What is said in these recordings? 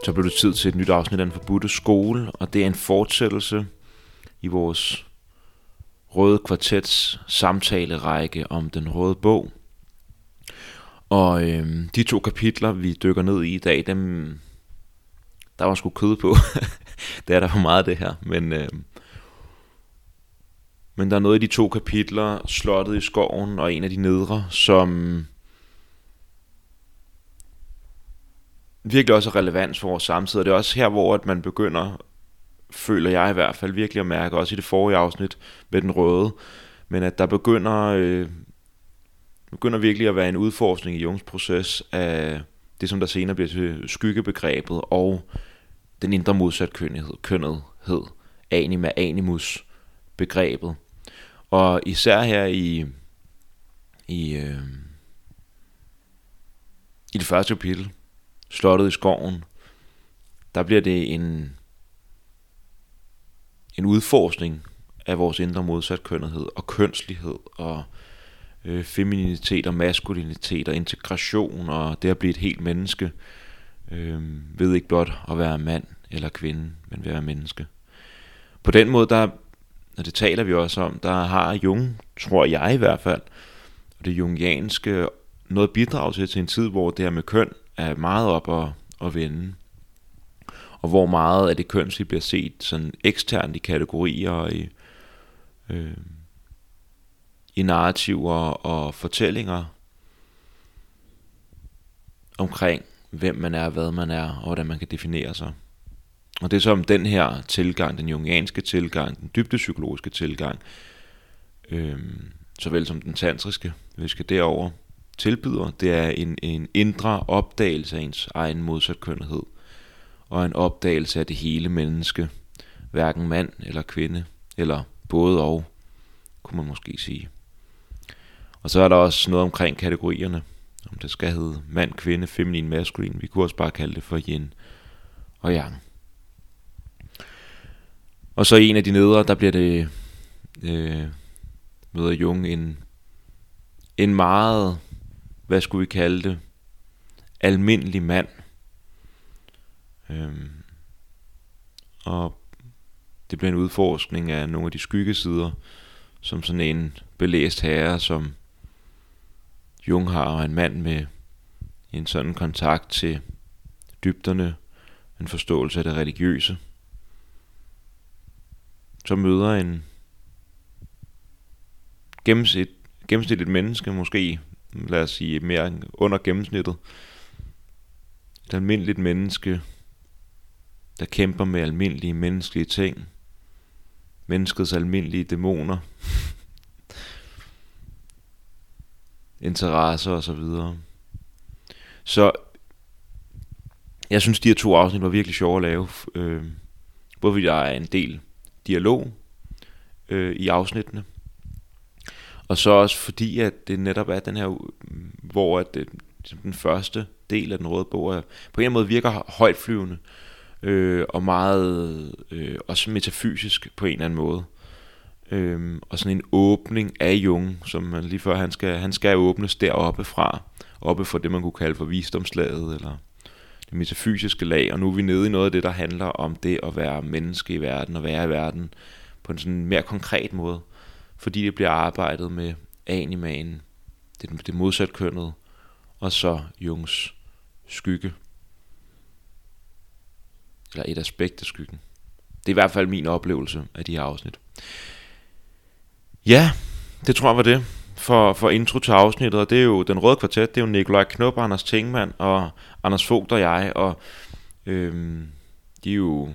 Så blev det tid til et nyt afsnit af Den Forbudte Skole, og det er en fortsættelse i vores Røde Kvartets samtalerække om Den Røde Bog. Og de 2 kapitler, vi dykker ned i dag, dem der var sgu kød på. Det er der for meget det her, men der er noget i de 2 kapitler, Slottet i skoven og en af de nedre, som virkelig også er relevans for vores samtid. Og det er også her, hvor at man begynder, føler jeg i hvert fald, virkelig at mærke, også i det forrige afsnit med den røde, men at der begynder virkelig at være en udforskning i Jungs proces af det, som der senere bliver til skyggebegrebet og den indre modsatkønnethed, anima animus begrebet. Og især her i det første kapitel, Slottet i skoven, der bliver det en udforskning af vores indre modsatkønnethed og kønslighed og femininitet og maskulinitet og integration og det at blive et helt menneske, ved ikke blot at være mand eller kvinde, men være menneske. På den måde, og det taler vi også om, der har Jung, tror jeg i hvert fald, og det jungianske, noget bidrag til en tid, hvor det her med køn er meget op at vende, og hvor meget af det kønslige bliver set sådan eksternt i kategorier og i narrativer og fortællinger omkring hvem man er, hvad man er og hvordan man kan definere sig. Og det som den her tilgang, den jungianske tilgang, den dybdepsykologiske tilgang, såvel som den tantriske, vi skal derover, tilbyder, det er en indre opdagelse af ens egen modsatkønnethed og en opdagelse af det hele menneske, hverken mand eller kvinde, eller både og, kunne man måske sige. Og så er der også noget omkring kategorierne, om det skal hedde mand, kvinde, feminin, maskulin. Vi kunne også bare kalde det for yin og yang. Og så i en af de nedre, der bliver det, møder Jung en meget, hvad skulle vi kalde det, almindelig mand. Og det bliver en udforskning af nogle af de skyggesider, som sådan en belæst herre, som Jung har, og en mand med en sådan kontakt til dybderne, en forståelse af det religiøse, så møder en gennemsnitligt menneske, måske lad os sige mere under gennemsnittet, et almindeligt menneske, der kæmper med almindelige menneskelige ting, menneskets almindelige dæmoner, interesser og så videre. Så jeg synes de her 2 afsnit var virkelig sjove at lave, både fordi der er en del dialog i afsnittene, og så også fordi at det netop er den her, hvor at den første del af Den Røde Bog er, på en måde virker højtflyvende og meget også metafysisk på en eller anden måde, og sådan en åbning af Jung, som man lige før han skal åbnes deroppe fra, oppe for det man kunne kalde for visdomslaget eller det metafysiske lag, og nu er vi nede i noget af det, der handler om det at være menneske i verden og være i verden på en sådan mere konkret måde, fordi det bliver arbejdet med animaen, det modsatkønnede, og så Jungs skygge, eller et aspekt af skyggen. Det er i hvert fald min oplevelse af de her afsnit. Ja, det tror jeg var det for intro til afsnittet, og det er jo Den Røde Kvartet, det er jo Nikolaj Knop, Anders Tingmann og Anders Vogt og jeg, og de er jo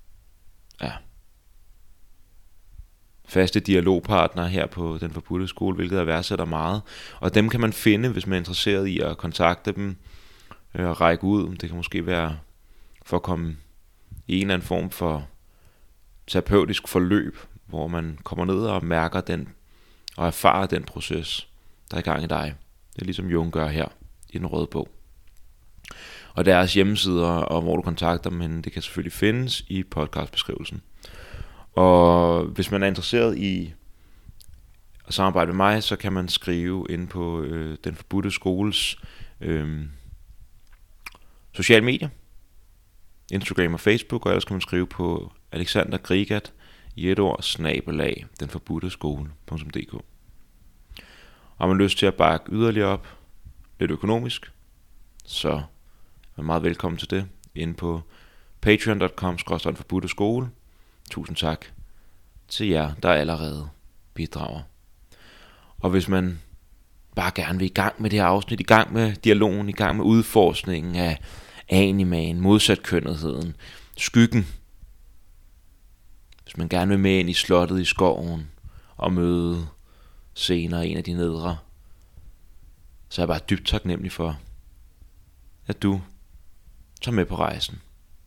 faste dialogpartnere her på Den Forbudte Skole, hvilket jeg værdsætter meget, og dem kan man finde, hvis man er interesseret i at kontakte dem og række ud. Det kan måske være for at komme i en eller anden form for terapeutisk forløb, hvor man kommer ned og mærker den og erfarer den proces, der er i gang i dig. Det er ligesom Jung gør her i Den Røde Bog. Og deres hjemmesider, og hvor du kontakter dem, det kan selvfølgelig findes i podcastbeskrivelsen. Og hvis man er interesseret i at samarbejde med mig, så kan man skrive ind på Den Forbudte Skoles sociale medier. Instagram og Facebook, og ellers kan man skrive på Alexander Grigat i et ord, / denforbudteskole.dk. Og man har lyst til at bakke yderligere op, lidt økonomisk, så er man meget velkommen til det, inde på patreon.com/denforbudteskole. Tusind tak til jer, der allerede bidrager. Og hvis man bare gerne vil i gang med det her afsnit, i gang med dialogen, i gang med udforskningen af animaen, modsatkønnetheden, skyggen. Hvis man gerne vil med ind i slottet i skoven og møde senere en af de nedre, så er jeg bare dybt taknemmelig for, at du tager med på rejsen.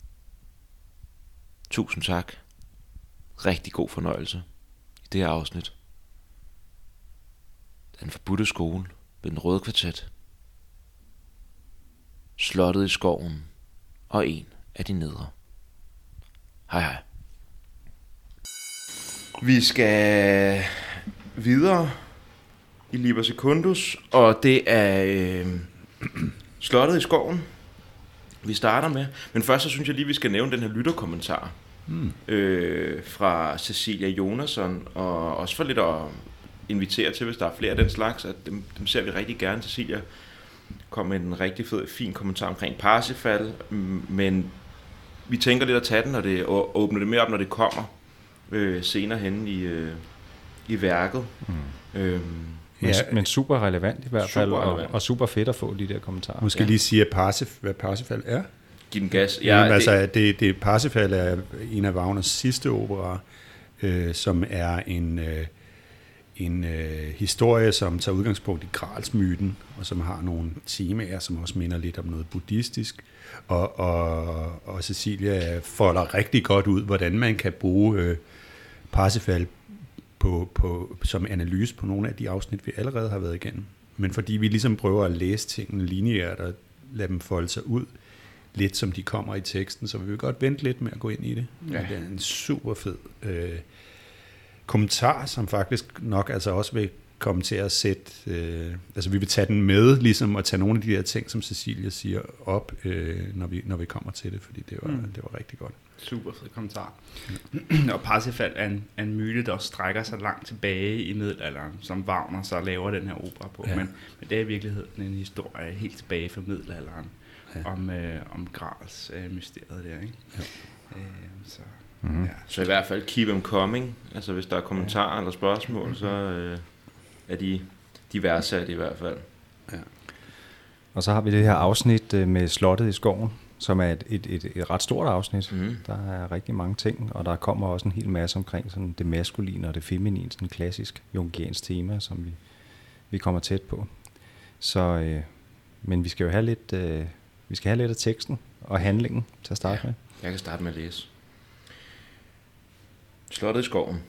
Tusind tak. Rigtig god fornøjelse i det her afsnit. Den forbudte skole ved den røde kvartet. Slottet i skoven og en af de nedre. Hej hej. Vi skal videre i Liber Secundus, og det er Slottet i skoven, vi starter med. Men først så synes jeg lige, vi skal nævne den her lytterkommentar fra Cecilia Jonasson, og også for lidt at invitere til, hvis der er flere af den slags, at dem ser vi rigtig gerne. Cecilia kom med en rigtig fed, fin kommentar omkring Parsifal, men vi tænker lidt at tage den, og åbne det mere op, når det kommer senere hen i værket. Men super relevant i hvert fald, og super fedt at få de der kommentarer. Måske lige sige, hvad Parsifal er. Giv den gas. Parsifal er en af Wagners sidste operaer, som er en historie, som tager udgangspunkt i Gralsmyten, og som har nogle temaer, som også minder lidt om noget buddhistisk. Og Cecilia folder rigtig godt ud, hvordan man kan bruge Parsifal som analyse på nogle af de afsnit, vi allerede har været igennem. Men fordi vi ligesom prøver at læse tingene lineært og lade dem folde sig ud, lidt som de kommer i teksten, så vi vil godt vente lidt med at gå ind i det. Ja. Det er en super fed kommentar, som faktisk nok altså også vil komme til at sætte, vi vil tage den med, ligesom at tage nogle af de der ting, som Cecilia siger, op, når vi kommer til det, fordi det var rigtig godt. Super fed kommentar. Og Parsifal er en myte, der også strækker sig langt tilbage i middelalderen, som Wagner så laver den her opera på. Ja. Men det er i virkeligheden en historie helt tilbage fra middelalderen, om Grals mysteriet der, ikke? Ja. Så i hvert fald keep them coming. Altså hvis der er kommentarer eller spørgsmål, så er de værdsat i hvert fald. Ja. Og så har vi det her afsnit med Slottet i skoven, som er et ret stort afsnit. Der er rigtig mange ting, og der kommer også en hel masse omkring sådan det maskuline og det feminine, sådan klassisk jungiansk tema, som vi kommer tæt på. Så, men vi skal jo have lidt, af teksten og handlingen til at starte med. Jeg kan starte med at læse. Slottet i skoven.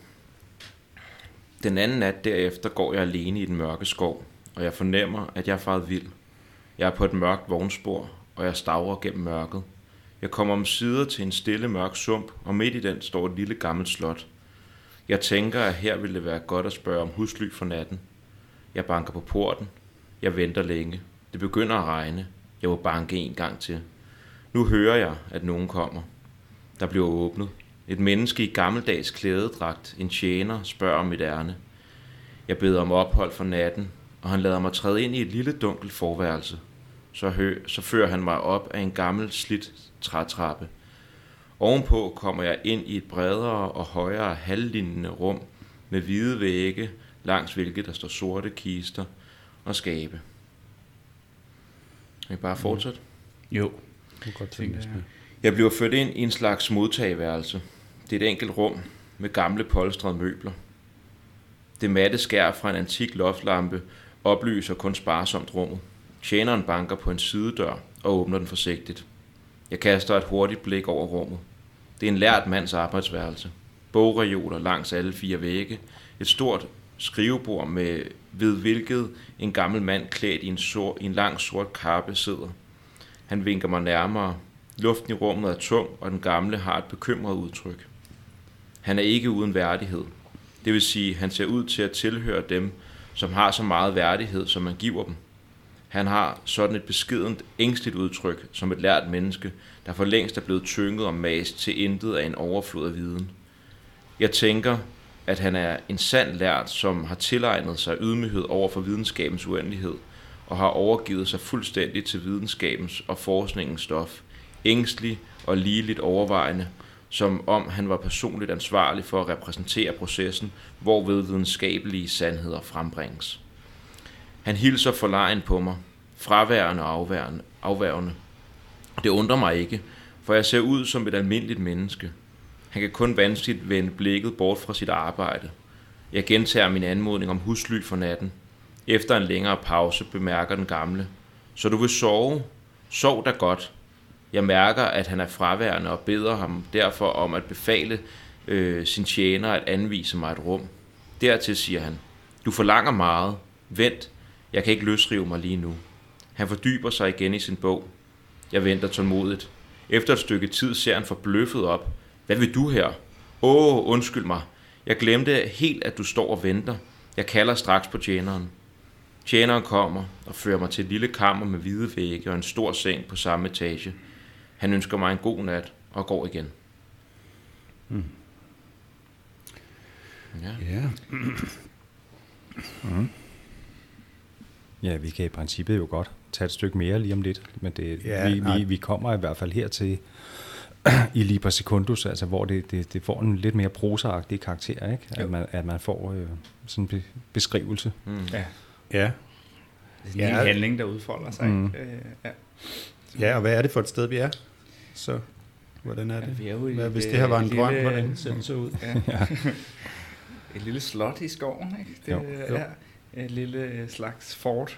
Den anden nat derefter går jeg alene i den mørke skov, og jeg fornemmer, at jeg er faret vild. Jeg er på et mørkt vognspor, og jeg stavrer gennem mørket. Jeg kommer omsider til en stille mørk sump, og midt i den står et lille gammelt slot. Jeg tænker, at her ville det være godt at spørge om husly for natten. Jeg banker på porten. Jeg venter længe. Det begynder at regne. Jeg må banke en gang til. Nu hører jeg, at nogen kommer. Der bliver åbnet. Et menneske i gammeldags klædedragt, en tjener, spørger om mit ærne. Jeg beder om ophold for natten, og han lader mig træde ind i et lille dunkelt forværelse. Så fører han mig op af en gammel slidt trætrappe. Ovenpå kommer jeg ind i et bredere og højere halvlignende rum med hvide vægge, langs hvilke der står sorte kister og skabe. Kan I bare fortsætte? Jo. Jeg bliver ført ind i en slags modtageværelse. Det er et enkelt rum med gamle polstrede møbler. Det matte skær fra en antik loftlampe oplyser kun sparsomt rummet. Tjeneren banker på en sidedør og åbner den forsigtigt. Jeg kaster et hurtigt blik over rummet. Det er en lærd mands arbejdsværelse. Bogreoler langs alle 4 vægge. Et stort skrivebord ved hvilket en gammel mand klædt i en lang sort kappe sidder. Han vinker mig nærmere. Luften i rummet er tung, og den gamle har et bekymret udtryk. Han er ikke uden værdighed. Det vil sige, han ser ud til at tilhøre dem, som har så meget værdighed, som man giver dem. Han har sådan et beskedent, ængstligt udtryk, som et lært menneske, der for længst er blevet tynget og mast til intet af en overflod af viden. Jeg tænker, at han er en sand lært, som har tilegnet sig ydmyghed over for videnskabens uendelighed, og har overgivet sig fuldstændig til videnskabens og forskningens stof, ængstelig og ligeligt overvejende, som om han var personligt ansvarlig for at repræsentere processen, hvorved videnskabelige sandheder frembringes. Han hilser forlegen på mig, fraværende og afværgende. Det undrer mig ikke, for jeg ser ud som et almindeligt menneske. Han kan kun vanskeligt vende blikket bort fra sit arbejde. Jeg gentager min anmodning om husly for natten. Efter en længere pause bemærker den gamle: så du vil sove? Sov da godt. Jeg mærker, at han er fraværende og beder ham derfor om at befale sin tjener at anvise mig et rum. Dertil siger han: du forlanger meget. Vent, jeg kan ikke løsrive mig lige nu. Han fordyber sig igen i sin bog. Jeg venter tålmodigt. Efter et stykke tid ser han forbløffet op. Hvad vil du her? Undskyld mig. Jeg glemte helt, at du står og venter. Jeg kalder straks på tjeneren. Tjeneren kommer og fører mig til et lille kammer med hvide vægge og en stor seng på samme etage. Han ønsker mig en god nat og går igen. Ja. Ja, vi kan i princippet jo godt tage et stykke mere lige om lidt, men vi kommer i hvert fald hertil i Liber Secundus, altså hvor det får en lidt mere prosaagtig karakter, ikke? At man får sådan en beskrivelse. Ja. Det er en handling, der udfolder sig. Ja, og hvad er det for et sted, vi er? Så, hvordan er det? Vi er jo hvis det her var en drøm, hvordan ser det så ud? Ja. Et lille slot i skoven, ikke? Det er et lille slags fort.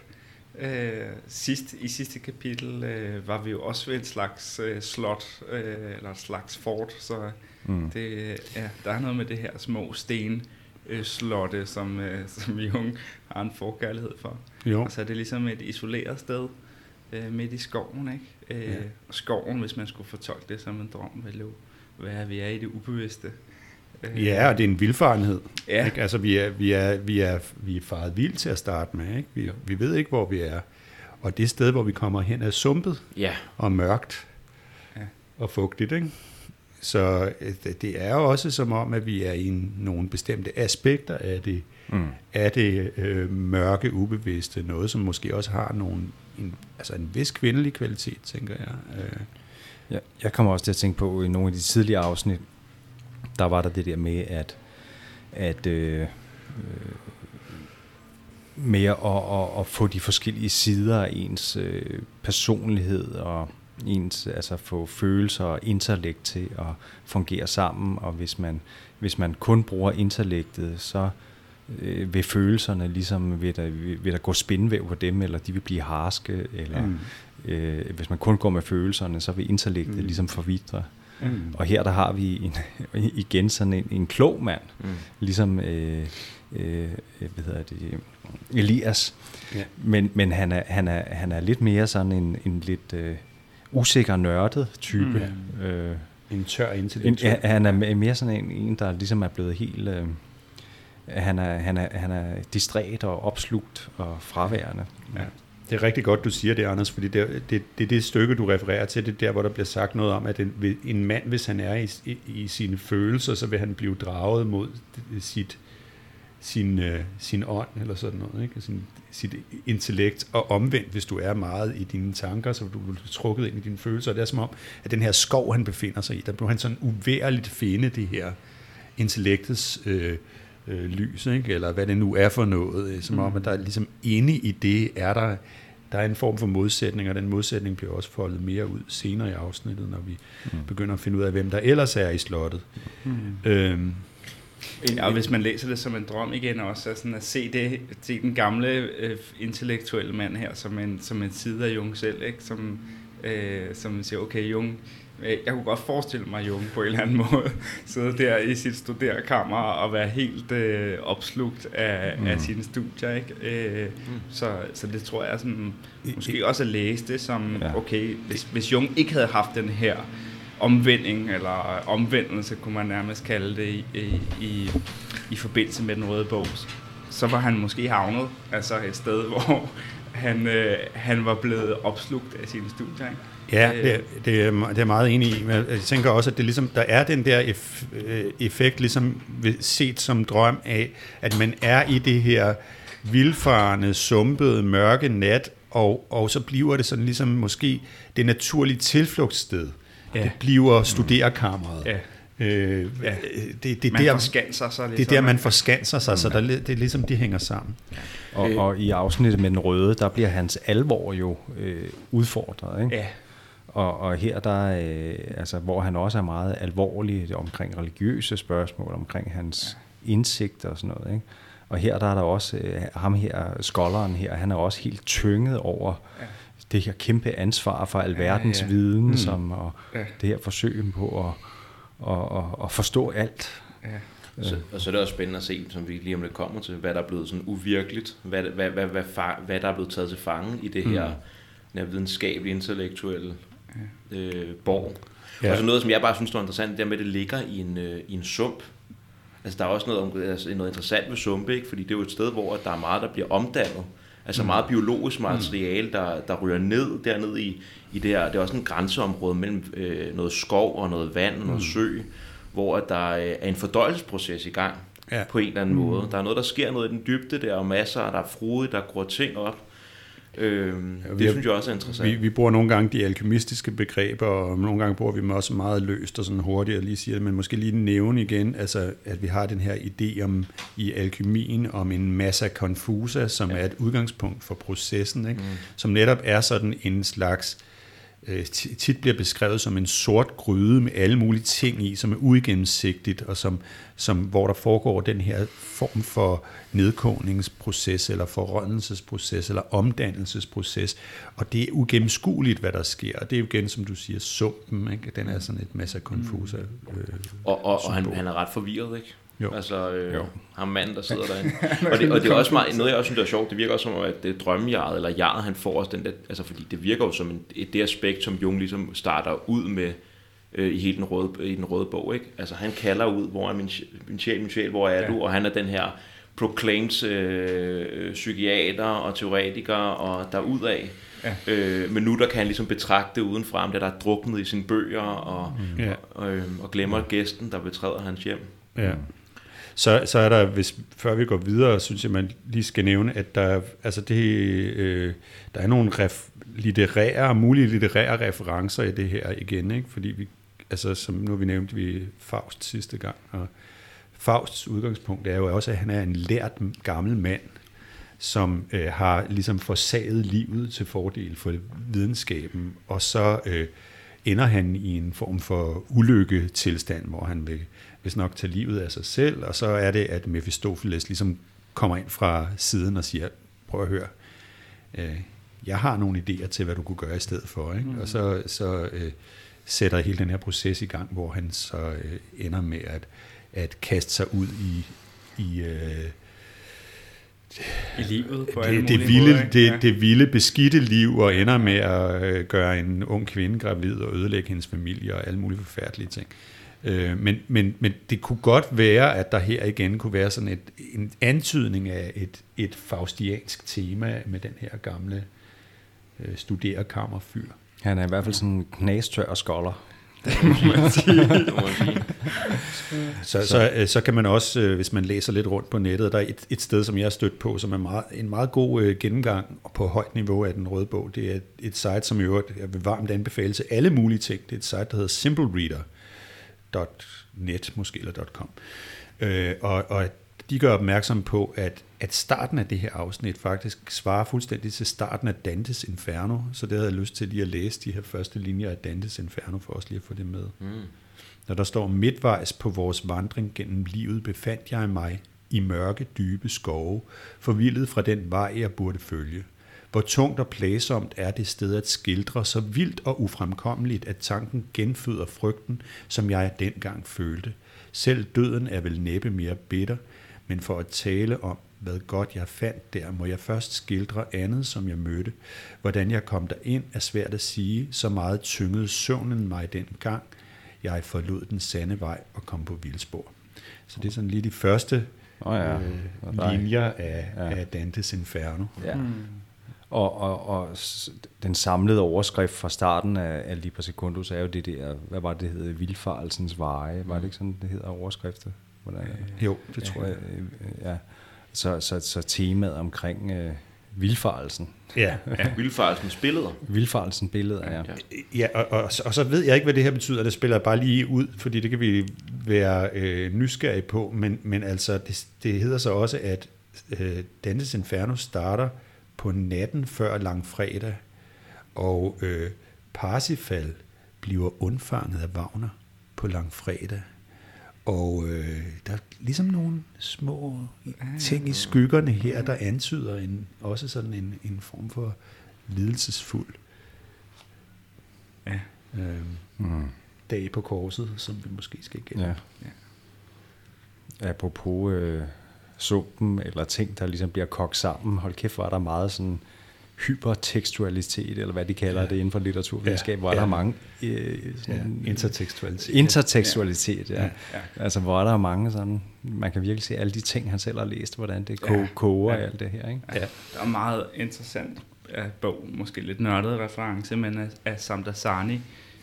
I sidste kapitel var vi jo også ved et slags slot, eller et slags fort, så der er noget med det her små slotte, som Jung har en forkærlighed for. Jo. Og så er det ligesom et isoleret sted midt i skoven, ikke? Og skoven, hvis man skulle fortolke det som en drøm, ville jo være, at vi er i det ubevidste. Ja, og det er en vildfarenhed. Ja. Ikke? Altså, vi er faret vildt til at starte med. Ikke? Vi ved ikke, hvor vi er. Og det sted, hvor vi kommer hen, er sumpet og mørkt og fugtigt. Ikke? Så det er jo også som om, at vi er i nogle bestemte aspekter af det mørke, ubevidste. Noget, som måske også har en vis kvindelig kvalitet, tænker jeg. Ja, jeg kommer også til at tænke på, i nogle af de tidligere afsnit, der var der det der med, at at få de forskellige sider af ens personlighed og ens, altså få følelser og intellekt til at fungere sammen, og hvis man kun bruger intellektet, så vil følelserne ligesom vil der gå spinvæv på dem, eller de vil blive harske, eller hvis man kun går med følelserne, så vil intellektet ligesom forvitre. Og her der har vi igen sådan en klog mand, ligesom Elias, men han er lidt mere sådan en lidt usikker nørdet type. En tør intellektuel. Han er mere sådan en der ligesom er blevet helt han er distræt og opslugt og fraværende. Ja. Det er rigtig godt, du siger det, Anders, fordi det stykke, du refererer til, det der, hvor der bliver sagt noget om, at en mand, hvis han er i sine følelser, så vil han blive draget mod sin ånd, eller sådan noget, ikke? Sit intellekt, og omvendt, hvis du er meget i dine tanker, så du bliver trukket ind i dine følelser. Det er som om, at den her skov, han befinder sig i, der bliver han sådan uværligt finde det her intellektets lys, ikke? Eller hvad det nu er for noget, som om, at der ligesom inde i det der er en form for modsætning, og den modsætning bliver også foldet mere ud senere i afsnittet, når vi begynder at finde ud af, hvem der ellers er i slottet. Ja, og hvis man læser det som en drøm igen også, er sådan at se den gamle intellektuelle mand her som en side af Jung selv, ikke? Som siger, okay, Jung, jeg kunne godt forestille mig Jung på en eller anden måde sidde der i sit studerekammer og være helt opslugt af sine studier, ikke? Så det tror jeg sådan, måske også at læse det som, okay, hvis Jung ikke havde haft den her omvending, eller omvendelse, kunne man nærmest kalde det, i forbindelse med den røde bog, så var han måske havnet altså et sted, hvor han var blevet opslugt af sine studier, ikke? Ja, det er jeg meget enig i, men jeg tænker også, at det ligesom, der er den der effekt, ligesom set som drøm af, at man er i det her vildfarende, sumpede, mørke nat, og så bliver det sådan ligesom måske det naturlige tilflugtssted. Ja. Det bliver studerekammeret. Ja. Man forskanser sig. Ligesom. Det er der, man forskanser sig, så det er ligesom, de hænger sammen. Ja. Og i afsnittet med den røde, der bliver hans alvor jo udfordret, ikke? Ja. Og her der, altså, hvor han også er meget alvorlig omkring religiøse spørgsmål, omkring hans indsigter og sådan noget, ikke? Og her der er der også ham her, scholaren her, han er også helt tynget over det her kæmpe ansvar for alverdens viden, og det her forsøg på at forstå alt. Ja. Og så er det også spændende at se, som vi lige om lidt kommer til, hvad der er blevet sådan uvirkeligt, hvad der er blevet taget til fange i det her videnskabelige, intellektuelle borg. Ja. Og så noget, som jeg bare synes var interessant, det er med, at det ligger i en sump. Altså der er også noget interessant ved sumpe, ikke? Fordi det er jo et sted, hvor der er meget, der bliver omdannet. Altså meget biologisk materiale, der ryger ned derned i det her. Det er også en grænseområde mellem noget skov og noget vand og noget sø, hvor der er en fordøjelsesproces i gang på en eller anden måde. Der er noget, der sker noget i den dybde der, og masser, der er frodigt, der gror ting op. Det synes jeg også er interessant. Vi bruger nogle gange de alkymistiske begreber, og nogle gange bruger vi dem også meget løst og sådan hurtigt at lige sige det, men måske lige nævne igen, altså at vi har den her idé om i alkymien om en massa confusa, som er et udgangspunkt for processen, ikke? Som netop er sådan en slags tit bliver beskrevet som en sort gryde med alle mulige ting i, som er uigennemsigtigt, og som hvor der foregår den her form for nedkogningsproces, eller forrådnelsesproces, eller omdannelsesproces, og det er ugennemskueligt, hvad der sker, og det er jo igen, som du siger, sumpen, ikke? Den er sådan et massa confusa. Og han er ret forvirret, ikke? Jo. Altså ham manden, der sidder derinde. og det er også meget, noget jeg også synes er sjovt, det virker også som at det drømmejaret, eller jaret han får også den der, altså fordi det virker jo som det aspekt, som Jung ligesom starter ud med i hele den røde bog, ikke? Altså han kalder ud, hvor er min sjæl, hvor er du? Og han er den her proclaimed psykiater og teoretiker og derudad. Ja. Men nu der kan han ligesom betragte det udenfra, om det der er druknet i sine bøger og glemmer gæsten, der betræder hans hjem. Ja. Så er der, før vi går videre, synes jeg, man lige skal nævne, at der er nogle mulige litterære referencer i det her igen, ikke? Fordi vi, altså som nu vi nævnte vi Faust sidste gang, og Fausts udgangspunkt er jo også, at han er en lært gammel mand, som har ligesom forsaget livet til fordel for videnskaben, og så ender han i en form for ulykketilstand, hvor han vil hvis nok tage livet af sig selv, og så er det, at Mephistopheles ligesom kommer ind fra siden og siger, prøv at høre, jeg har nogle idéer til, hvad du kunne gøre i stedet for, ikke? Og så sætter hele den her proces i gang, hvor han så ender med at kaste sig ud i livet på alle mulige måder. Det vilde, beskidte liv, og ender med at gøre en ung kvinde gravid og ødelægge hendes familie og alle mulige forfærdelige ting. Men det kunne godt være, at der her igen kunne være sådan en antydning af et faustiansk tema med den her gamle studerekammerfyr. Han er i hvert fald sådan en knastør scholar. Så kan man også, hvis man læser lidt rundt på nettet, der er et sted, som jeg har stødt på, som er en meget god gennemgang på højt niveau af den røde bog. Det er et site, som i øvrigt jeg vil varmt anbefale til alle mulige ting. Det er et site, der hedder simplereader.net måske, eller .com. Og de gør opmærksom på, at starten af det her afsnit faktisk svarer fuldstændig til starten af Dantes Inferno, så det havde jeg lyst til lige at læse de her første linjer af Dantes Inferno, for os lige at få det med. Når der står, midtvejs på vores vandring gennem livet befandt jeg mig i mørke, dybe skove, forvildet fra den vej, jeg burde følge. Hvor tungt og plagsomt er det sted at skildre, så vildt og ufremkommeligt, at tanken genføder frygten, som jeg dengang følte. Selv døden er vel næppe mere bitter, men for at tale om, hvad godt jeg fandt der, må jeg først skildre andet, som jeg mødte. Hvordan jeg kom derind, er svært at sige, så meget tyngede søvnen mig dengang. Jeg forlod den sande vej og kom på vildspor. Så det er sådan lige de første linjer af Dantes Inferno. Ja. Og den samlede overskrift fra starten af Liber Secundus er jo det der, hvad var det hedder, Vildfarelsens veje, var det ikke sådan, det hedder overskriftet? Jo, det tror jeg. Ja. Så temaet omkring vildfarelsen. Ja. Vildfarelsens billeder. Vildfarelsens billeder, ja. Ja, og så ved jeg ikke, hvad det her betyder. Det spiller jeg bare lige ud, fordi det kan vi være nysgerrige på. Men altså, det hedder så også, at Dantes Inferno starter på natten før langfredag, og Parsifal bliver undfanget af Wagner på langfredag. Og der er ligesom nogle små ting i skyggerne her, der antyder også sådan en form for lidelsesfuld dag på korset, som vi måske skal igennem. Ja. Apropos sumpen eller ting, der ligesom bliver kogt sammen. Hold kæft, var der meget sådan hypertekstualitet, eller hvad de kalder det inden for litteraturvidenskab, hvor der er mange intertekstualitet, ja. Altså hvor der er mange sådan, man kan virkelig se alle de ting, han selv har læst, hvordan det koger alt det her, ikke? Ja. Der er meget interessant bog, måske lidt nørdet reference, men af Samdasani,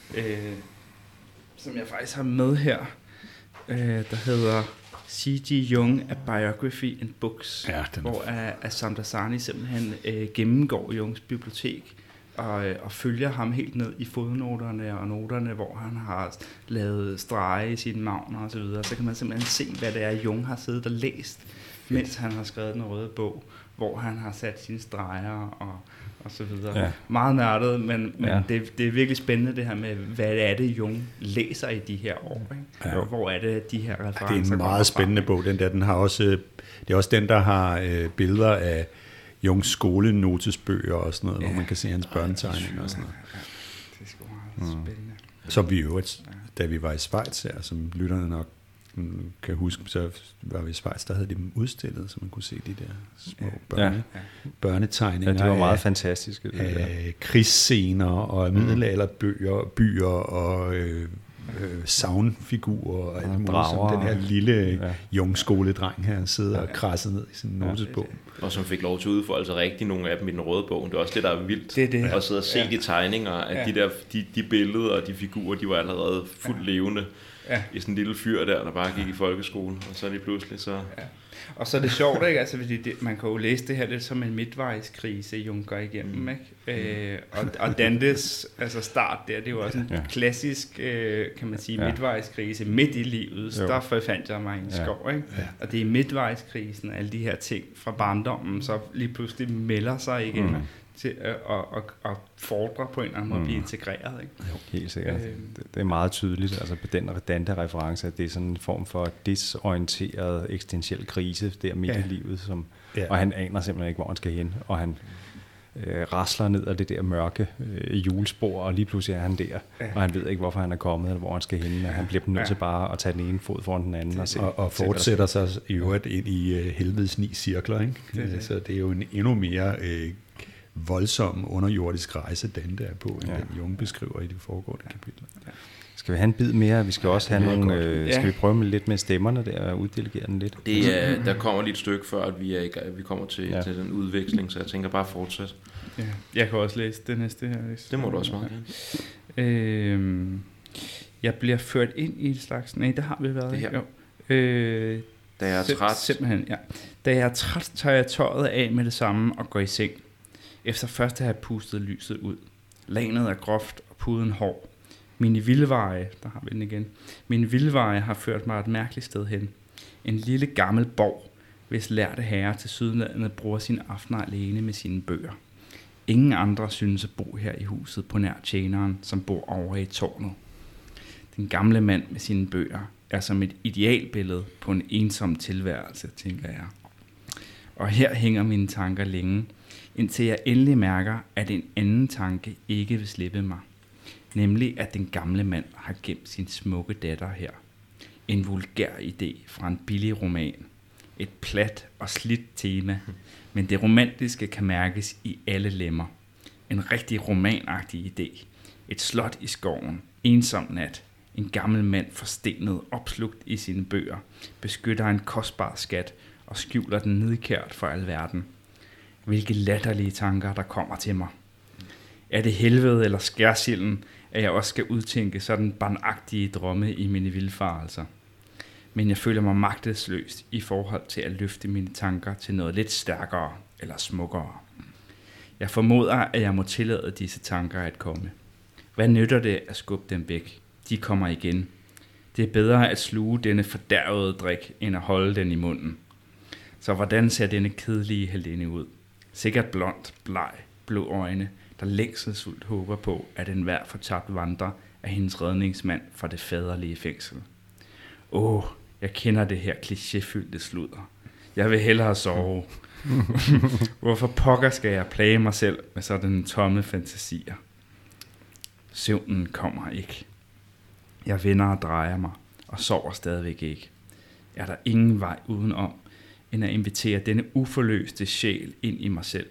som jeg faktisk har med her, der hedder C.G. Jung, A Biography in Books, hvor Samdasani simpelthen gennemgår Jungs bibliotek og følger ham helt ned i fodnoterne og noterne, hvor han har lavet streger i sine magner og så videre. Så kan man simpelthen se, hvad det er, Jung har siddet og læst, mens han har skrevet den røde bog, hvor han har sat sine streger og så videre. Ja. Meget nørdet, men det er virkelig spændende det her med, hvad er det, Jung læser i de her år? Ikke? Ja. Hvor er det, de her referencer? Det er en meget spændende bog, den har også, det er også den, der har billeder af Jungs skolenotesbøger og sådan noget, hvor man kan se hans børnetegninger og sådan noget. Ja. Det er sgu meget spændende. Som vi i øvrigt, da vi var i Schweiz her, som lytterne nok kan huske, så var vi i Schweiz, der havde de dem udstillet, så man kunne se de der små børnetegninger. Ja, det var meget fantastiske. Af krigsscener og middelalderbyer og savnfigurer og alt muligt, som den her lille jungskoledreng her sidder og krasser ned i sin notesbog. Og som fik lov til at udfolde sig rigtig, nogle af dem i den røde bog. Det er også det, der er vildt. Det. At sidde og se de tegninger, at de billeder og de figurer, de var allerede fuldt levende. Ja. I sådan en lille fyr der bare gik i folkeskolen, og så lige pludselig så... Ja. Og så er det sjovt, ikke? Altså, fordi man kan jo læse det her lidt som en midtvejskrise, Jung går igennem, ikke? Og Dantes start der, det er jo også en klassisk, kan man sige, midtvejskrise midt i livet. Så der forfandt jeg mig en skov, ikke? Ja. Og det er midtvejskrisen, alle de her ting fra barndommen, så lige pludselig melder sig igen til at fordre på en eller anden måde at blive integreret, ikke? Jo, helt sikkert. Det er meget tydeligt, altså på den Dante-reference, at det er sådan en form for desorienteret eksistentiel krise der midt i livet, og han aner simpelthen ikke, hvor han skal hen, og han rasler ned af det der mørke hjulspor, og lige pludselig er han der, og han ved ikke, hvorfor han er kommet, eller hvor han skal hen, og han bliver nødt til bare at tage den ene fod foran den anden. Og fortsætter sig i øvrigt ind i helvedes 9 cirkler, ikke? Så det er jo en endnu mere voldsom underjordisk rejse, Dante er på, end den Jung beskriver i de foregående kapitler. Ja. Skal vi have en bid mere? Vi skal også have nogle... Skal vi prøve med lidt med stemmerne der og uddelegere den lidt? Der kommer lige et stykke før, at vi kommer til den udveksling, så jeg tænker bare fortsæt. Ja. Jeg kan også læse det næste her. Det må du også meget gerne. Jeg bliver ført ind i et slags... Nej, der har vi været. Det her. Jo. Da jeg er træt. Simpelthen, ja. Da jeg er træt, tager jeg tøjet af med det samme og går i seng. Efter først at have pustet lyset ud. Lanet er groft og puden hård. Mine vildveje, der har vi den igen. Mine vildveje har ført mig et mærkeligt sted hen. En lille gammel borg, hvis lærte herre til sydlandet bruger sine aftener alene med sine bøger. Ingen andre synes at bo her i huset på nær tjeneren, som bor over i tårnet. Den gamle mand med sine bøger er som et idealbillede på en ensom tilværelse, tænker jeg. Og her hænger mine tanker længe, indtil jeg endelig mærker, at en anden tanke ikke vil slippe mig. Nemlig, at den gamle mand har gemt sin smukke datter her. En vulgær idé fra en billig roman. Et plat og slidt tema, men det romantiske kan mærkes i alle lemmer. En rigtig romanagtig idé. Et slot i skoven. Ensom nat. En gammel mand forstenet, opslugt i sine bøger, beskytter en kostbar skat og skjuler den nedkært for alverden. Hvilke latterlige tanker, der kommer til mig. Er det helvede eller skærsilden, at jeg også skal udtænke sådan barnagtige drømme i mine vildfarelser? Men jeg føler mig magtesløs i forhold til at løfte mine tanker til noget lidt stærkere eller smukkere. Jeg formoder, at jeg må tillade disse tanker at komme. Hvad nytter det at skubbe dem væk? De kommer igen. Det er bedre at sluge denne fordærvede drik, end at holde den i munden. Så hvordan ser denne kedelige heldinde ud? Sikkert blond, bleg, blå øjne, der længselsfuldt håber på, at enhver fortabt vandrer af hendes redningsmand fra det faderlige fængsel. Jeg kender det her klichéfyldte sludder. Jeg vil hellere sove. Hvorfor pokker skal jeg plage mig selv med sådan tomme fantasier? Søvnen kommer ikke. Jeg vender og drejer mig, og sover stadigvæk ikke. Er der ingen vej udenom, end at invitere denne uforløste sjæl ind i mig selv?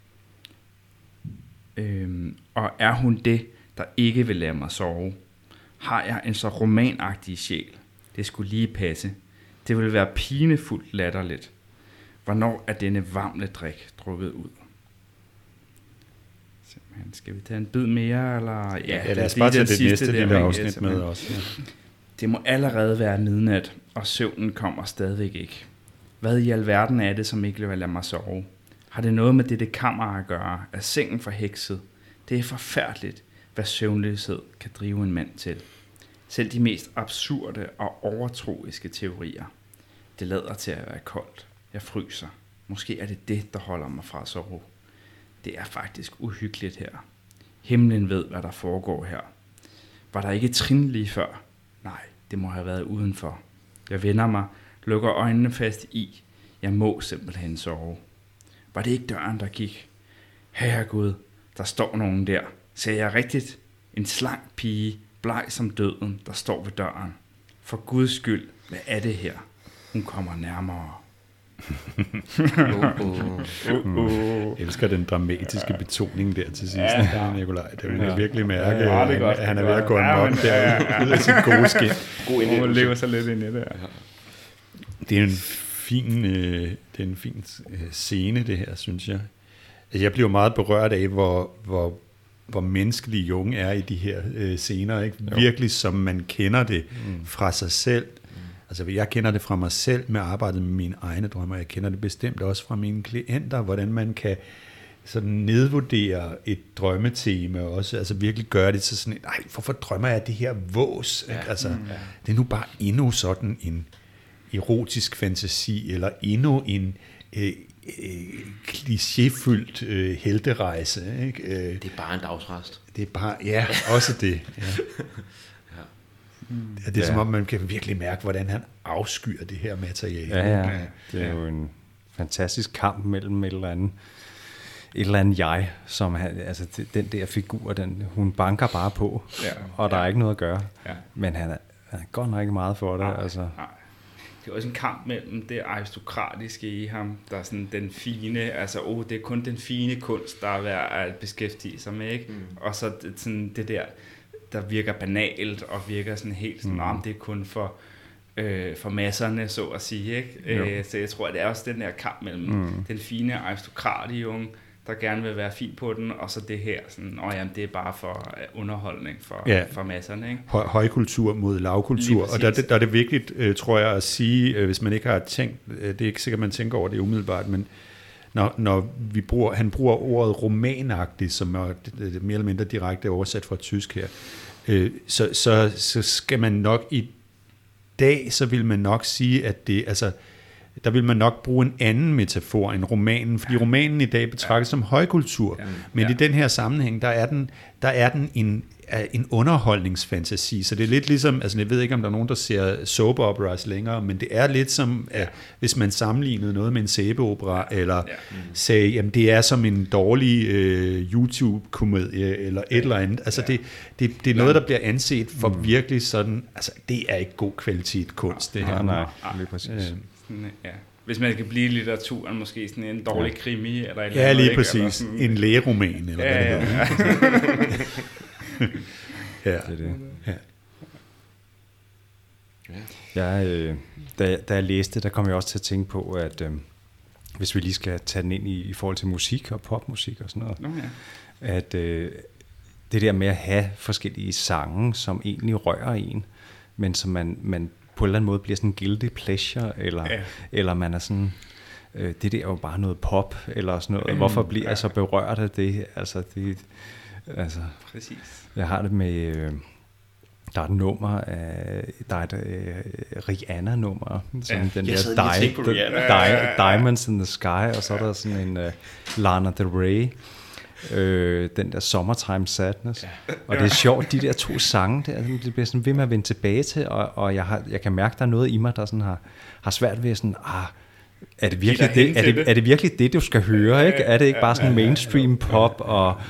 Og er hun det, der ikke vil lade mig sove? Har jeg en så romanagtig sjæl? Det skulle lige passe. Det vil være pinefuldt latterligt. Hvornår er denne varme drik drukket ud? Simpelthen. Skal vi tage en bid mere? Eller? Ja, lad os bare tage det næste lille afsnit med også. Ja. Det må allerede være midnat, og søvnen kommer stadigvæk ikke. Hvad i alverden er det, som ikke vil lade mig sove? Har det noget med dette kammer at gøre? Er sengen forhekset? Det er forfærdeligt, hvad søvnløshed kan drive en mand til. Selv de mest absurde og overtroiske teorier. Det lader til at være koldt. Jeg fryser. Måske er det det, der holder mig fra at sove. Det er faktisk uhyggeligt her. Himlen ved, hvad der foregår her. Var der ikke trin lige før? Nej, det må have været udenfor. Jeg vender mig, lukker øjnene fast i. Jeg må simpelthen sove. Var det ikke døren, der gik? Herregud, der står nogen der. Ser jeg rigtigt? En slank pige, bleg som døden, der står ved døren. For Guds skyld, hvad er det her? Hun kommer nærmere. Jeg elsker den dramatiske betoning der til sidst, Nikolaj. Det vil jeg virkelig mærke, at han er ved at gå amok der ud af sit gode skin. God lever så lidt ind i det. Det er en fin scene, det her, synes jeg. Altså, jeg bliver meget berørt af, hvor menneskelige Jung er i de her scener, ikke? Virkelig som man kender det fra sig selv. Altså, jeg kender det fra mig selv med arbejdet med mine egne drømme, jeg kender det bestemt også fra mine klienter, hvordan man kan sådan nedvurdere et drømmetema også, altså virkelig gøre det til sådan, nej, hvorfor drømmer jeg det her vås? Ja, altså, det er nu bare endnu sådan en erotisk fantasi, eller endnu en klichéfyldt helterejse. Ikke? Det er bare en dagsrest. Det er bare, ja, også det. Ja. Det er som om, man kan virkelig mærke, hvordan han afskyer det her materiale. Ja. Det er jo en fantastisk kamp mellem et eller andet jeg, som altså den der figur, hun banker bare på, og der er ikke noget at gøre. Ja. Men han er godt nok ikke meget for det. Nej. Det er også en kamp mellem det aristokratiske i ham, der er sådan den fine, altså det er kun den fine kunst, der er værd at beskæftige sig med, ikke? Og så sådan det der virker banalt og virker sådan helt sådan, det er kun for masserne, så at sige, ikke? Så jeg tror, at det er også den der kamp mellem den fine aristokrat-Jung, der gerne vil være fin på den, og så det her, sådan, det er bare for underholdning for masserne, ikke? Højkultur mod lavkultur, og der er det vigtigt, tror jeg, at sige, hvis man ikke har tænkt, det er ikke sikkert, man tænker over det umiddelbart, men når han bruger ordet romanagtigt, som er mere eller mindre direkte oversat fra tysk her, så skal man nok i dag, så vil man nok sige, at det, altså, der vil man nok bruge en anden metafor end romanen, fordi romanen i dag betragtes som højkultur, men i den her sammenhæng, der er den en underholdningsfantasi, så det er lidt ligesom, altså jeg ved ikke, om der er nogen, der ser soap operas længere, men det er lidt som, hvis man sammenlignede noget med en sæbeopera, eller sagde, jamen det er som en dårlig YouTube-komedie, eller et eller andet, altså det er noget, der bliver anset for virkelig sådan, altså det er ikke god kvalitet kunst, det her. Nej, lige præcis. Hvis man kan blive i litteraturen, måske sådan en dårlig krimi, eller et eller andet, lige præcis, eller en lægeroman, eller hvad det hedder. Det er det. Da jeg læste, der kom jeg også til at tænke på, at hvis vi lige skal tage den ind i forhold til musik og popmusik og sådan noget, at det der med at have forskellige sange, som egentlig rører en, men som man på en eller anden måde bliver sådan en guilty pleasure, eller man er sådan, det der er jo bare noget pop, eller sådan noget. Hvorfor bliver jeg så berørt af det? Altså, Præcis. Jeg har det med, der er et nummer, der er et Rihanna-nummer, som den der Diamonds in the Sky, og så er der sådan en Lana Del Rey, den der Summertime Sadness. Og det er sjovt, de der 2 sange der, det bliver sådan ved med at vende tilbage til, og jeg kan mærke, der er noget i mig, der sådan har svært ved sådan, er det virkelig det? Er det virkelig det, du skal høre, ikke? Er det ikke bare sådan mainstream pop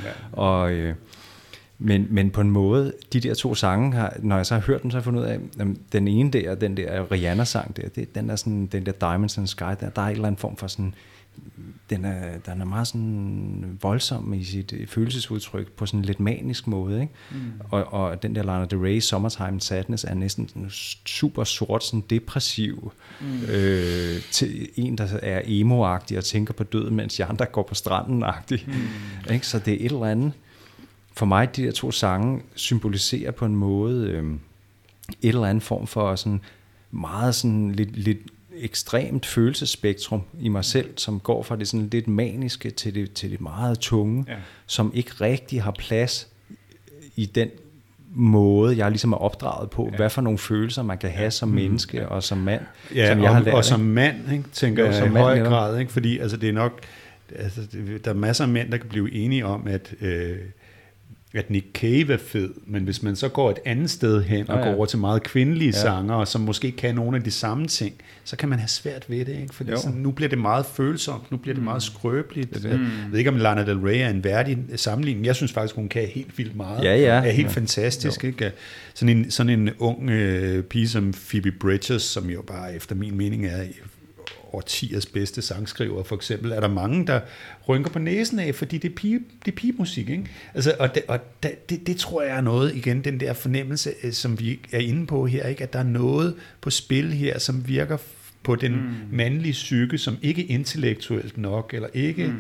men på en måde, de der 2 sange, når jeg så har hørt dem, så har jeg fundet ud af, den ene der, den der Rihanna-sang der, den er sådan, den der Diamonds in the Sky, der er en eller anden form for sådan, den er meget sådan voldsom i sit følelsesudtryk på sådan en lidt manisk måde, ikke? Og den der Lana Del Rey Summertime Sadness er næsten sådan super sort, sådan depressiv, til en, der er emo-agtig og tænker på døden, mens de andre går på stranden-agtig. Ikke? Så det er et eller andet. For mig, de der 2 sange symboliserer på en måde et eller andet form for sådan meget sådan lidt ekstremt følelsesspektrum i mig selv, som går fra det sådan lidt maniske til det meget tunge, som ikke rigtig har plads i den måde, jeg ligesom er opdraget på, hvad for nogle følelser man kan have som menneske og som mand. Ja, som jeg har lært, og som mand, ikke, tænker jeg i høj grad, ikke, fordi altså, det er nok, altså, der er masser af mænd, der kan blive enige om, at Nick Cave er fed, men hvis man så går et andet sted hen og går over til meget kvindelige sanger, som måske kan nogle af de samme ting, så kan man have svært ved det, ikke? Fordi sådan, nu bliver det meget følsomt, nu bliver det meget skrøbeligt. Jeg ved ikke, om Lana Del Rey er en værdig sammenligning. Jeg synes faktisk, hun kan helt vildt meget. Er helt fantastisk. Ikke? Sådan en ung pige som Phoebe Bridgers, som jo bare efter min mening er årtiers bedste sangskriver, for eksempel, er der mange, der rynker på næsen af, fordi det er pigemusik, ikke? Altså, det tror jeg er noget, igen, den der fornemmelse, som vi er inde på her, ikke? At der er noget på spil her, som virker på den mandlige psyke, som ikke intellektuelt nok, eller ikke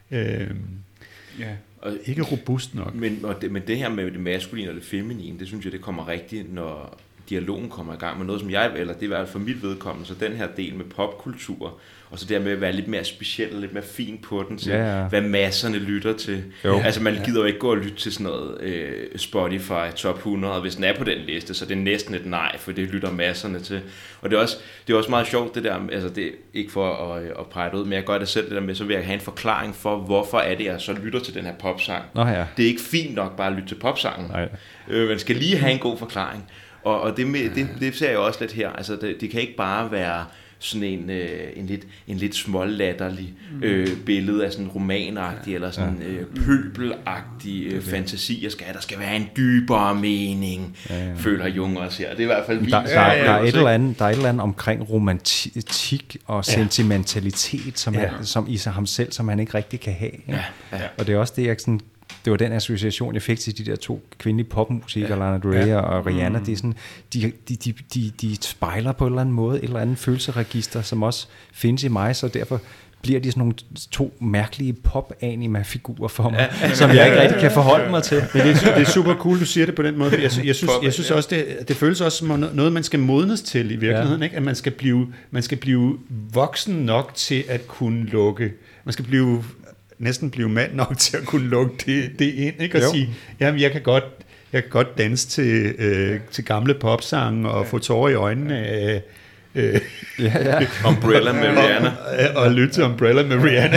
ikke robust nok. Men det her med det maskuline og det feminine, det synes jeg, det kommer rigtigt, når dialogen kommer i gang med noget, som jeg, eller det er i hvert fald for mit vedkommende, så den her del med popkultur, og så der med at være lidt mere speciel og lidt mere fin på den til, hvad masserne lytter til. Altså man gider jo ikke gå og lytte til sådan noget Spotify Top 100, hvis den er på den liste, så det er næsten et nej, for det lytter masserne til. Og det er også meget sjovt det der, altså det er ikke for at pege det ud, men jeg gør det selv det der med, så vil jeg have en forklaring for, hvorfor er det, jeg så lytter til den her popsang. Det er ikke fint nok bare at lytte til popsangen. Man skal lige have en god forklaring. Og det ser jeg også lidt her. Altså det kan ikke bare være sådan en lidt smålatterlig billede af sådan romanagtig eller sådan pøbelagtig fantasi. Der skal være en dybere mening, føler Jung også her. Det er i hvert fald der er et eller andet omkring romantik og sentimentalitet, som i sig ham selv, som han ikke rigtig kan have. Og det er også det, jeg sådan... Det var den association, jeg fik til de der 2 kvindelige popmusikere, Lana Del Rey og Rihanna. Det er sådan, de spejler på en eller anden måde et eller andet følelseregister, som også findes i mig, så derfor bliver de sådan nogle 2 mærkelige pop-anima-figurer for mig, som jeg ikke rigtig kan forholde mig til. Men det er super cool, du siger det på den måde. Jeg synes også, det føles også som noget, man skal modnes til i virkeligheden. Ikke? At man skal blive voksen nok til at kunne lukke. Man skal næsten blive mand nok til at kunne lukke det ind, ikke? Og sige, jamen jeg kan godt danse til gamle popsange og få tårer i øjnene Umbrella med Rihanna. Og lytte til Umbrella med Rihanna.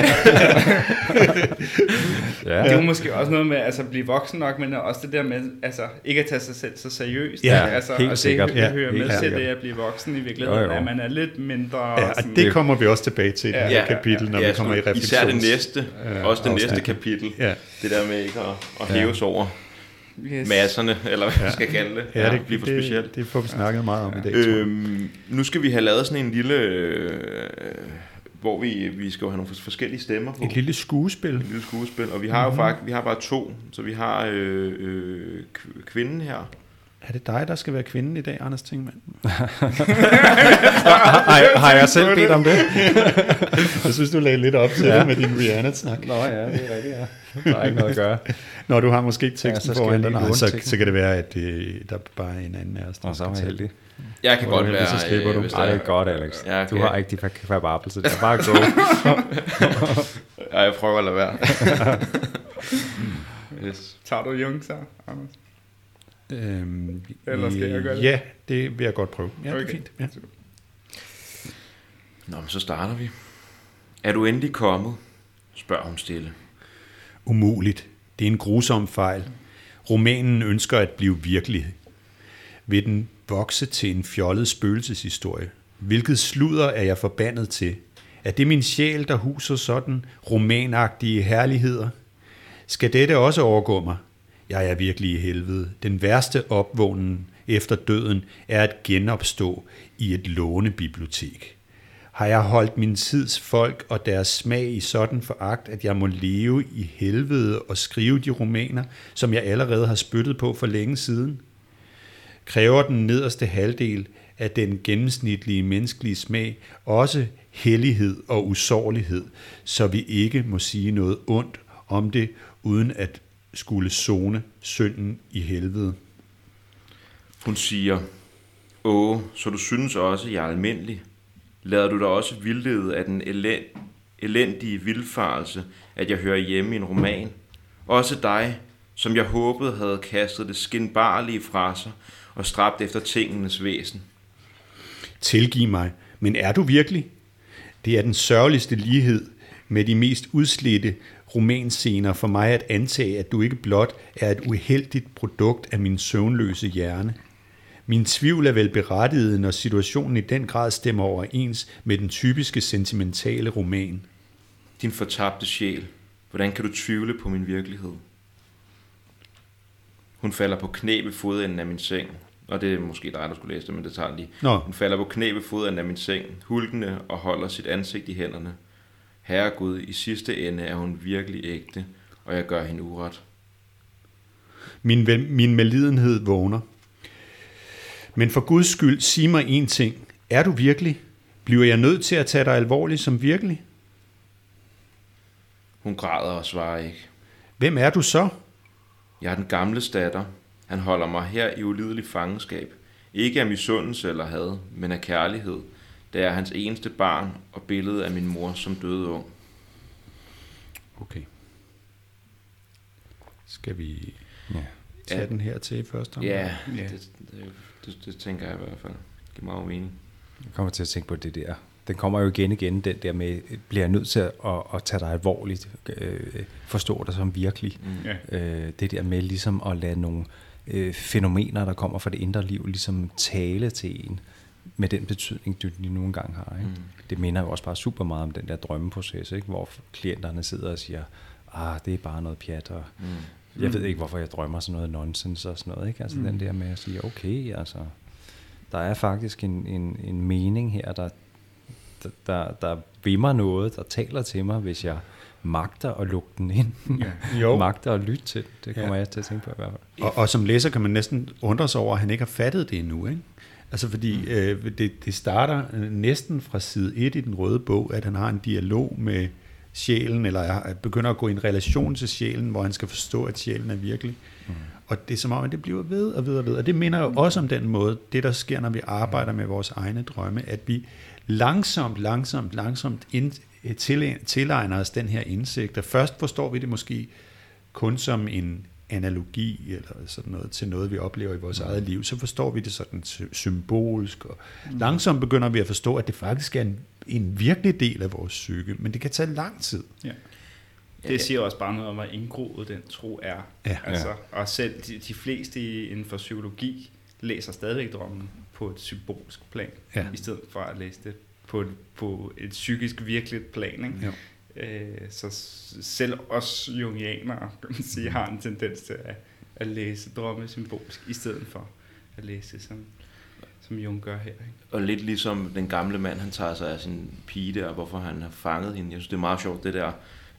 Det er jo måske også noget med at blive voksen nok, men også det der med ikke at tage sig selv så seriøst. Helt sikkert. Det hører med til det at blive voksen i virkeligheden, at man er lidt mindre... og det kommer vi også tilbage til i det her kapitel, når vi kommer i refleksions... Især det næste, også det næste kapitel. Det der med ikke at hæves over masserne, eller hvad man skal kalde det. Det bliver for specielt. Det får vi snakket meget om i dag, nu skal vi have lavet sådan en lille... hvor vi skal jo have nogle forskellige stemmer på. Et lille skuespil. Og vi har jo faktisk, vi har bare 2, så vi har kvinden her, Er det dig, der skal være kvinden i dag, Anders Tingmann? Har jeg selv bedt om det? Jeg synes, du lagde lidt op til det med din Rihanna-snak. Nå ja, det er rigtigt, ja. Der er ikke noget at gøre. Når du har måske ikke teksten så foran skal dig, jeg så kan det være, at der bare er en anden af os. Og så er jeg heldig. Jeg kan godt være... Så slipper du. Ej, det er godt, Alex. Ja, okay. Du har ikke de kapabler, så det er bare at gå. Ja, jeg prøver at lade være. Yes. Tager du Jung så, Anders? Eller skal jeg gøre det? Ja, det vil jeg godt prøve. Ja, okay. Det er fint. Ja. Nå, men så starter vi. Er du endelig kommet? Spørger hun stille. Umuligt. Det er en grusom fejl. Romanen ønsker at blive virkelig. Vil den vokse til en fjollet spøgelseshistorie? Hvilket sludder er jeg forbandet til? Er det min sjæl, der huser sådan romanagtige herligheder? Skal dette også overgå mig? Jeg er virkelig i helvede. Den værste opvågnen efter døden er at genopstå i et lånebibliotek. Har jeg holdt min tids folk og deres smag i sådan foragt, at jeg må leve i helvede og skrive de romaner, som jeg allerede har spyttet på for længe siden? Kræver den nederste halvdel af den gennemsnitlige menneskelige smag også hellighed og usårlighed, så vi ikke må sige noget ondt om det, uden at skulle sone synden i helvede? Hun siger, så du synes også, jeg er almindelig? Lader du dig også vildlede af den elendige vildfarelse, at jeg hører hjemme i en roman? Også dig, som jeg håbede havde kastet det skinbarlige fra sig og stræbt efter tingenes væsen. Tilgiv mig, men er du virkelig? Det er den sørgeligste lighed med de mest udslidte romanscener for mig at antage, at du ikke blot er et uheldigt produkt af min søvnløse hjerne. Min tvivl er vel berettiget, når situationen i den grad stemmer overens med den typiske sentimentale roman. Din fortabte sjæl, hvordan kan du tvivle på min virkelighed? Hun falder på knæ ved fodenden af min seng, og det er måske dig, der skulle læse det, men det tager lige. Hun falder på knæ ved fodenden af min seng, hulkende og holder sit ansigt i hænderne. Herregud, i sidste ende er hun virkelig ægte, og jeg gør hende uret. Min medlidenhed vågner. Men for Guds skyld, sig mig en ting. Er du virkelig? Bliver jeg nødt til at tage dig alvorligt som virkelig? Hun græder og svarer ikke. Hvem er du så? Jeg er den gamles datter. Han holder mig her i ulidelig fangenskab. Ikke af misundelse eller had, men af kærlighed. Det er hans eneste barn og billedet af min mor som døde ung. Okay. Skal vi tage den her til først? Ja, det tænker jeg i hvert fald. Det giver meget mening. Jeg kommer til at tænke på det der. Den kommer jo igen, den der med, bliver nødt til at tage dig alvorligt, forstå dig som virkelig. Det der med ligesom at lade nogle fænomener, der kommer fra det indre liv, ligesom tale til en, med den betydning, de nogle gange har. Ikke? Det minder jo også bare super meget om den der drømmeproces, ikke? Hvor klienterne sidder og siger, det er bare noget pjat, og jeg ved ikke, hvorfor jeg drømmer sådan noget nonsens og sådan noget. Ikke? Altså den der med at sige, okay, altså, der er faktisk en mening her, der vimmer noget, der taler til mig, hvis jeg magter at lukke den ind. Magter at lytte til. Det kommer jeg til at tænke på i hvert fald. Og som læser kan man næsten undre sig over, at han ikke har fattet det endnu, ikke? Altså fordi det starter næsten fra side 1 i den røde bog, at han har en dialog med sjælen, eller begynder at gå i en relation til sjælen, hvor han skal forstå, at sjælen er virkelig. Og det er som om, at det bliver ved og ved og ved. Og det minder jo også om den måde, det der sker, når vi arbejder med vores egne drømme, at vi langsomt tilegner os den her indsigt. Og først forstår vi det måske kun som en analogi eller sådan noget til noget, vi oplever i vores eget liv. Så forstår vi det sådan symbolsk, og langsomt begynder vi at forstå, at det faktisk er en virkelig del af vores psyke, men det kan tage lang tid. Ja. Det siger også bare noget om, hvor indgroet den tro er. Ja. Altså, og selv de fleste inden for psykologi læser stadigvæk drømmen på et symbolsk plan, i stedet for at læse det på et psykisk virkeligt plan. Ikke? Så selv os jungianere, kan man sige, har en tendens til at læse drømme symbolsk, i stedet for at læse som Jung gør her. Ikke? Og lidt ligesom den gamle mand, han tager sig af sin pige der, hvorfor han har fanget hende. Jeg synes, det er meget sjovt, det der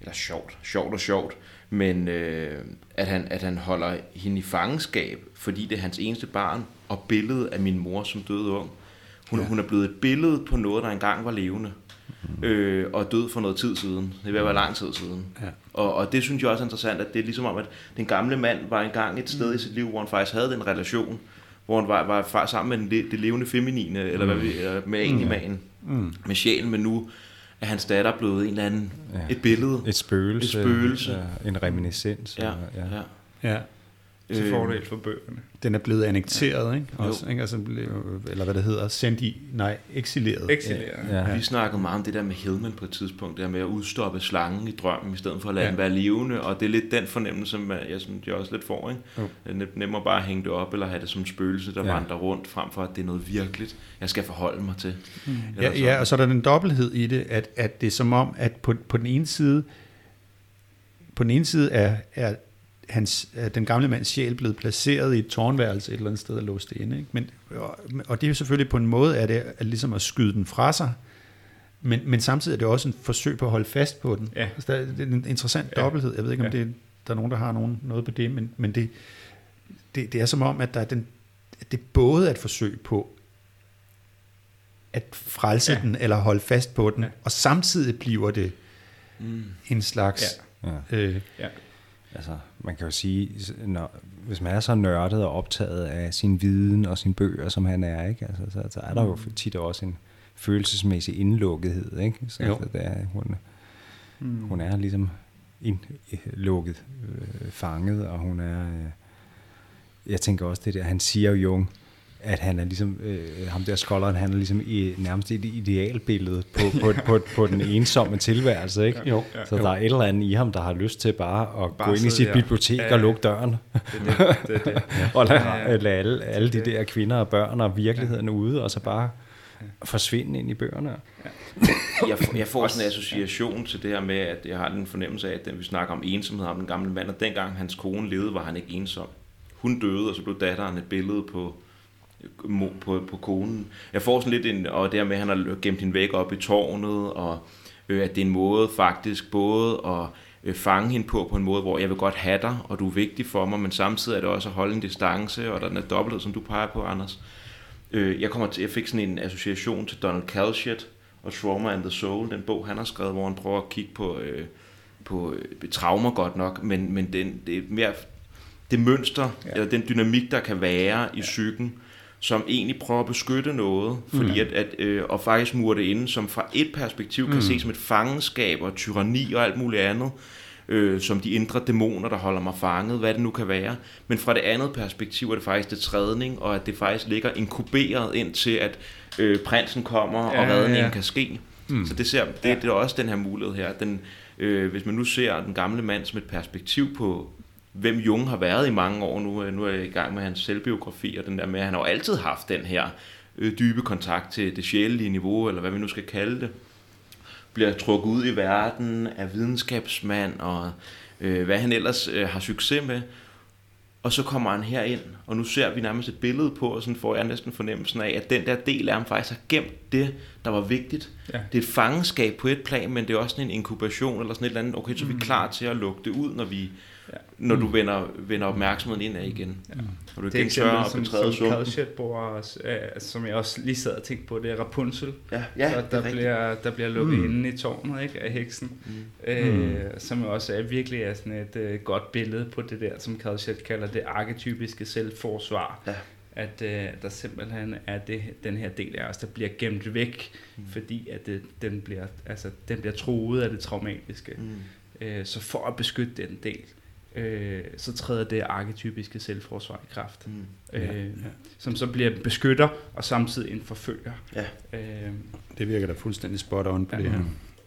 eller sjovt, men at han holder hende i fangenskab, fordi det er hans eneste barn, og billedet af min mor, som døde ung. Hun er blevet et billede på noget, der engang var levende, og død for noget tid siden. Det vil være lang tid siden. Ja. Og det synes jeg også er interessant, at det er ligesom om, at den gamle mand var engang et sted i sit liv, hvor han faktisk havde den relation, hvor han var sammen med det levende feminine, eller med egentlig med sjælen, men nu er hans datter blevet en eller anden, et billede. Et spøgelse. En reminiscens. Ja. Til fordel for bøgerne. Den er blevet annekteret, ikke? Også, ikke? Altså, eller hvad det hedder, eksileret. Ja. Vi snakkede meget om det der med Hillman på et tidspunkt, der med at udstoppe slangen i drømmen, i stedet for at lade den være levende, og det er lidt den fornemmelse, som jeg synes, jeg også lidt får, ikke? Det er nemmere bare at hænge det op, eller have det som spøgelse, der vandrer rundt, frem for at det er noget virkeligt, jeg skal forholde mig til. Ja, og så er der den dobbelthed i det, at det er som om, at på den ene side er den gamle mands sjæl blevet placeret i et tårnværelse et eller andet sted og låst inde. Ikke? Og det er jo selvfølgelig på en måde, at det er ligesom at skyde den fra sig, men samtidig er det også en forsøg på at holde fast på den. Ja. Altså, det er en interessant dobbelthed. Jeg ved ikke, om der er nogen, der har noget på det, men det er som om, at at det både er et forsøg på at frelse den, eller holde fast på den, og samtidig bliver det en slags... Altså, man kan jo sige, hvis man er så nørdet og optaget af sin viden og sine bøger, som han er, ikke? Altså, så er der jo tit også en følelsesmæssig indlukkethed, ikke? Så det er, hun er ligesom indlukket, fanget, og hun er... jeg tænker også det der, han siger jo Jung, at han er ligesom, ham der skolderen, han er ligesom nærmest et idealbillede på den ensomme tilværelse, ikke? Jo. Så der er et eller andet i ham, der har lyst til bare at gå ind i sit bibliotek og lukke døren. Det. Og lade alle de der kvinder og børn og virkeligheden ude, og så bare forsvinde ind i bøgerne. Jeg får sådan en association til det her med, at jeg har den fornemmelse af, at vi snakker om ensomhed om den gamle mand, og dengang hans kone levede, var han ikke ensom. Hun døde, og så blev datteren et billede på konen. Jeg får sådan lidt og det her med, at han har gemt hende væk op i tårnet, og at det er en måde faktisk både at fange hende på en måde, hvor jeg vil godt have dig, og du er vigtig for mig, men samtidig er det også at holde en distance, og der er den dobbelthed, som du peger på, Anders. Jeg fik sådan en association til Donald Kalschet og Trauma and the Soul, den bog, han har skrevet, hvor han prøver at kigge på traumer godt nok, men det er mere det mønster, eller den dynamik, der kan være i psyken, som egentlig prøver at beskytte noget, fordi og faktisk mure det inde, som fra et perspektiv kan ses som et fangenskab og tyranni og alt muligt andet, som de indre dæmoner, der holder mig fanget, hvad det nu kan være. Men fra det andet perspektiv er det faktisk det trædning, og at det faktisk ligger inkuberet indtil, at prinsen kommer, og redningen kan ske. Så det er også den her mulighed her. Hvis man nu ser den gamle mand som et perspektiv på, hvem Jung har været i mange år nu er jeg i gang med hans selvbiografi, og den der med, at han har jo altid haft den her dybe kontakt til det sjælelige niveau, eller hvad vi nu skal kalde det, bliver trukket ud i verden af videnskabsmand, og hvad han ellers har succes med, og så kommer han herind, og nu ser vi nærmest et billede på, og sådan får jeg næsten fornemmelsen af, at den der del af ham faktisk har gemt det, der var vigtigt. Ja. Det er et fangenskab på et plan, men det er også sådan en inkubation, eller sådan et eller andet, okay, så er vi klar til at lukke det ud, når du vender opmærksomheden ind af igen. Ja. Og du igen tør at betræde som Kalschet bruger, som jeg også lige sad og tænkte på, det er Rapunzel. Så der bliver lukket inde i tårnet, ikke, af heksen. Som også virkelig er sådan et godt billede på det der, som Kalschet kalder det arketypiske selvforsvar. Ja. At der simpelthen er den her del af os, der bliver gemt væk, fordi at den bliver truet af det traumatiske. Så for at beskytte den del, så træder det arketypiske selvforsvar i kraft, som så bliver beskytter og samtidig en forfølger. Ja. Det virker da fuldstændig spot on på det her.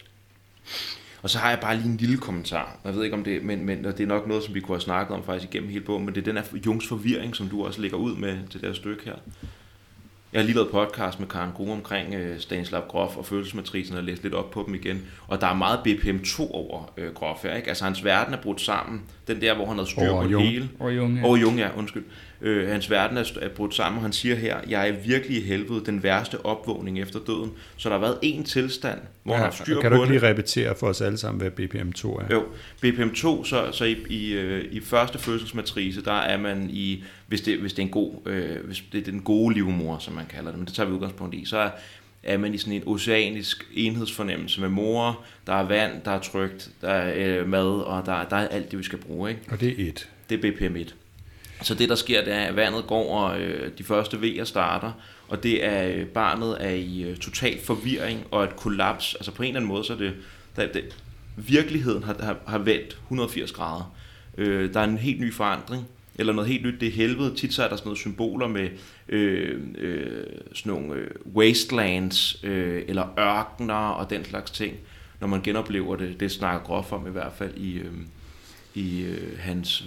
Og så har jeg bare lige en lille kommentar. Jeg ved ikke om det, men det er nok noget, som vi kunne have snakket om faktisk igennem hele bogen, men det er den her Jungs forvirring, som du også lægger ud med til det her stykke her. Jeg har lige lavet podcast med Karen Grue omkring Stanislav Grof og følelsesmatricen og læst lidt op på dem igen. Og der er meget BPM2 over Grof her, ikke? Altså hans verden er brudt sammen. Den der, hvor han havde styr på det hele. Og Jung, Og Jung, ja, undskyld. Hans verden er brudt sammen, og han siger her, jeg er virkelig i helvede, den værste opvågning efter døden. Så der har været en tilstand, hvor han har styr på det. Kan du ikke lige repetere for os alle sammen, hvad BPM2 er? Jo, BPM2, så i første fødselsmatrice, der er man i, hvis det er en god, hvis det er den gode livmor, som man kalder det, men det tager vi udgangspunkt i, så er man i sådan en oceanisk enhedsfornemmelse med mor, der er vand, der er trygt, der er mad, og der er alt det, vi skal bruge. Ikke? Og det er 1. Det er BPM1. Så det, der sker, det er, at vandet går, og de første V'er starter, og det er, barnet er i total forvirring og et kollaps. Altså på en eller anden måde, så er det virkeligheden har vendt 180 grader. Der er en helt ny forandring, eller noget helt nyt, det er helvede. Tit så er der sådan nogle symboler med sådan nogle wastelands, eller ørkener og den slags ting, når man genoplever det. Det snakker Grof om i hvert fald i hans,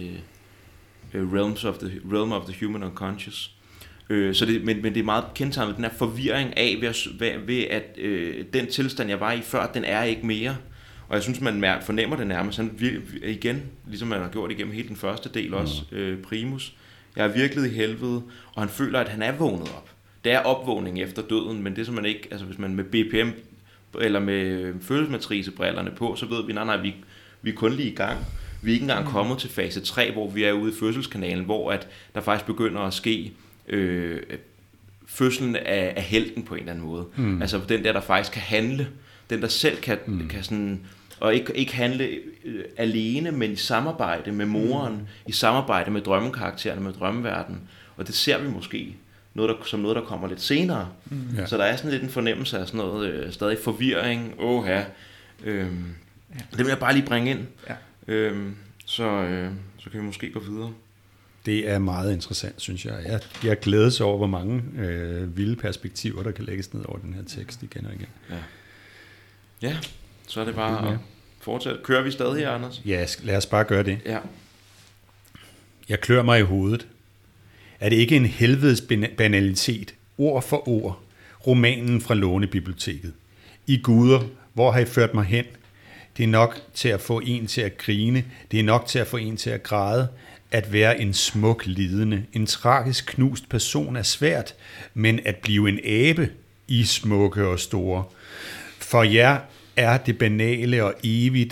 Realm of the Human Unconscious. Men det er meget kendetegnet, den her forvirring af ved at den tilstand, jeg var i før, den er ikke mere. Og jeg synes, man fornemmer det nærmest igen, ligesom man har gjort igennem hele den første del også, Primus. Jeg er virkelig i helvede, og han føler, at han er vågnet op. Det er opvågning efter døden, men det som man ikke, altså hvis man med BPM eller med følelsesmatricebrillerne på, så ved vi, nej, vi er kun lige i gang. Vi er ikke engang kommet til fase 3, hvor vi er ude i fødselskanalen, hvor at der faktisk begynder at ske fødslen af helten på en eller anden måde. Altså den der faktisk kan handle, den der selv kan sådan, og ikke handle alene, men i samarbejde med moren, i samarbejde med drømmekaraktererne, med drømmeverdenen. Og det ser vi måske som noget, der kommer lidt senere. Ja. Så der er sådan lidt en fornemmelse af sådan noget, stadig forvirring. Det vil jeg bare lige bringe ind. Ja. Så kan vi måske gå videre. Det er meget interessant, synes jeg. Jeg glædes over, hvor mange vilde perspektiver, der kan lægges ned over den her tekst igen og igen. Ja, så er det bare at fortsætte. Kører vi stadig her, Anders? Ja, lad os bare gøre det. Ja. Jeg klør mig i hovedet. Er det ikke en helvedes banalitet, ord for ord, romanen fra Lånebiblioteket? I guder, hvor har I ført mig hen? Det er nok til at få en til at grine, det er nok til at få en til at græde. At være en smuk lidende, en tragisk knust person er svært, men at blive en abe i smukke og store. For jer er det banale og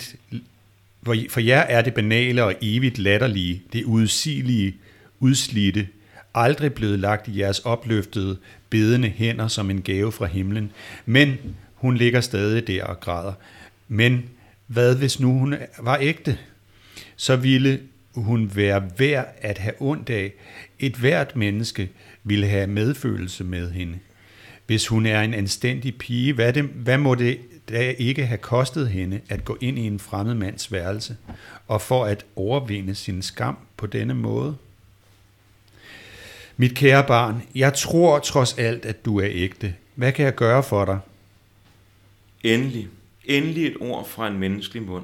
evigt latterlige, det udsigelige, udslidte, aldrig blevet lagt i jeres opløftede, bedende hænder som en gave fra himlen. Men hun ligger stadig der og græder. Men hvad hvis nu hun var ægte? Så ville hun være værd at have ondt af. Et hvert menneske ville have medfølelse med hende. Hvis hun er en anstændig pige, hvad må det da ikke have kostet hende at gå ind i en fremmed mands værelse, og for at overvinde sin skam på denne måde? Mit kære barn, jeg tror trods alt, at du er ægte. Hvad kan jeg gøre for dig? Endelig et ord fra en menneskelig mund.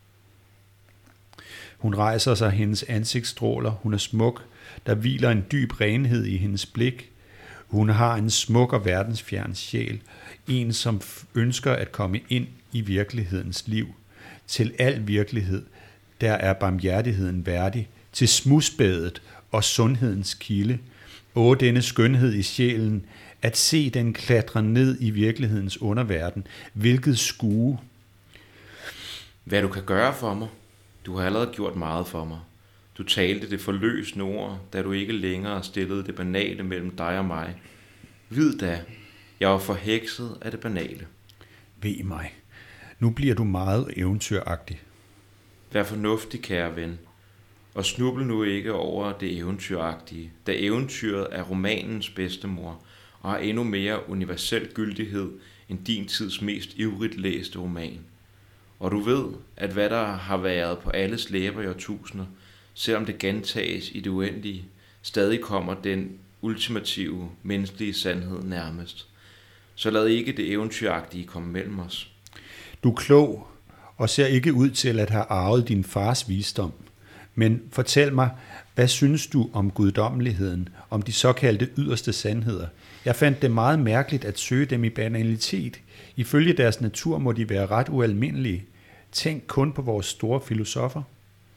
Hun rejser sig, hendes ansigt stråler. Hun er smuk. Der hviler en dyb renhed i hendes blik. Hun har en smuk og verdensfjern sjæl. En, som ønsker at komme ind i virkelighedens liv. Til al virkelighed, der er barmhjertigheden værdig. Til smusbadet og sundhedens kilde. Denne skønhed i sjælen. At se den klatre ned i virkelighedens underverden. Hvilket skue. Hvad du kan gøre for mig? Du har allerede gjort meget for mig. Du talte det forløsende ord, da du ikke længere stillede det banale mellem dig og mig. Vid da, jeg var forhekset af det banale. Ved mig. Nu bliver du meget eventyragtig. Vær fornuftig, kære ven, og snuble nu ikke over det eventyragtige, da eventyret er romanens bedstemor, og har endnu mere universel gyldighed end din tids mest ivrigt læste roman. Og du ved, at hvad der har været på alles læber i årtusinder, selvom det gentages i det uendelige, stadig kommer den ultimative menneskelige sandhed nærmest. Så lad ikke det eventyragtige komme mellem os. Du er klog og ser ikke ud til at have arvet din fars visdom. Men fortæl mig, hvad synes du om guddommeligheden, om de såkaldte yderste sandheder? Jeg fandt det meget mærkeligt at søge dem i banalitet. Ifølge deres natur må de være ret ualmindelige. Tænk kun på vores store filosofer.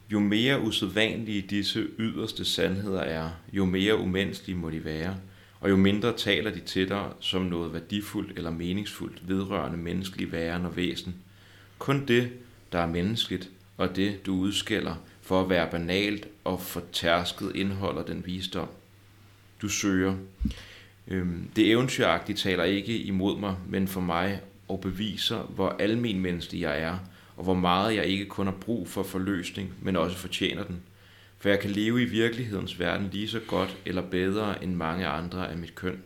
Jo mere usædvanlige disse yderste sandheder er, jo mere umenneskelige må de være, og jo mindre taler de til dig som noget værdifuldt eller meningsfuldt vedrørende menneskelig væren og væsen. Kun det, der er menneskeligt, og det, du udskælder for at være banalt og fortærsket, indeholder den visdom, du søger. Det eventyragtige taler ikke imod mig, men for mig, og beviser, hvor almenmenneskelig jeg er, og hvor meget jeg ikke kun har brug for forløsning, men også fortjener den. For jeg kan leve i virkelighedens verden lige så godt eller bedre end mange andre af mit køn.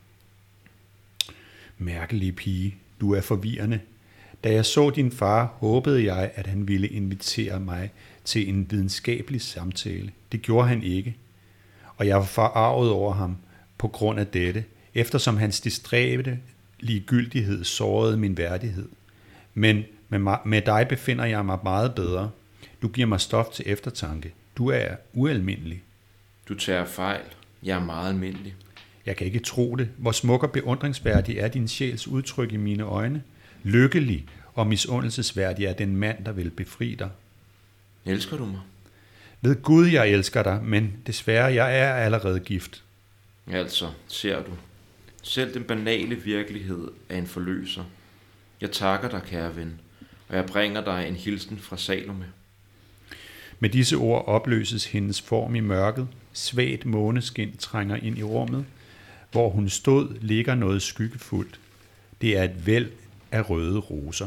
Mærkelige pige, du er forvirrende. Da jeg så din far, håbede jeg, at han ville invitere mig til en videnskabelig samtale. Det gjorde han ikke, og jeg var forarvet over ham på grund af dette, eftersom hans distræbte ligegyldighed sårede min værdighed. Men med dig befinder jeg mig meget bedre. Du giver mig stof til eftertanke. Du er ualmindelig. Du tager fejl. Jeg er meget almindelig. Jeg kan ikke tro det. Hvor smuk og beundringsværdig er din sjæls udtryk i mine øjne. Lykkelig og misundelsesværdig er den mand, der vil befri dig. Elsker du mig? Ved Gud, jeg elsker dig, men desværre, jeg er allerede gift. Altså, ser du. Selv den banale virkelighed er en forløser. Jeg takker dig, kære ven, og jeg bringer dig en hilsen fra Salome. Med disse ord opløses hendes form i mørket. Svagt måneskin trænger ind i rummet. Hvor hun stod, ligger noget skyggefuldt. Det er et væld af røde roser.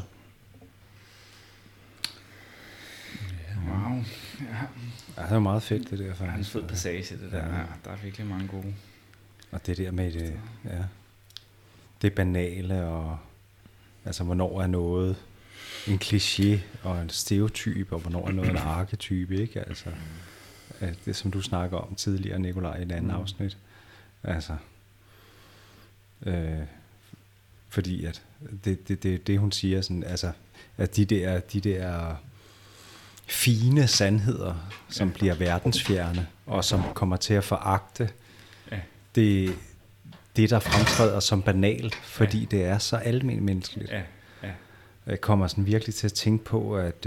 Wow. Ja, det er meget fedt, det der Det er en faktisk. fed passage, det der. Ja. Der er virkelig mange gode. Og det der med det, ja, det banale, og altså hvornår er noget en kliché og en stereotyp, og hvornår er noget en arketype, ikke? Altså, det som du snakker om tidligere, Nikolaj, i et andet afsnit. Altså, fordi at det hun siger, sådan, altså, at de der fine sandheder, som bliver verdensfjerne, og som kommer til at foragte det, der fremtræder som banalt, fordi det er så almenmenneskeligt. Jeg kommer sådan virkelig til at tænke på, at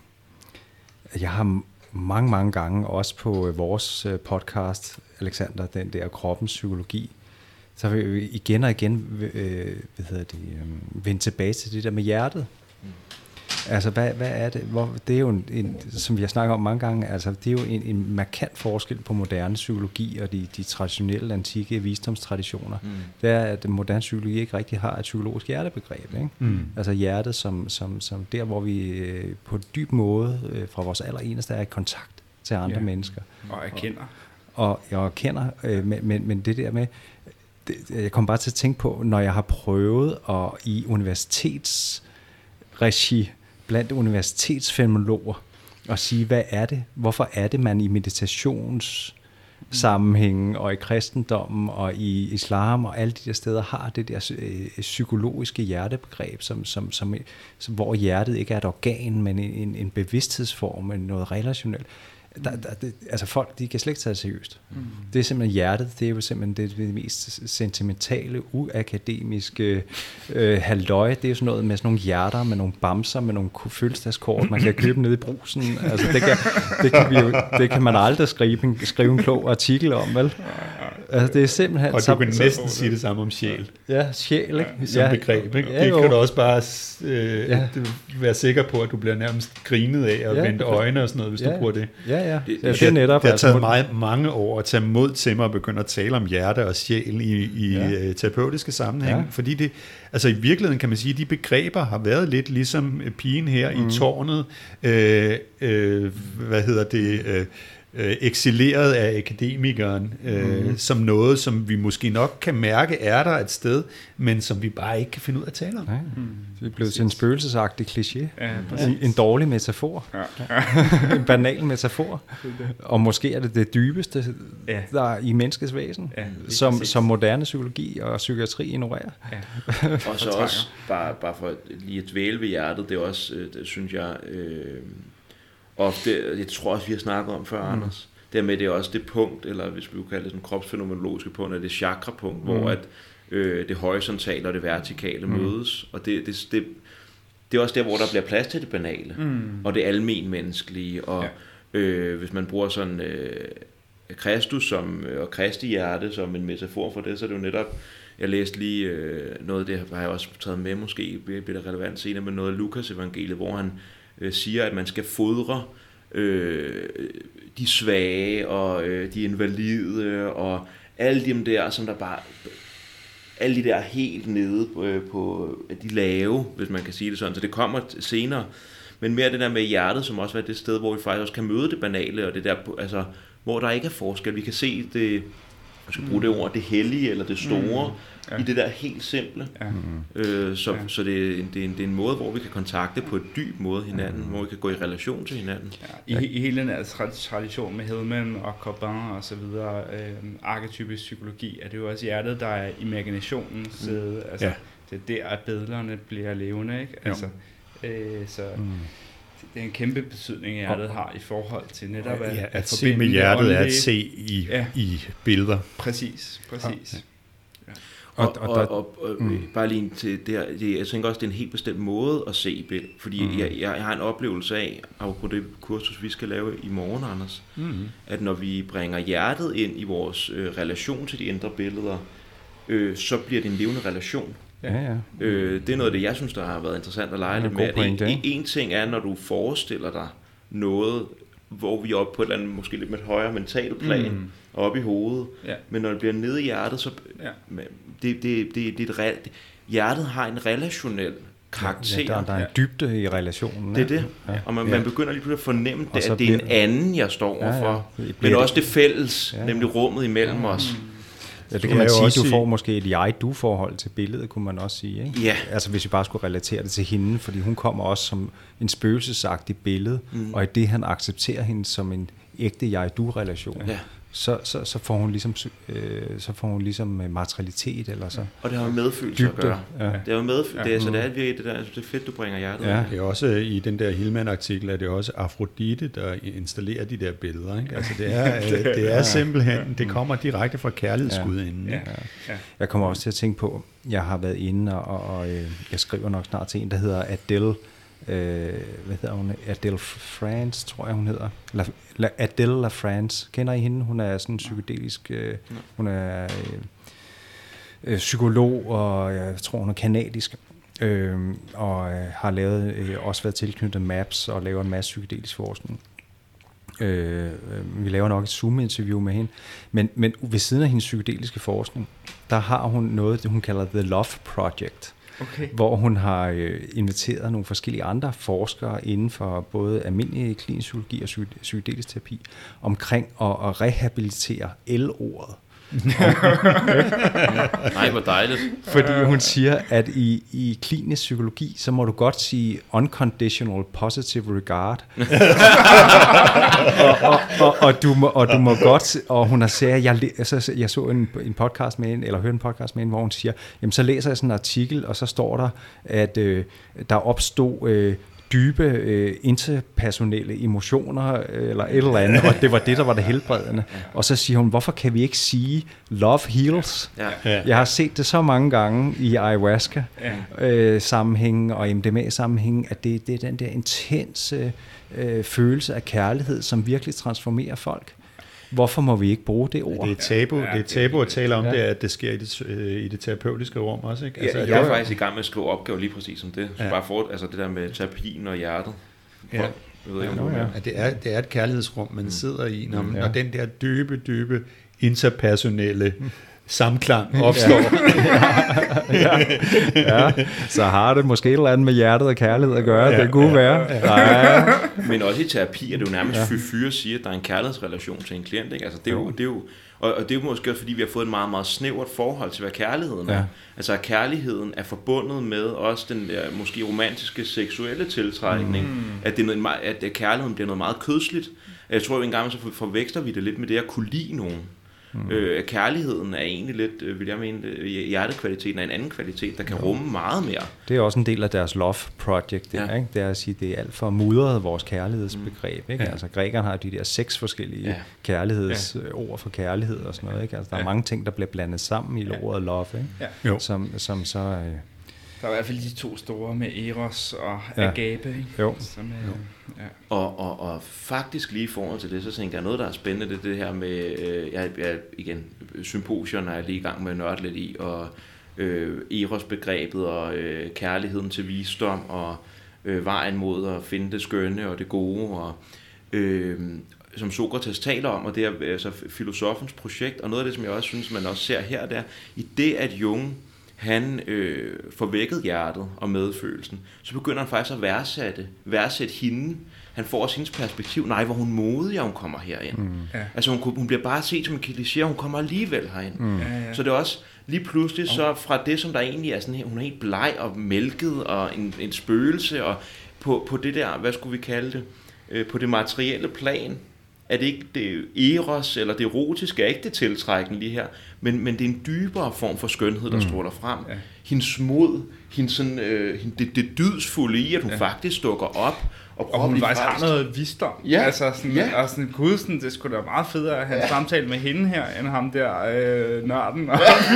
jeg har mange gange, også på vores podcast, Alexander, den der kroppens psykologi, så vil vi igen og igen vende tilbage til det der med hjertet. Altså, hvad er det? Det er jo som vi har snakket om mange gange, altså, det er jo en markant forskel på moderne psykologi og de traditionelle, antikke visdomstraditioner. Det er, at moderne psykologi ikke rigtig har et psykologisk hjertebegreb. Ikke? Altså hjertet som der, hvor vi på en dyb måde fra vores allereneste er i kontakt til andre mennesker. Og erkender. Og jeg erkender, men det der med, jeg kommer bare til at tænke på, når jeg har prøvet i universitetsregi blandt universitetsfænomenologer at sige, hvad er det? Hvorfor er det, man i meditationssammenhængen og i kristendommen og i islam og alle de der steder har det der psykologiske hjertebegreb, hvor hjertet ikke er et organ, men en bevidsthedsform, men noget relationelt. Altså folk, de kan slet ikke tage det seriøst. Det er simpelthen hjertet, det er jo simpelthen det mest sentimentale, uakademiske halløj. Det er jo sådan noget med sådan nogle hjerter, med nogle bamser, med nogle fødselsdagskort, man kan købe nede i Brugsen. Altså det kan man aldrig skrive en klog artikel om, vel? Altså det er simpelthen... Og du kan næsten sige det samme om sjæl. Ja, sjæl, ikke? Som begreb, ikke? Det kan du også bare være sikker på, at du bliver nærmest grinet af og vendt øjne og sådan noget, hvis du bruger det. Ja. Det har taget mange år at tage mod til mig og begynde at tale om hjerte og sjæl i terapeutiske sammenhæng, fordi det, altså i virkeligheden kan man sige, at de begreber har været lidt ligesom pigen her i tårnet, excelleret af akademikeren, som noget, som vi måske nok kan mærke er der et sted, men som vi bare ikke kan finde ud af at tale om. Det er blevet til en spøgelsesagtig kliché. En dårlig metafor. En banal metafor. Og måske er det dybeste, der er i menneskets væsen, som moderne psykologi og psykiatri ignorerer. Og så også, bare for lige at dvæle ved hjertet, det er også, det synes jeg... Og jeg tror også, vi har snakket om før, Anders. Dermed det er også det punkt, eller hvis vi kalder det sådan kropsfænomenologiske punkt, er det chakrapunkt, hvor at det horisontale og det vertikale mødes. Og det er også der, hvor der bliver plads til det banale, og det almenmenneskelige, og Hvis man bruger sådan Kristus og Kristi hjerte som en metafor for det, så er det jo netop, jeg læste lige noget, det har jeg også taget med, måske bliver det relevant senere, med noget af Lukas evangeliet, hvor han siger, at man skal fodre de svage og de invalide og alle dem der, som der bare, alle de der helt nede på de lave, hvis man kan sige det sådan, så det kommer senere, men mere det der med hjertet, som også er det sted, hvor vi faktisk også kan møde det banale, og det der, altså, hvor der ikke er forskel, vi kan se det, jeg skal bruge det ord, det hellige eller det store, i det der helt simple. Så det er en måde, hvor vi kan kontakte på et dyb måde hinanden, hvor vi kan gå i relation til hinanden. I hele den her tradition med Hillman og Corbin og så videre, arketypisk psykologi, er det jo også hjertet, der er imaginationens side. Altså, det er der, at billederne bliver levende, ikke? Altså, så det er en kæmpe betydning, hjertet har i forhold til netop at se med hjertet er at se i billeder. Præcis. Og bare lige til det, jeg tænker også, det er en helt bestemt måde at se det, fordi jeg har en oplevelse af, på det kursus, vi skal lave i morgen, Anders, at når vi bringer hjertet ind i vores relation til de indre billeder, så bliver det en levende relation. Det er noget af det, jeg synes, der har været interessant at lege lidt med. En ting er, når du forestiller dig noget, hvor vi er oppe på et eller andet, måske lidt med et højere mentalt plan, oppe i hovedet, men når det bliver nede i hjertet, så hjertet har en relationel karakter. Der er en dybde i relationen. Det er det. Og man begynder lige pludselig at fornemme, at det er en anden, jeg står overfor. Men også det fælles, nemlig rummet imellem os. Ja, det kan man sige, du får måske et jeg-du-forhold til billedet, kunne man også sige. Ikke? Ja. Altså hvis vi bare skulle relatere det til hende, fordi hun kommer også som en spøgelsesagtig billede, og i det han accepterer hende som en ægte jeg-du-relation, så får hun ligesom materialitet eller så. Og det har medfølelse at gøre. Ja. Det har medfølelse. Det er virkelig det der, det er fedt, du bringer hjertet. Ja. Det er også i den der Hillman-artikel, at det er også Afrodite, der installerer de der billeder. Ikke? Altså det er simpelthen, det kommer direkte fra kærlighedsgudinden. Ja. Jeg kommer også til at tænke på, jeg har været inde og jeg skriver nok snart til en, der hedder Adele. Hvad hedder hun? Adele France, tror jeg hun hedder. Adele La France. Kender I hende? Hun er sådan psykedelisk. Hun er psykolog, og jeg tror hun er kanadisk. Og har lavet også været tilknyttet MAPS og laver en masse psykedelisk forskning. Vi laver nok et Zoom-interview med hende. Men ved siden af hendes psykedeliske forskning, der har hun noget, hun kalder The Love Project. Okay. Hvor hun har inviteret nogle forskellige andre forskere inden for både almindelig klinisk psykologi og psykedelisk terapi omkring at rehabilitere L-ordet. Nej, hvor dejligt. Fordi hun siger, at i klinisk psykologi, så må du godt sige unconditional positive regard. og du må godt, og hun har sagt, jeg så en podcast med hende, eller hørte en podcast med hende, hvor hun siger, jamen så læser jeg sådan en artikel, og så står der, at der opstod dybe interpersonelle emotioner eller et eller andet, og det var det, der var det helbredende. Og så siger hun, hvorfor kan vi ikke sige love heals? Jeg har set det så mange gange i ayahuasca sammenhængen og MDMA sammenhængen, at det er den der intense følelse af kærlighed, som virkelig transformerer folk. Hvorfor må vi ikke bruge det ord? Det er tabu at tale om det, at det sker i det terapeutiske rum også. Ikke? Altså, jeg er faktisk i gang med at skrive opgaver lige præcis som det. Så bare altså det der med terapien og hjertet. Det er et kærlighedsrum, man sidder i, når den der dybe interpersonelle samklang opstår. Så har det måske et eller andet med hjertet og kærlighed at gøre. Det kunne være. Men også i terapi er det jo nærmest fyre at sige, at der er en kærlighedsrelation til en klient. Ikke? Altså, det er jo, og det er jo måske også, fordi vi har fået et meget, meget snævert forhold til, hvad kærligheden er. Altså, at kærligheden er forbundet med også den der måske romantiske seksuelle tiltrækning. At kærligheden bliver noget meget kødsligt. Jeg tror jo engang, så forveksler vi det lidt med det at kunne lide nogen. Kærligheden er egentlig lidt, vil jeg mene, hjertekvaliteten er en anden kvalitet, der kan rumme meget mere. Det er også en del af deres love project, ikke? Det er at sige, det er alt for mudret vores kærlighedsbegreb. Ikke? Altså grækerne har de der 6 forskellige kærlighedsord for kærlighed og sådan noget. Ikke? Altså, der er mange ting, der bliver blandet sammen i ordet love, ikke? Som så Der er i hvert fald de 2 store med Eros og Agape, ikke? Jo. Som, ja. Og faktisk lige i forhold til det, så tænker jeg, noget, der er spændende, det her med, igen, symposierne er jeg lige i gang med at nørde lidt i, og Eros-begrebet og kærligheden til visdom, og vejen mod at finde det skønne og det gode, og som Sokrates taler om, og det er altså filosofens projekt, og noget af det, som jeg også synes, man også ser her, der i det, at Jung han får vækket hjertet og medfølelsen, så begynder han faktisk at værdsætte hende. Han får også hendes perspektiv. Nej, hvor hun modig, hun kommer herind. Altså hun bliver bare set som en kliché, og hun kommer alligevel herind. Så det er også lige pludselig så fra det, som der egentlig er sådan her, hun er helt bleg og mælket og en spøgelse, og på det der, hvad skulle vi kalde det, på det materielle plan, at det ikke det eros eller det erotiske er ikke det tiltrækkende lige her, men det er en dybere form for skønhed, der stråler frem. Ja. Hendes mod, det dydsfulde i, at hun faktisk dukker op. Og hun faktisk har noget visdom. Ja. Altså sådan, og sådan, gud, sådan, det skulle da meget federe at have en samtale med hende her, end ham der nørden.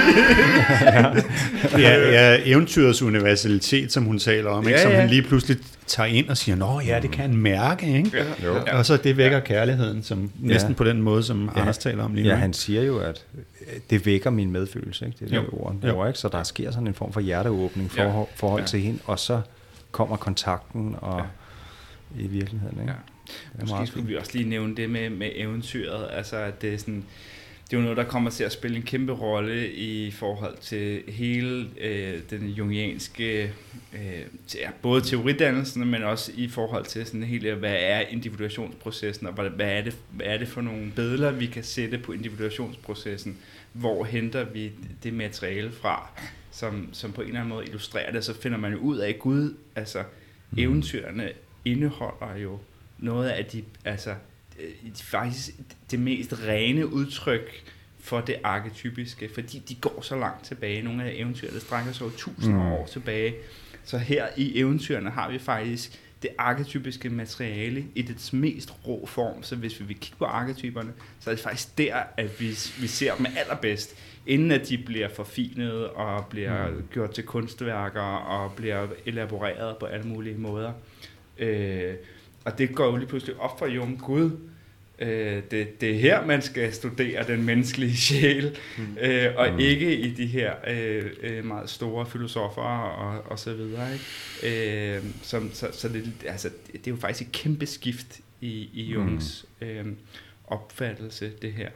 Eventyrets universalitet, som hun taler om, ikke? Som han lige pludselig tager ind og siger, nå ja, det kan han mærke, ikke? Ja. Og så det vækker kærligheden, som næsten på den måde, som Anders taler om lige nu. Ja, han siger jo, at det vækker min medfølelse, ikke? Det er det ord, ikke? Så der sker sådan en form for hjerteåbning forhold til hende, og så kommer kontakten og i virkeligheden, ikke? Ja. Måske skulle vi også lige nævne det med eventyret, altså at det er sådan, det er jo noget, der kommer til at spille en kæmpe rolle i forhold til hele den jungianske, både teoridannelsen, men også i forhold til sådan hele, hvad er individuationsprocessen, og hvad er det for nogle billeder, vi kan sætte på individuationsprocessen, hvor henter vi det materiale fra, som på en eller anden måde illustrerer det, så finder man jo ud af Gud, altså eventyrene indeholder jo noget af de, altså faktisk det mest rene udtryk for det arketypiske, fordi de går så langt tilbage. Nogle af eventyrene strækker sig over 1000 år tilbage. Så her i eventyrene har vi faktisk det arketypiske materiale i dets mest rå form. Så hvis vi vil kigge på arketyperne, så er det faktisk der, at vi ser dem allerbedst, inden at de bliver forfinet og bliver gjort til kunstværker og bliver elaboreret på alle mulige måder. Og det går jo lige pludselig op for Jung, Gud, det er her, man skal studere den menneskelige sjæl, og ikke i de her meget store filosofer og så videre. Ikke? Så det, altså, det er jo faktisk et kæmpe skift i Jungs opfattelse, det her,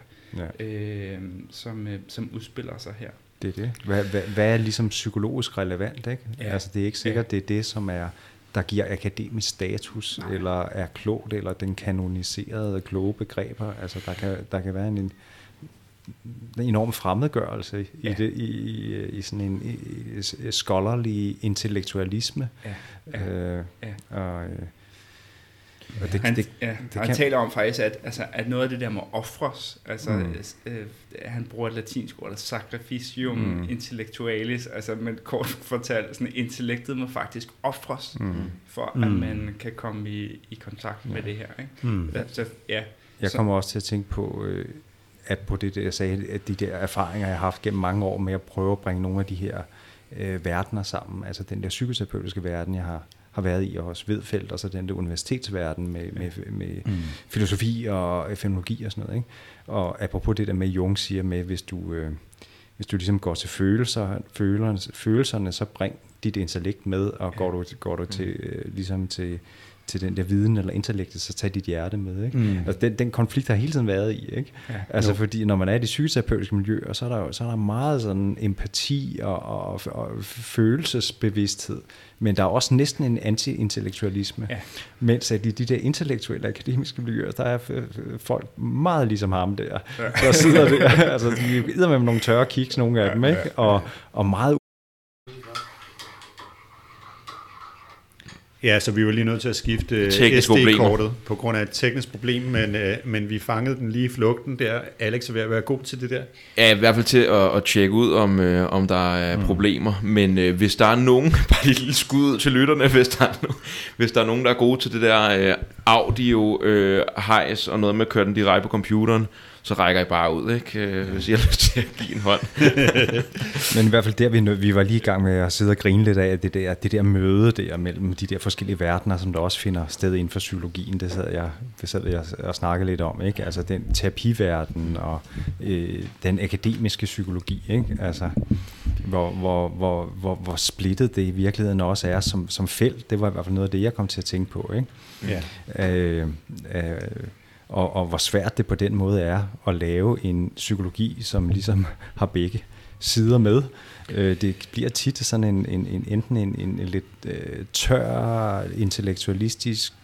som udspiller sig her. Det er det. Hvad er ligesom psykologisk relevant, ikke? Ja. Altså, det er ikke sikkert, det er det, som er der giver akademisk status, eller er klogt, eller den kanoniserede kloge begreber. Altså, der kan være en enorm fremmedgørelse i det, i sådan en scholarly intellektualisme. Han taler om faktisk, at noget af det der må ofres, altså han bruger et latinsk ord, sacrificium intellectualis, altså men kort fortalt, sådan intellektet må faktisk ofres, for at man kan komme i kontakt med det her. Ikke? Jeg kommer også til at tænke på, at på det jeg sagde, at de der erfaringer, jeg har haft gennem mange år med at prøve at bringe nogle af de her verdener sammen, altså den der psykoterapeutiske verden, jeg har været i, og også Vedfeldt, og så den der universitetsverden med filosofi og fænomenologi og sådan noget, ikke? Og apropos det der med, Jung siger med, hvis du ligesom går til følelserne, så bring dit intellekt med, og går du til ligesom til den der viden eller intellektet, så tag dit hjerte med, ikke? Altså den konflikt har hele tiden været i, ikke? Altså fordi når man er i det psykoterapeutiske miljø, så er der meget sådan empati og følelsesbevidsthed, men der er også næsten en anti-intellektualisme, mens at i de der intellektuelle akademiske miljøer, der er folk meget ligesom ham der sidder der, altså de sidder med nogle tørre kiks, nogle af dem, ikke? Og meget. Ja, så vi var lige nødt til at skifte SD-kortet på grund af et teknisk problem, men vi fangede den lige i flugten der. Alex er ved at være god til det der. Ja, i hvert fald til at tjekke ud, om der er problemer. Men hvis der er nogen, bare lige et lille skud til lytterne, hvis der er nogen, der er gode til det der audio hejs og noget med at køre den direkte på computeren, så rækker I bare ud, ikke? Hvis jeg har lyst til at give en hånd. Men i hvert fald der, vi var lige i gang med at sidde og grine lidt af det der møde der mellem de der forskellige verdener, som der også finder sted inden for psykologien. Det sad jeg og snakkede lidt om, ikke? Altså den terapiverden og den akademiske psykologi, ikke? Altså hvor splittet det i virkeligheden også er som felt. Det var i hvert fald noget af det, jeg kom til at tænke på, ikke? Ja. Og hvor svært det på den måde er at lave en psykologi, som ligesom har begge sider med. Det bliver tit sådan enten en lidt tør, intellektualistisk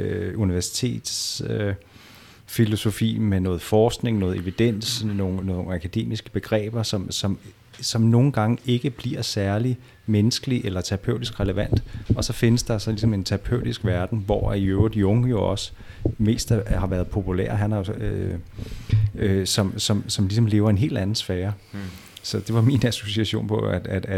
universitetsfilosofi med noget forskning, noget evidens, nogle akademiske begreber, som nogle gange ikke bliver særlig menneskelig eller terapeutisk relevant. Og så findes der så ligesom en terapeutisk verden, hvor i øvrigt Jung jo også mest har været populær. Han er jo, som ligesom lever en helt anden sfære. Så det var min association på,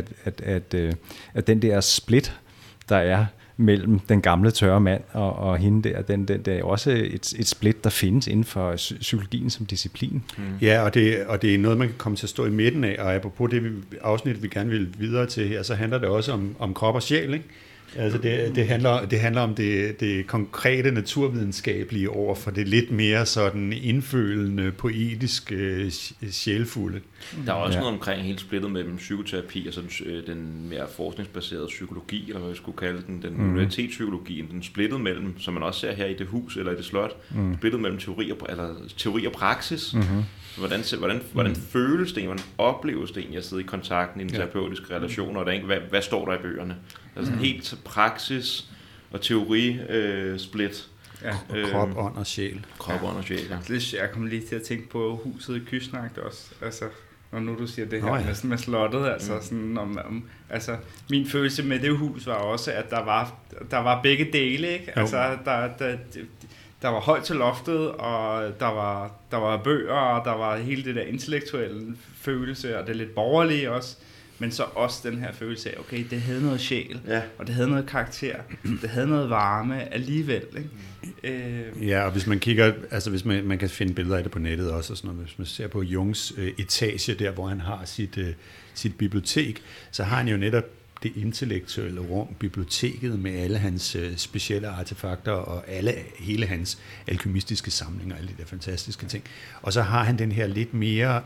at den der split, der er mellem den gamle tørre mand og hende der, det er også et split, der findes inden for psykologien som disciplin. Ja, og det er noget, man kan komme til at stå i midten af, og apropos det afsnit, vi gerne vil videre til her, så handler det også om krop og sjæl, ikke? Altså det handler om det konkrete naturvidenskabelige over for det lidt mere sådan indfølende, poetiske, sjælfulde. Der er også noget omkring helt splittet mellem psykoterapi og sådan, den mere forskningsbaserede psykologi, eller hvad vi skulle kalde den universitetspsykologien, den splittet mellem, som man også ser her i det hus eller i det slot, splittet mellem teori og praksis. Hvordan føles det, hvordan opleves det egentlig at sidde i kontakten i en terapeutisk relation, og hvad står der i bøgerne? Altså en helt praksis og teori-split. Ja. Krop, ånd og sjæl. Krop, ånd og sjæl, ja. Jeg kom lige til at tænke på huset i Kystnagt også. Altså, når nu du siger det her med slottet, altså sådan altså min følelse med det hus var også, at der var begge dele, ikke? Altså der var højt til loftet, og der var bøger, og der var hele det der intellektuelle følelse, og det lidt borgerlige også, men så også den her følelse af, okay, det havde noget sjæl, og det havde noget karakter, det havde noget varme alligevel, ikke? Ja, og hvis man kigger, altså hvis man kan finde billeder af det på nettet også, og sådan noget, hvis man ser på Jungs etage der, hvor han har sit bibliotek, så har han jo netop det intellektuelle rum, biblioteket med alle hans specielle artefakter og hele hans alkymistiske samlinger, alle de der fantastiske ting. Og så har han den her lidt mere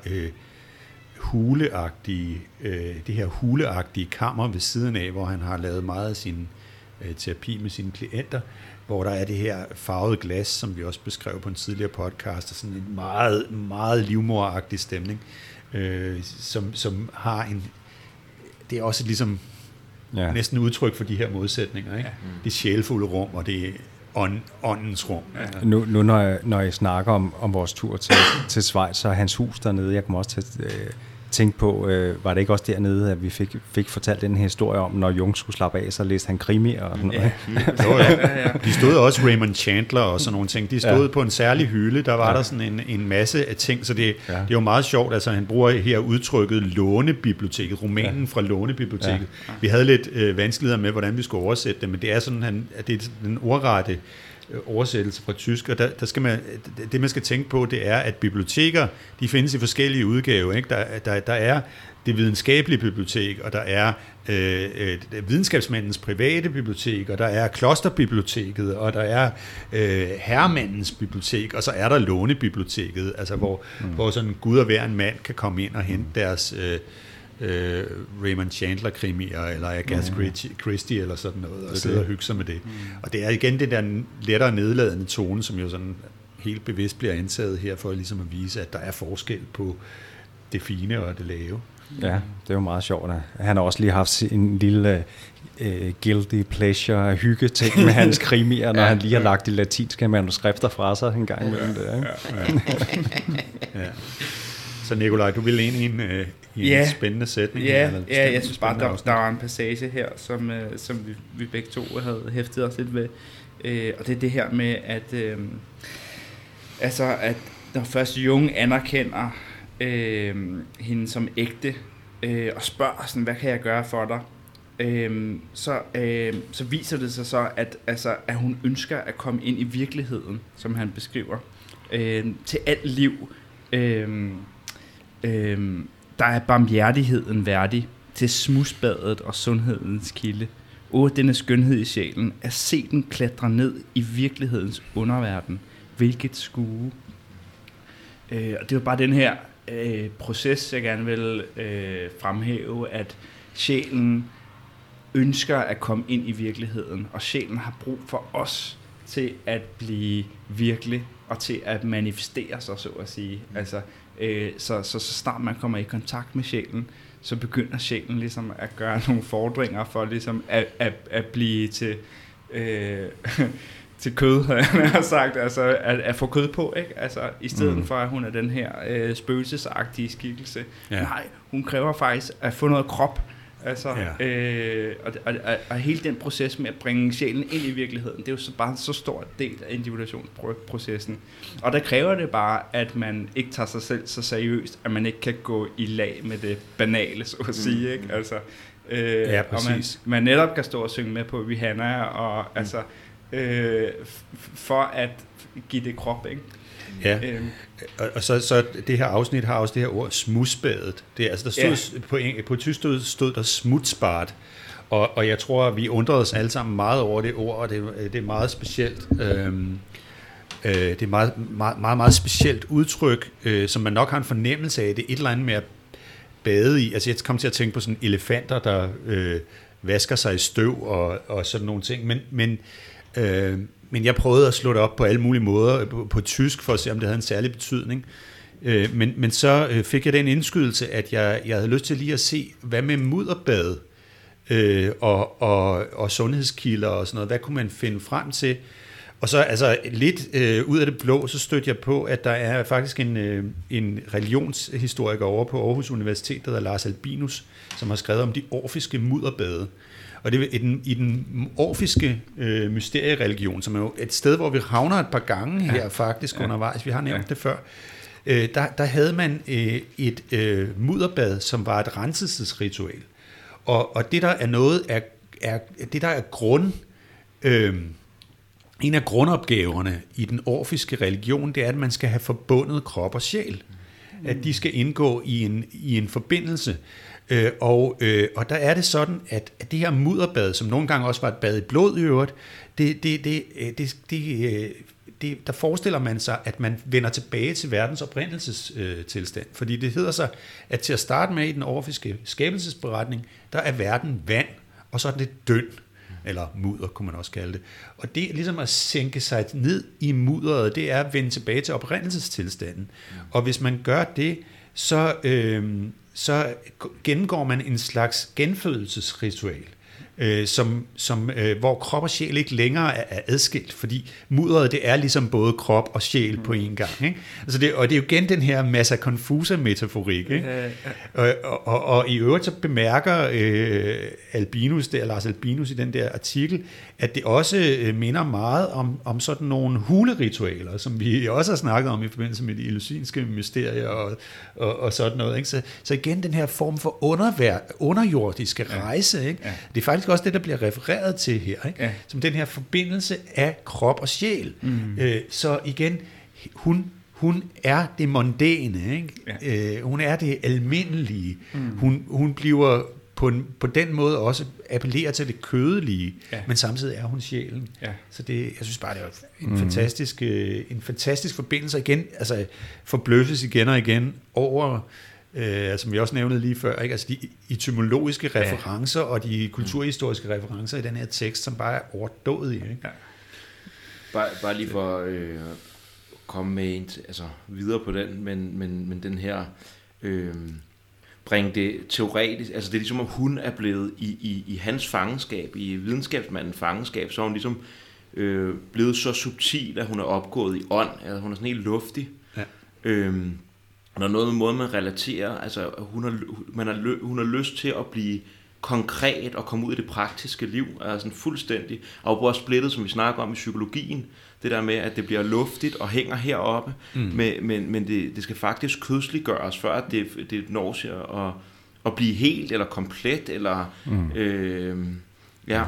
det her huleagtige kammer ved siden af, hvor han har lavet meget af sin terapi med sine klienter, hvor der er det her farvede glas, som vi også beskrev på en tidligere podcast, og sådan en meget, meget livmoragtig stemning, som har det er også ligesom næsten udtryk for de her modsætninger, ikke? Ja. Det sjælfulde rum, og det åndens rum. Ja. Nu når jeg snakker om vores tur til Schweiz, så er hans hus dernede, jeg kommer også til at tænke på, var det ikke også dernede, at vi fik fortalt den her historie om, når Jung skulle slappe af, så læste han krimi og sådan noget. Ja. De stod også Raymond Chandler og sådan nogle ting. De stod på en særlig hylde, der var der sådan en masse af ting, så det er jo meget sjovt. Altså han bruger her udtrykket lånebiblioteket, romanen fra lånebiblioteket. Ja. Vi havde lidt vanskeligheder med, hvordan vi skulle oversætte det, men det er sådan, at det er den ordrette oversættelse fra tysk, og der skal man skal tænke på, det er, at biblioteker, de findes i forskellige udgaver, ikke? Der er det videnskabelige bibliotek, og der er videnskabsmandens private bibliotek, og der er klosterbiblioteket, og der er herremandens bibliotek, og så er der lånebiblioteket, altså hvor sådan Gud og hver en mand kan komme ind og hente deres Raymond Chandler-krimier, eller Agatha Christie, eller sådan noget, og sidde og hygge sig med det. Og det er igen det der lettere nedladende tone, som jo sådan helt bevidst bliver antaget her, for ligesom at vise, at der er forskel på det fine og det lave. Ja, det er jo meget sjovt. Han har også lige haft en lille guilty pleasure hyggeting med hans krimier, når han lige har lagt de latinske manuskripter fra sig en gang imellem det. Ja. Så Nikolaj, du vil ind i en spændende sætning? Ja, jeg synes bare, der var en passage her, som vi begge to havde hæftet os lidt ved. Og det er det her med, at når først Jung anerkender hende som ægte, og spørger sådan, hvad kan jeg gøre for dig? Så viser det sig så, at hun ønsker at komme ind i virkeligheden, som han beskriver, til alt liv, Der er barmhjertigheden værdig til smudsbadet og sundhedens kilde. Denne skønhed i sjælen, at se den klatre ned i virkelighedens underverden. Hvilket skue. Og det er bare den her proces, jeg gerne vil fremhæve, at sjælen ønsker at komme ind i virkeligheden, og sjælen har brug for os til at blive virkelig, og til at manifestere sig, så at sige. Altså, så snart man kommer i kontakt med sjælen, så begynder sjælen ligesom at gøre nogle fordringer for ligesom at blive til til kød, han har sagt, altså at få kød på, ikke? Altså i stedet for at hun er den her spøgelsesagtige skikkelse. Ja. Nej, hun kræver faktisk at få noget krop. Altså, og hele den proces med at bringe sjælen ind i virkeligheden, det er jo så bare en så stor del af individuationsprocessen. Og der kræver det bare, at man ikke tager sig selv så seriøst, at man ikke kan gå i lag med det banale, så at sige, ikke? Altså, og man netop kan stå og synge med på Rihanna, og altså, for at give det krop, ikke? Ja, og så det her afsnit har også det her ord smudsbadet. Det er, altså der stod på tysk stod der smudsbad, og jeg tror vi undrede os alle sammen meget over det ord, og det er meget specielt. Det er meget, meget, meget specielt udtryk, som man nok har en fornemmelse af. Det er et eller andet med at bade i. Altså jeg kom til at tænke på sådan elefanter, der vasker sig i støv og sådan nogle ting, men jeg prøvede at slå det op på alle mulige måder på tysk, for at se, om det havde en særlig betydning. Men så fik jeg den indskydelse, at jeg havde lyst til lige at se, hvad med mudderbad og sundhedskilder og sådan noget, hvad kunne man finde frem til? Og så altså lidt ud af det blå, så stødte jeg på, at der er faktisk en religionshistoriker over på Aarhus Universitet, der hedder Lars Albinus, som har skrevet om de orfiske mudderbade. Og det er i den orfiske mysteriereligion, som er jo et sted, hvor vi havner et par gange her faktisk undervejs, vi har nævnt det før, der havde man et mudderbad, som var et renselsesritual. Og det der er noget er det der er en af grundopgaverne i den orfiske religion, det er, at man skal have forbundet krop og sjæl. At de skal indgå i en forbindelse. Og der er det sådan, at det her mudderbad, som nogle gange også var et bad i blod i øvrigt, der forestiller man sig, at man vender tilbage til verdens oprindelsestilstand. Fordi det hedder sig, at til at starte med i den orfiske skabelsesberetning, der er verden vand, og så er det døn, eller mudder, kunne man også kalde det. Og det er ligesom at sænke sig ned i mudderet, det er at vende tilbage til oprindelsestilstanden. Og hvis man gør det, så gennemgår man en slags genfødelsesritual, hvor krop og sjæl ikke længere er adskilt, fordi mudderet, det er ligesom både krop og sjæl på en gang. Ikke? Altså og det er jo igen den her massa confusa metaforik. Ikke? Og i øvrigt så bemærker Lars Albinus i den der artikel, at det også minder meget om sådan nogle huleritualer, som vi også har snakket om i forbindelse med de eleusinske mysterier og sådan noget. Ikke? Så igen den her form for underjordiske rejse, ikke? Det er faktisk også det, der bliver refereret til her, ikke? Ja. Som den her forbindelse af krop og sjæl. Så igen, hun er det mondæne, ikke? Ja. Hun er det almindelige. Hun bliver på den måde også appellerer til det kødelige, men samtidig er hun sjælen. Ja. Så jeg synes bare, det er en fantastisk forbindelse. Igen, altså forbløffes igen og igen over, som vi også nævnte lige før, ikke? Altså de etymologiske referencer og de kulturhistoriske referencer i den her tekst, som bare er overdådige. Ikke? Ja. Bare lige for at komme med videre på den, men den her bringe det teoretisk, altså det er ligesom om hun er blevet i hans fangenskab, i videnskabsmandens fangenskab, så er hun ligesom blevet så subtil, at hun er opgået i ånd, altså hun er sådan helt luftig. Ja. Og der er noget med måden, man relaterer, altså hun har lyst til at blive konkret og komme ud i det praktiske liv, altså sådan fuldstændig, og også splittet, som vi snakker om i psykologien, det der med, at det bliver luftigt og hænger heroppe, men det skal faktisk kødsliggøres, før at det når sig at blive helt eller komplet, eller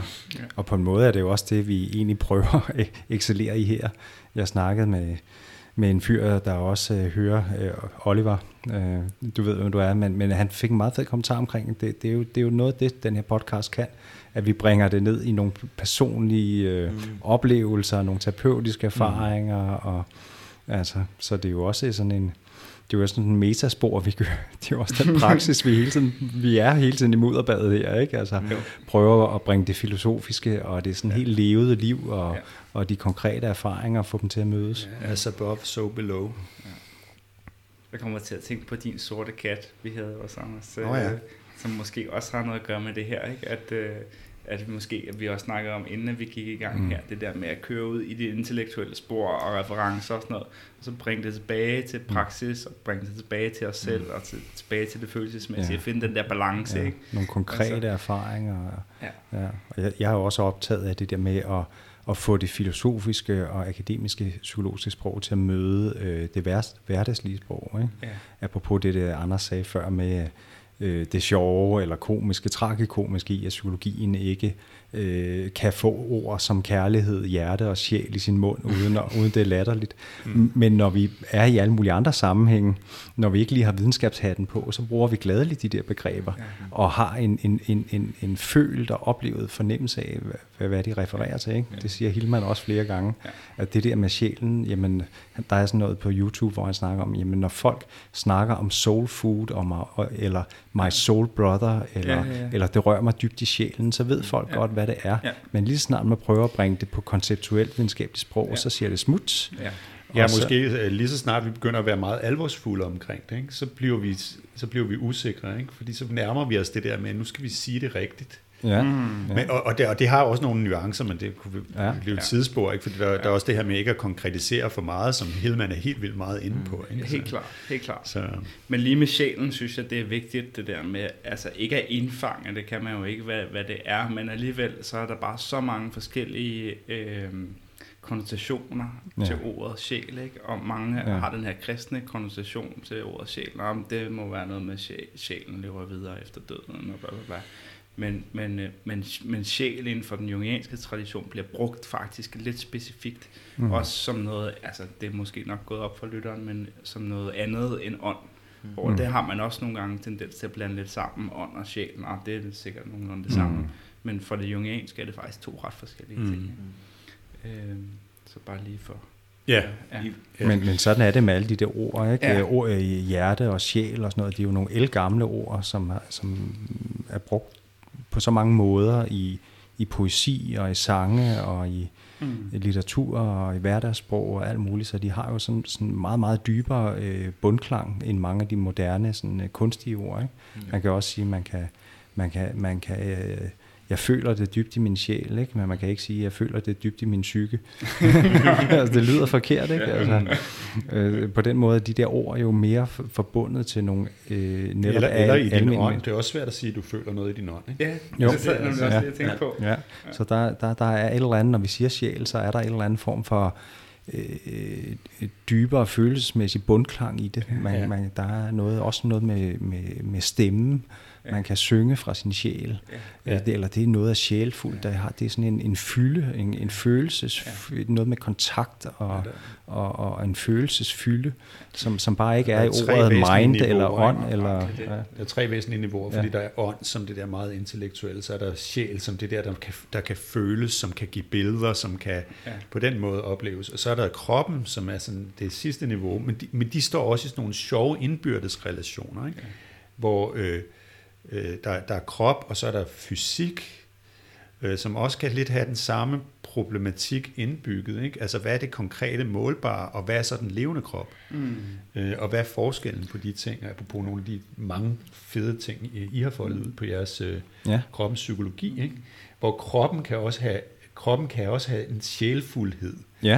Og på en måde er det jo også det, vi egentlig prøver at excellere i her. Jeg snakkede med med en fyr, der også hører Oliver. Du ved, hvem du er, men han fik en meget fed kommentar omkring det. Det er jo noget af det, den her podcast kan, at vi bringer det ned i nogle personlige oplevelser, nogle terapeutiske erfaringer, og altså, så det er jo også sådan en... Det er jo sådan en metaspor, vi gør. Det er jo også den praksis, vi er hele tiden i mudderbadet her, ikke? Altså prøver at bringe det filosofiske og det sådan helt levede liv og de konkrete erfaringer og få dem til at mødes. Ja, as above, so below. Ja. Jeg kommer til at tænke på din sorte kat, vi havde også, Anders, som måske også har noget at gøre med det her, ikke? At vi også snakkede om, inden at vi gik i gang her, det der med at køre ud i de intellektuelle spor og referencer og sådan noget, og så bringe det tilbage til praksis, og bringe det tilbage til os selv, og tilbage til det følelsesmæssige, at finde den der balance. Ikke? Nogle konkrete erfaringer. Ja. Og jeg er jo også optaget af det der med at få det filosofiske og akademiske psykologiske sprog til at møde det hverdagslige sprog. Ikke? Ja. Apropos det, Anders sagde før med det sjove eller komiske, tragikomiske i, at psykologien ikke kan få ord som kærlighed, hjerte og sjæl i sin mund, uden det er latterligt. Men når vi er i alle mulige andre sammenhænge, når vi ikke lige har videnskabshatten på, så bruger vi gladeligt de der begreber, og har en følt og oplevet fornemmelse af, hvad de refererer til. Ikke? Det siger Hillman også flere gange, at det der med sjælen, jamen, der er sådan noget på YouTube, hvor han snakker om, jamen, når folk snakker om soul food, eller my soul brother, eller det rører mig dybt i sjælen, så ved folk godt, hvad det er. Men lige snart man prøver at bringe det på konceptuelt videnskabeligt sprog, så siger det smuts. Ja, måske lige så snart vi begynder at være meget alvorsfulde omkring det, ikke? Så bliver vi usikre, ikke? Fordi så nærmer vi os det der med, nu skal vi sige det rigtigt. Men, og det har også nogle nuancer, men det kunne blive et sidespor, ikke? Fordi der er også det her med ikke at konkretisere for meget, som Hillman er helt vildt meget inde på. Ikke? Helt klart. Så. Men lige med sjælen, synes jeg, det er vigtigt, det der med, altså ikke at indfange, det kan man jo ikke, hvad det er, men alligevel, så er der bare så mange forskellige konnotationer til ordet sjæl, ikke? Og mange har den her kristne konnotation til ordet sjæl. Nå, det må være noget med sjælen lever videre efter døden og bla. Men sjæl inden for den jungianske tradition bliver brugt faktisk lidt specifikt, også som noget, altså det er måske nok gået op for lytteren, men som noget andet end ånd. Og det har man også nogle gange tendens til at blande lidt sammen, ånd og sjæl, og det er sikkert nogenlunde det samme. Men for det jungianske er det faktisk to ret forskellige ting. Så bare lige for... Men sådan er det med alle de der ord, ikke? Ord i hjerte og sjæl og sådan noget, de er jo nogle ældgamle ord, som er brugt på så mange måder i poesi og i sange og i litteratur og i hverdagssprog og alt muligt, så de har jo sådan meget, meget dybere bundklang end mange af de moderne sådan, kunstige ord. Ikke? Man kan også sige, man kan jeg føler det dybt i min sjæl, ikke? Men man kan ikke sige, at jeg føler det dybt i min psyke. Altså, det lyder forkert, ikke? Altså, på den måde er de der ord jo mere forbundet til nogle netop eller i din ånd. Det er også svært at sige, at du føler noget i din ånd, ikke? Ja, det er også det, jeg tænker på. Ja. Så der er et eller andet, når vi siger sjæl, så er der en eller anden form for dybere følelsesmæssig bundklang i det. Der er også noget med stemmen. Man kan synge fra sin sjæl, eller det er noget af sjælfuldt, det er sådan en fylde, en følelses, noget med kontakt og en følelsesfylde, som bare ikke er i ordet mind eller ånd. Der er tre væsentlige niveauer, fordi der er ånd som det der meget intellektuelle, så er der sjæl som det der kan føles, som kan give billeder, som kan på den måde opleves, og så er der kroppen, som er sådan det sidste niveau, men de står også i sådan nogle sjove indbyrdes relationer, ikke? Hvor der er krop, og så er der fysik, som også kan lidt have den samme problematik indbygget. Ikke? Altså, hvad er det konkrete målbare, og hvad er så den levende krop? Og hvad er forskellen på de ting, apropos nogle af de mange fede ting, I har foldet ud på jeres kroppens psykologi, ikke? Hvor kroppen kan også have en sjælfuldhed,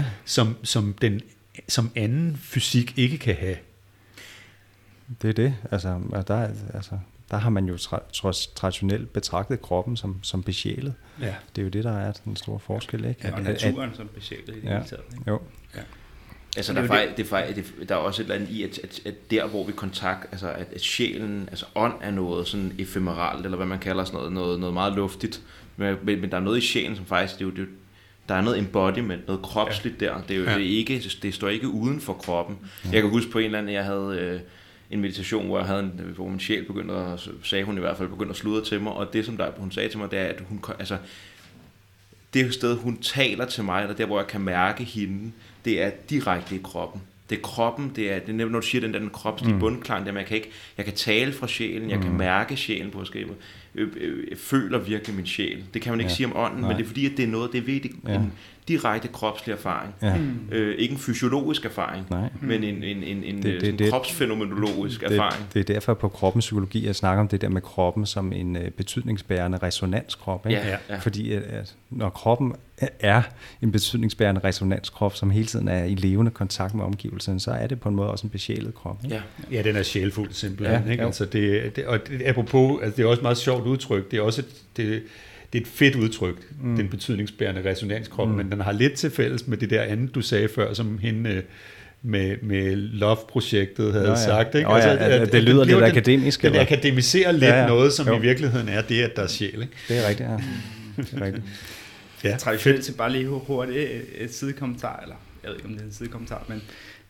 som anden fysik ikke kan have. Det er det. Der har man jo traditionelt betragtet kroppen som besjælet. Ja. Det er jo det, der er den store forskel, ikke? Og naturen som besjælet i det hele taget. Jo. Ja. Altså, der er også et eller andet i, at der, hvor vi kontakt, altså at sjælen, altså ånd er noget sådan ephemeralt, eller hvad man kalder sådan noget meget luftigt, men der er noget i sjælen, som faktisk, det der er noget embodiment, noget kropsligt der. Det er jo det står ikke uden for kroppen. Jeg kan huske på en eller anden, jeg havde en meditation, hvor min sjæl begyndte sagde hun i hvert fald, begyndte at sludre til mig, og det som hun sagde til mig, det er, at hun, altså, det sted, hun taler til mig, eller der, hvor jeg kan mærke hende, det er direkte i kroppen. Det er kroppen, det er når du siger den kropslige bundklang, der jeg kan tale fra sjælen, jeg kan mærke sjælen på skabet. Jeg føler virkelig min sjæl. Det kan man ikke sige om ånden, men det er fordi, at det er noget, det er virkelig en direkte kropslig erfaring. Ikke en fysiologisk erfaring, men en kropsfænomenologisk erfaring. Det er derfor på kroppens psykologi, jeg snakker om det der med kroppen som en betydningsbærende resonanskrop. Ikke? Fordi at når kroppen er en betydningsbærende resonanskrop, som hele tiden er i levende kontakt med omgivelserne, så er det på en måde også en besjælet krop. Ikke? Ja, den er sjælfuld simpelthen. Ikke? Altså apropos, altså det er også et meget sjovt udtryk. Det er også det er et fedt udtryk, den betydningsbærende resonanskrop, men den har lidt til fælles med det der andet, du sagde før, som hende med Love-projektet havde sagt. Ikke? Altså, det lyder lidt akademisk. Den akademiserer lidt noget, som i virkeligheden er det, at der er sjæl. Ikke? Det er rigtigt, Det er rigtigt. Ja, traditionelt til bare lige hurtigt et sidekommentar, eller jeg ved ikke, om det er en sidekommentar, men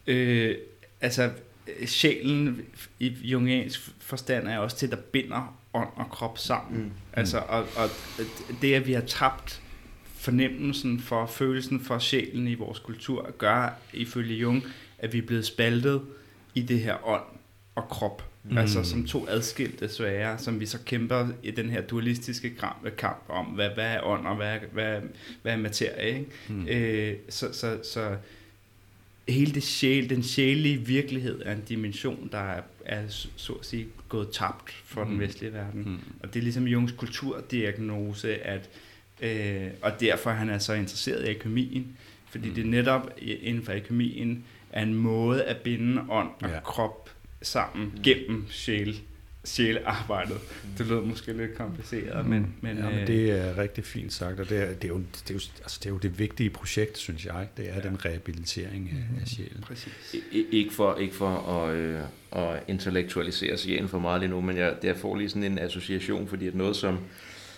altså sjælen i jungiansk forstand er også til, der binder ånd og krop sammen. Altså, og det, at vi har tabt fornemmelsen for, følelsen for sjælen i vores kultur, gør ifølge Jung, at vi er blevet spaltet i det her ånd og krop. Altså som to adskilte sfærer, som vi så kæmper i den her dualistiske kamp om, hvad er ånd og hvad er materie. Ikke? Så hele den sjælelige virkelighed er en dimension, der er så at sige gået tabt for den vestlige verden. Og det er ligesom Jungs kulturdiagnose, at og derfor han er så interesseret i alkemien, fordi det netop inden for alkemien er en måde at binde ånd og krop sammen gennem sjælearbejdet. Det lyder måske lidt kompliceret, men det er rigtig fint sagt, og det er jo det vigtige projekt, synes jeg. Det er den rehabilitering af sjælen. Præcis. Ikke for at intellektualisere sjælen for meget lige nu, men jeg får lige sådan en association, fordi at noget som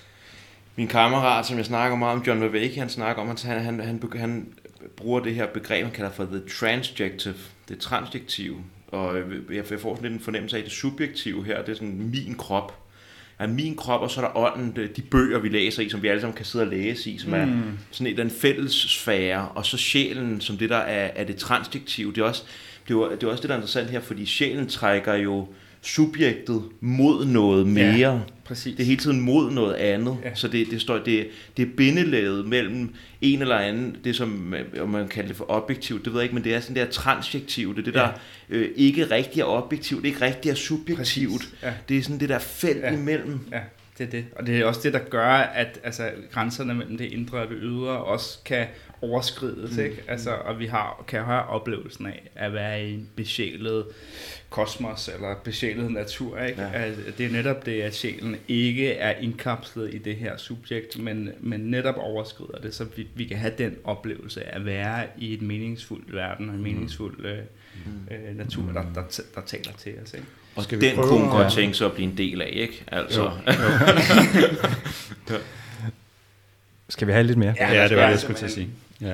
min kammerat, som jeg snakker meget om, John Vervaeke, han snakker om, at han bruger det her begreb, han kalder for the transjective, det transjektive. Og jeg får sådan lidt en fornemmelse af det subjektive her, det er sådan min krop. Ja, min krop, og så er der ånden, de bøger, vi læser i, som vi alle sammen kan sidde og læse i, som er sådan en fælles sfære, og så sjælen, som det der er det transjektive. Det er også det, der er interessant her, fordi sjælen trækker jo subjektet mod noget mere. Præcis. Det er hele tiden mod noget andet. Så det er bindelaget mellem en eller anden, det som man kalder det for objektivt, det ved jeg ikke, men det er sådan der transjektivt, det er det der ikke rigtig er objektivt, ikke rigtig er subjektivt. Det er sådan det der felt imellem. Ja, det er det. Og det er også det, der gør, at altså, grænserne mellem det indre og det ydre også kan overskrides, ikke? Altså, og vi kan have oplevelsen af at være i en besjælet kosmos eller besjælet natur, ikke? Det er netop det, at sjælen ikke er indkapslet i det her subjekt, men netop overskrider det, så vi kan have den oplevelse af at være i et meningsfuldt verden og en meningsfuld natur, der taler til os, ikke? Og skal den kunne man godt tænke sig at blive en del af, ikke? Altså. Skal vi have lidt mere? Ja, det var det, jeg skulle til at sige.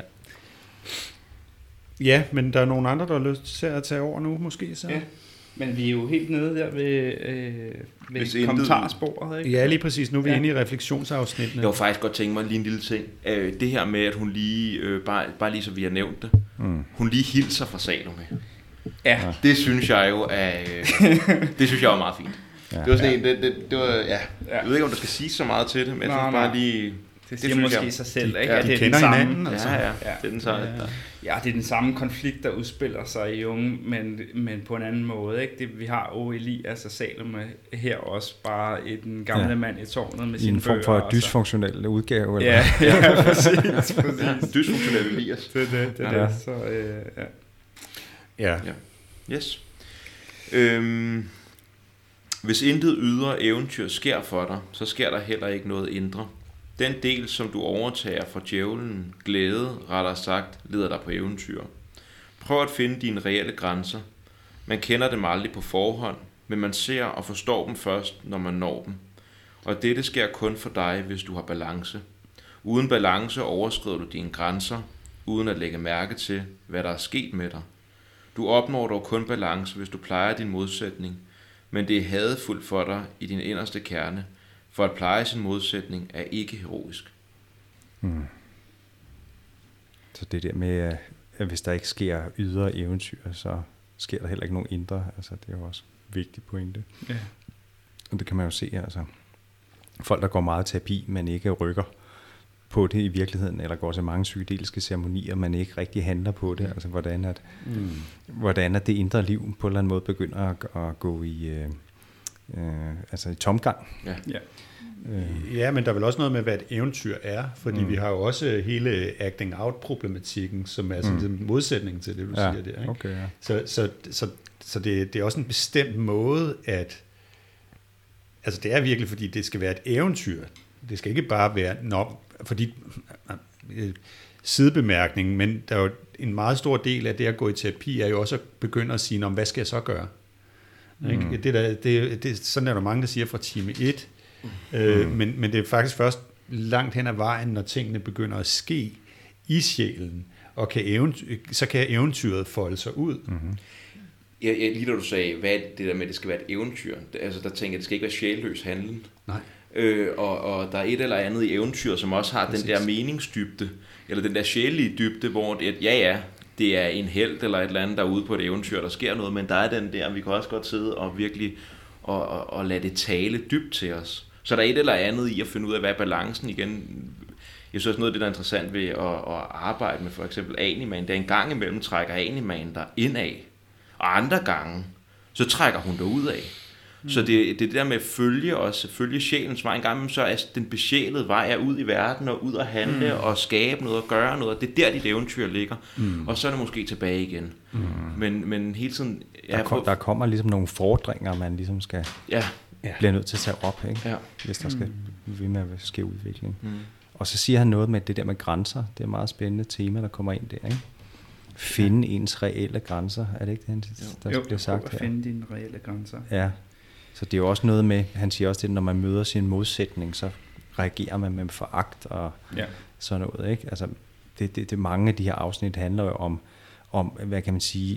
Ja, men der er nogle andre, der har lyst til at tage over nu, måske så. Ja, men vi er jo helt nede der ved kommentarsporet, ikke? Ja, lige præcis. Nu er vi inde i refleksionsafsnittene. Jeg vil faktisk godt tænke mig lige en lille ting. Det her med, at hun lige, bare lige så vi har nævnt det, hun lige hilser fra Salome. Ja. Det synes jeg jo det synes jeg er meget fint. Ja. Det var sådan en, det var, jeg ved ikke, om der skal sige så meget til det, men jeg synes bare lige... Det siger måske sig selv, ikke? De kender hinanden. Altså. Ja. Det er den så. Ja, det er den samme konflikt, der udspiller sig i Jung, men på en anden måde, ikke? Vi har jo Elias og Salome her også, bare en gamle mand i tårnet med sine bøger. I en form for dysfunktionel udgave, eller? Ja, præcis. Dysfunktionel Elias. Det er det. Så, ja. Yes. Hvis intet ydre eventyr sker for dig, så sker der heller ikke noget indre. Den del, som du overtager fra djævlen, glæde, rettere sagt, leder dig på eventyr. Prøv at finde dine reelle grænser. Man kender dem aldrig på forhånd, men man ser og forstår dem først, når man når dem. Og dette sker kun for dig, hvis du har balance. Uden balance overskrider du dine grænser, uden at lægge mærke til, hvad der er sket med dig. Du opnår dog kun balance, hvis du plejer din modsætning, men det er hadefuldt for dig i din inderste kerne, for at pleje sin modsætning er ikke heroisk. Så det der med, at hvis der ikke sker ydre eventyr, så sker der heller ikke nogen indre. Altså, det er jo også en vigtig pointe. Ja. Og det kan man jo se, altså. Folk, der går meget terapi, men ikke rykker på det i virkeligheden, eller går til mange psykedeliske ceremonier, men ikke rigtig handler på det. Altså, hvordan at det indre liv på en eller anden måde begynder at gå i tomgang. Ja. Ja. Ja, men der er vel også noget med, hvad et eventyr er, fordi vi har jo også hele acting out-problematikken, som er sådan en modsætning til det, du siger der. Ikke? Okay, ja. Så det er også en bestemt måde, at altså det er virkelig, fordi det skal være et eventyr. Det skal ikke bare være, fordi sidebemærkning, men der er jo en meget stor del af det at gå i terapi, er jo også at begynde at sige, hvad skal jeg så gøre? Ikke? Sådan er der mange, der siger fra time 1, men det er faktisk først langt hen ad vejen, når tingene begynder at ske i sjælen, og så kan eventyret folde sig ud. Lige da du sagde, hvad det der med, at det skal være et eventyr, altså der tænker jeg, at det skal ikke være sjælløs handling. Nej. Og der er et eller andet i eventyr, som også har den der meningsdybde, eller den der sjælelige dybde, hvor det er en helt eller et eller andet, der er ude på et eventyr, der sker noget, men der er den der, vi kan også godt sidde og virkelig og lade det tale dybt til os. Så der er et eller andet i at finde ud af, hvad er balancen igen. Jeg synes også noget af det, der er interessant ved at arbejde med for eksempel animaen, det er en gang imellem trækker animaen der indad, og andre gange, så trækker hun der ud af. Så det der med at følge sjælens vej, en gang imellem, så er den besjælede vej er ud i verden, og ud at handle, og skabe noget, og gøre noget, det er der, dit eventyr ligger. Og så er det måske tilbage igen. Men hele tiden... Der kommer ligesom nogle fordringer, man ligesom skal bliver nødt til at tage op, ikke? Ja. Hvis der skal blive med at ske udvikling. Og så siger han noget med det der med grænser. Det er et meget spændende tema, der kommer ind der, ikke? Finde ens reelle grænser. Er det ikke det, der bliver sagt her? Finde dine reelle grænser. Ja. Så det er jo også noget med, han siger også det, når man møder sin modsætning, så reagerer man med foragt og sådan noget, ikke? Altså, det mange af de her afsnit handler jo om hvad kan man sige,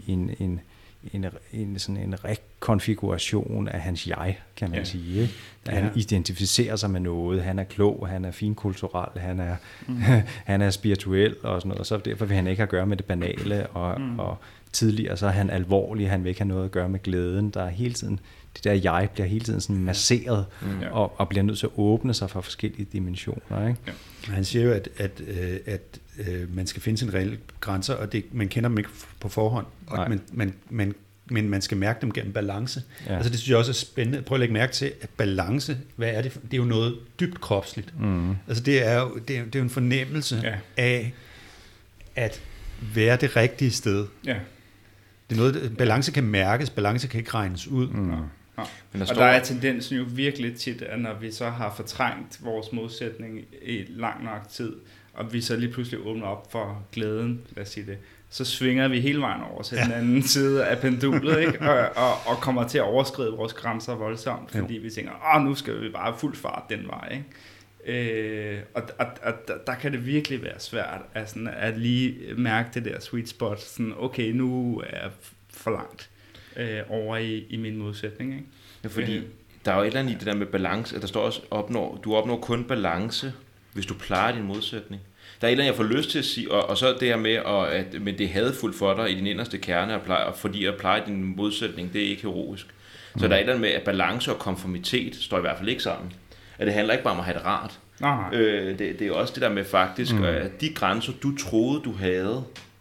en rekonfiguration af hans jeg, kan man sige, ikke? Han identificerer sig med noget, han er klog, han er finkulturel, han er spirituel og sådan noget, og så derfor vil han ikke have at gøre med det banale, og tidligere så er han alvorlig, han vil ikke have noget at gøre med glæden, der er hele tiden, det der jeg bliver hele tiden sådan masseret, og bliver nødt til at åbne sig for forskellige dimensioner, ikke? Ja. Han siger jo, at man skal finde sine reelle grænser, og man kender dem ikke på forhånd, og men man skal mærke dem gennem balance. Ja. Altså det synes jeg også er spændende. Prøv at lægge mærke til, at balance, hvad er det? Det er jo noget dybt kropsligt. Altså det er jo en fornemmelse af at være det rigtige sted. Ja. Det er noget, balance kan mærkes, balance kan ikke regnes ud. Ja. Og der er tendensen jo virkelig tit, at når vi så har fortrængt vores modsætning i lang nok tid, og vi så lige pludselig åbner op for glæden, lad os sige det, så svinger vi hele vejen over til den anden side af pendulet, ikke? Og kommer til at overskride vores grænser voldsomt, fordi vi tænker, nu skal vi bare fuld fart den vej, ikke? Og der kan det virkelig være svært at lige mærke det der sweet spot, sådan, okay, nu er jeg for langt over i min modsætning, ikke? Ja, fordi der er jo et eller andet i det der med balance, at der står også, du opnår kun balance, hvis du plejer din modsætning. Der er et eller andet, jeg får lyst til at sige, og så det her med, men det er hadefuldt for dig i din inderste kerne, fordi at pleje din modsætning, det er ikke heroisk. Så der er et eller andet med, at balance og konformitet står i hvert fald ikke sammen. At det handler ikke bare om at have det rart. Det er også det der med faktisk, at de grænser, du troede, du havde,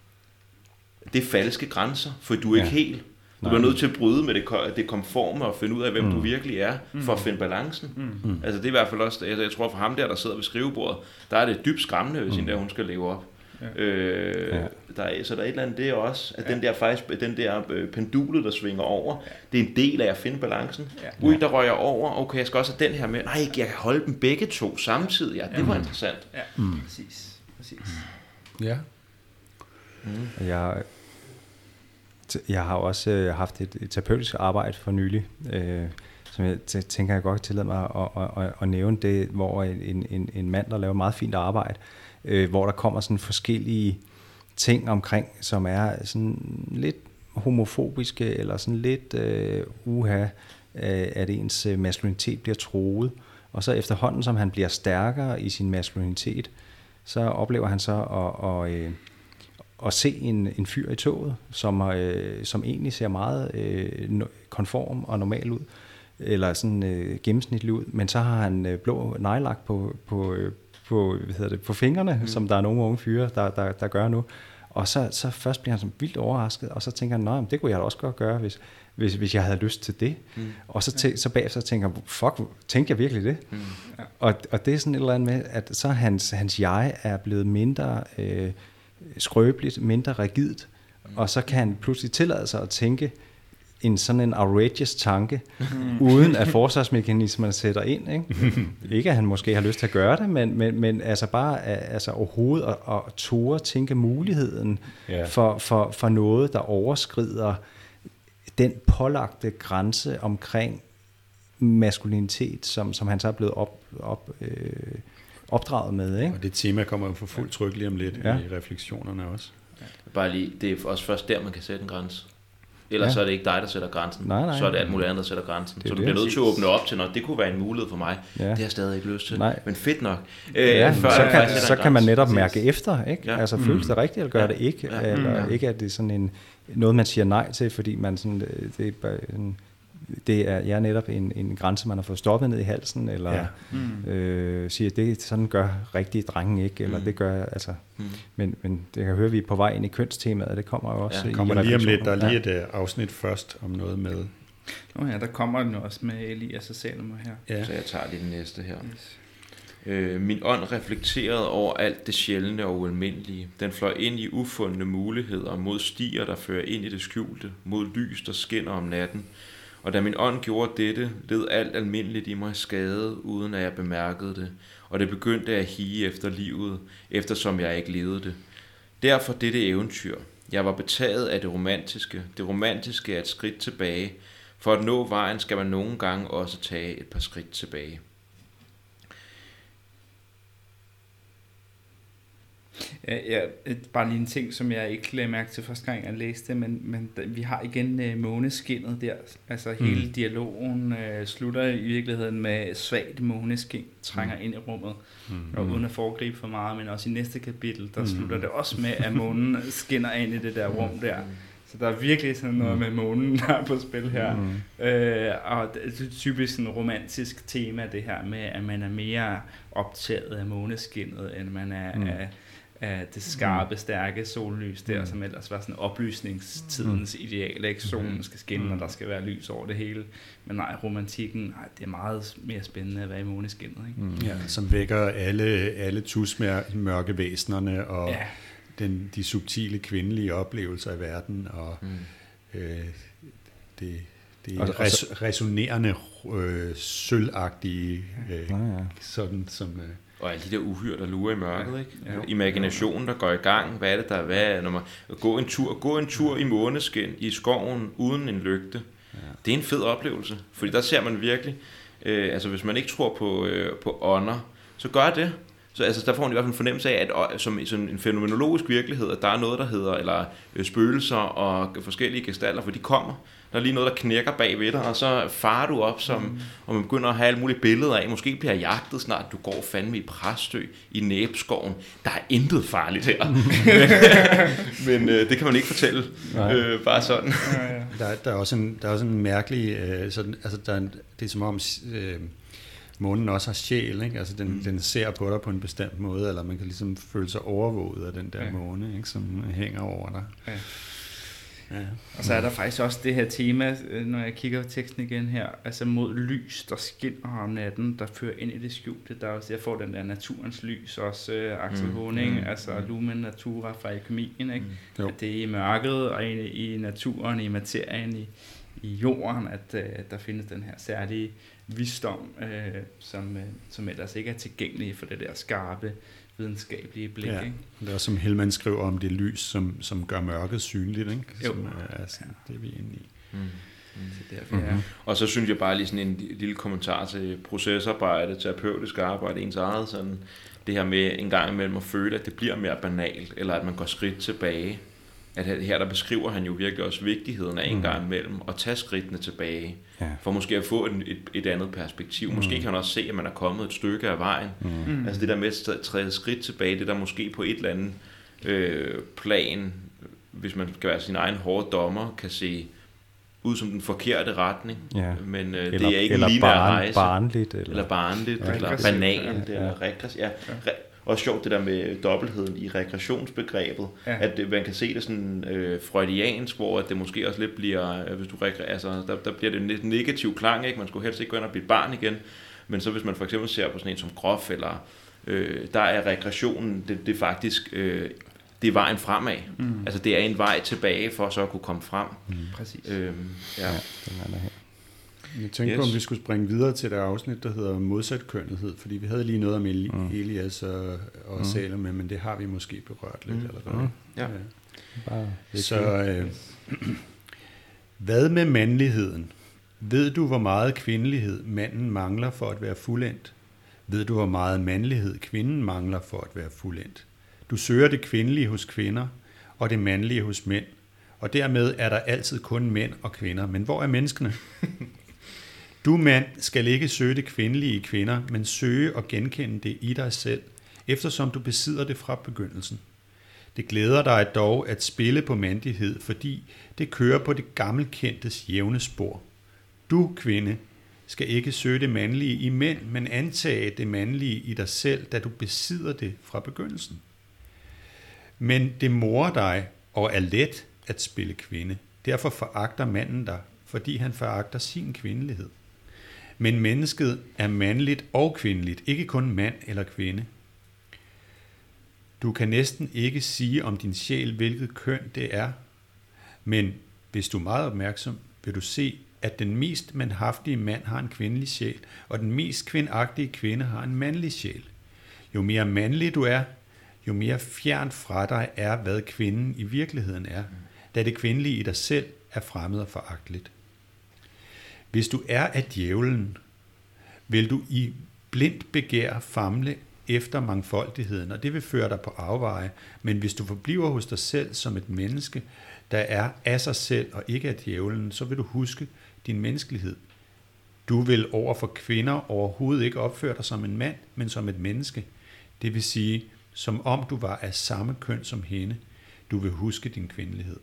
det er falske grænser, for du er ikke helt. Du er nødt til at bryde med det konforme og finde ud af, hvem du virkelig er, for at finde balancen. Altså det er i hvert fald også, jeg tror for ham der sidder ved skrivebordet, der er det dybt skræmmende, hvis hende der, hun skal leve op. Så der er et eller andet det også, at den der pendulet, der svinger over, det er en del af at finde balancen. Der rører jeg over, okay, jeg skal også have den her med, nej, jeg kan holde dem begge to samtidig, det var interessant. Præcis. Ja. Jeg har også haft et terapeutisk arbejde for nylig, som jeg tænker, jeg godt kan tillade mig at nævne det, hvor en mand, der laver meget fint arbejde, hvor der kommer sådan forskellige ting omkring, som er sådan lidt homofobiske, eller sådan lidt at ens maskulinitet bliver truet. Og så efterhånden, som han bliver stærkere i sin maskulinitet, så oplever han så at se en fyr i toget, som egentlig ser meget konform og normal ud, eller sådan gennemsnitlig ud, men så har han blå neglelak på fingrene, som der er nogle unge fyre, der gør nu. Og så først bliver han sådan vildt overrasket, og så tænker han, nej, det kunne jeg da også godt gøre, hvis jeg havde lyst til det. Og så bagefter tænker han, fuck, tænkte jeg virkelig det? Og det er sådan et eller andet med, at så hans jeg er blevet mindre skrøbeligt, mindre rigidt, og så kan han pludselig tillade sig at tænke sådan en outrageous tanke, uden at forsvarsmekanismerne sætter ind. Ikke at han måske har lyst til at gøre det, men altså bare overhovedet at turde tænke muligheden for noget, der overskrider den pålagte grænse omkring maskulinitet, som han så er blevet opdraget med. Ikke? Og det tema kommer jo for fuldt tryk lige om lidt i refleksionerne også. Bare lige, det er også først der, man kan sætte en grænse. Ellers så er det ikke dig, der sætter grænsen. Nej. Så er det alt muligt andet, der sætter grænsen. Så du bliver nødt til at åbne op til, når det kunne være en mulighed for mig. Det har jeg stadig ikke lyst til. Men fedt nok. Så kan man netop mærke efter. Ikke? Altså føles det rigtigt, eller gør det ikke? Eller ikke, at det er sådan noget, man siger nej til, fordi man sådan, det er netop en grænse, man har fået stoppet ned i halsen, eller siger, det sådan gør rigtige drenge ikke, eller det gør, altså, men det kan høre, vi er på vej ind i kønstemaet, det kommer jo også. Det kommer lige om lidt, der er lige et afsnit først om noget med. Nå ja, der kommer den også med Elias og Salomon her. Så jeg tager lige den næste her. Yes. Min ånd reflekterede over alt det sjældne og ualmindelige. Den fløj ind i ufundne muligheder, mod stier, der fører ind i det skjulte, mod lys, der skinner om natten. Og da min ånd gjorde dette, led alt almindeligt i mig skade, uden at jeg bemærkede det, og det begyndte at hige efter livet, eftersom jeg ikke levede det. Derfor dette eventyr. Jeg var betaget af det romantiske. Det romantiske er et skridt tilbage. For at nå vejen skal man nogle gange også tage et par skridt tilbage. Ja, bare lige en ting, som jeg ikke lagde mærke til første gang, jeg læste det, men vi har igen måneskinnet der. Altså hele dialogen slutter i virkeligheden med svagt måneskin, trænger ind i rummet, og uden at foregribe for meget, men også i næste kapitel, der slutter det også med, at månen skinner ind i det der rum der. Så der er virkelig sådan noget med månen, der er på spil her. Og det er typisk en romantisk tema, det her med, at man er mere optaget af måneskinnet, end man er af det skarpe, stærke sollys der, som ellers var sådan oplysningstidens ideal, ikke? Solen skal skinne, og der skal være lys over det hele. Men nej, romantikken, det er meget mere spændende at være i måneskinnet, ikke? Ja, som vækker alle tusmørke væsenerne, og de subtile kvindelige oplevelser i verden, og det resonerende, sølvagtige, sådan som... Og alle de der uhyr, der lurer i mørket, ikke? Imaginationen, der går i gang. Hvad er det, der er? Når man gå en tur i måneskin i skoven uden en lygte. Det er en fed oplevelse, fordi der ser man virkelig, altså hvis man ikke tror på ånder, så gør det. Så altså, der får man i hvert fald en fornemmelse af, at som en fænomenologisk virkelighed, at der er noget, der hedder, eller spøgelser og forskellige gestalter, for de kommer. Der er lige noget, der knækker bag ved dig, og så farer du op, og man begynder at have alle mulige billeder af. Måske bliver jagtet snart, du går fandme i Præstø, i Næbskoven. Der er intet farligt her. men det kan man ikke fortælle, bare sådan. Der er også en mærkelig, det er som om... månen også har sjæl, ikke? Altså den ser på dig på en bestemt måde, eller man kan ligesom føle sig overvåget af den der måne, ikke? Som hænger over dig. Ja. Og så er der faktisk også det her tema, når jeg kigger på teksten igen her, altså mod lys, der skinner om natten, der fører ind i det skjulte. Der er også, jeg får den der naturens lys også, Axel Honing, altså Lumen Natura fra alkemien, ikke? At det er i mørket og i naturen, i materien, i jorden, at der findes den her særlige visdom, som ellers ikke er tilgængelig for det der skarpe videnskabelige blik. Ikke? Det er også, som Hellman skriver om det lys, som gør mørket synligt, ikke? Som er det, vi er inde i. Det er derfor, Og så synes jeg bare lige sådan en lille kommentar til procesarbejde, terapeutisk arbejde, ens eget, sådan det her med en gang imellem at føle, at det bliver mere banalt, eller at man går skridt tilbage. At her der beskriver han jo virkelig også vigtigheden af en gang imellem at tage skridtene tilbage, for måske at få et andet perspektiv. Måske kan han også se, at man er kommet et stykke af vejen. Altså det der med at træde skridt tilbage, det der måske på et eller andet plan, hvis man skal være sin egen hårde dommer, kan se ud som den forkerte retning, men det er ikke en lineær rejse. Barnligt, eller banalt, eller regress. Også sjovt det der med dobbeltheden i regressionsbegrebet, at man kan se det sådan freudiansk, hvor at det måske også lidt bliver, hvis du der bliver det en lidt negativ klang, ikke? Man skulle helst ikke gå ind og blive barn igen, men så hvis man for eksempel ser på sådan en som Grof, eller der er regressionen, det er faktisk det er vejen fremad. Altså det er en vej tilbage for så at kunne komme frem. Præcis. Den er der her. Jeg tænkte på, om vi skulle springe videre til det afsnit, der hedder modsatkønnethed, fordi vi havde lige noget om Elias og Salome, men det har vi måske berørt lidt allerede. Så hvad med mandligheden? Ved du, hvor meget kvindelighed manden mangler for at være fuldendt? Ved du, hvor meget mandlighed kvinden mangler for at være fuldendt? Du søger det kvindelige hos kvinder og det mandlige hos mænd, og dermed er der altid kun mænd og kvinder. Men hvor er menneskene? Du mand skal ikke søge det kvindelige i kvinder, men søge og genkende det i dig selv, eftersom du besidder det fra begyndelsen. Det glæder dig dog at spille på mandighed, fordi det kører på det gammelkendtes jævne spor. Du, kvinde, skal ikke søge det mandlige i mænd, men antage det mandlige i dig selv, da du besidder det fra begyndelsen. Men det morer dig og er let at spille kvinde. Derfor foragter manden dig, fordi han foragter sin kvindelighed. Men mennesket er mandligt og kvindeligt, ikke kun mand eller kvinde. Du kan næsten ikke sige om din sjæl, hvilket køn det er, men hvis du er meget opmærksom, vil du se, at den mest mandhaftige mand har en kvindelig sjæl, og den mest kvindagtige kvinde har en mandlig sjæl. Jo mere mandlig du er, jo mere fjernt fra dig er, hvad kvinden i virkeligheden er, da det kvindelige i dig selv er fremmed og foragteligt. Hvis du er af djævlen, vil du i blindt begær famle efter mangfoldigheden, og det vil føre dig på afveje, men hvis du forbliver hos dig selv som et menneske, der er af sig selv og ikke af djævlen, så vil du huske din menneskelighed. Du vil over for kvinder overhovedet ikke opføre dig som en mand, men som et menneske. Det vil sige, som om du var af samme køn som hende. Du vil huske din kvindelighed.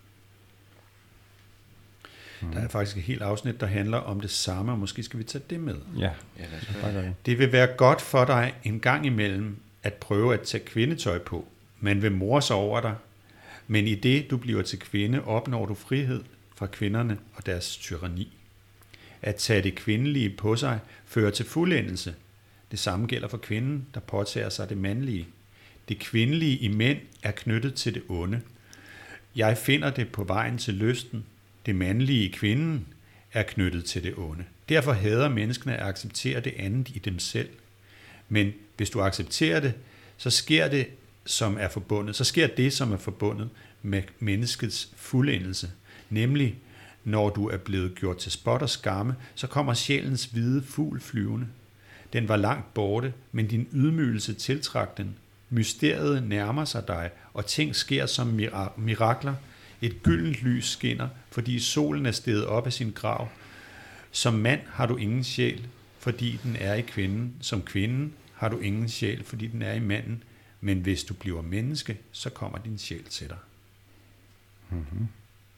Der er faktisk et helt afsnit, der handler om det samme, og måske skal vi tage det med. Ja. Det vil være godt for dig en gang imellem at prøve at tage kvindetøj på. Man vil more sig over dig, men i det du bliver til kvinde, opnår du frihed fra kvinderne og deres tyranni. At tage det kvindelige på sig fører til fuldendelse. Det samme gælder for kvinden, der påtager sig det mandlige. Det kvindelige i mænd er knyttet til det onde. Jeg finder det på vejen til lysten. Det mandlige i kvinden er knyttet til det onde. Derfor hader menneskene at acceptere det andet i dem selv. Men hvis du accepterer det, så sker det, som er forbundet med menneskets fuldendelse. Nemlig, når du er blevet gjort til spot og skamme, så kommer sjælens hvide fugl flyvende. Den var langt borte, men din ydmygelse tiltrak den. Mysteriet nærmer sig dig, og ting sker som mirakler. Et gyldent lys skinner, fordi solen er steget op af sin grav. Som mand har du ingen sjæl, fordi den er i kvinden. Som kvinden har du ingen sjæl, fordi den er i manden. Men hvis du bliver menneske, så kommer din sjæl til dig. Mm-hmm.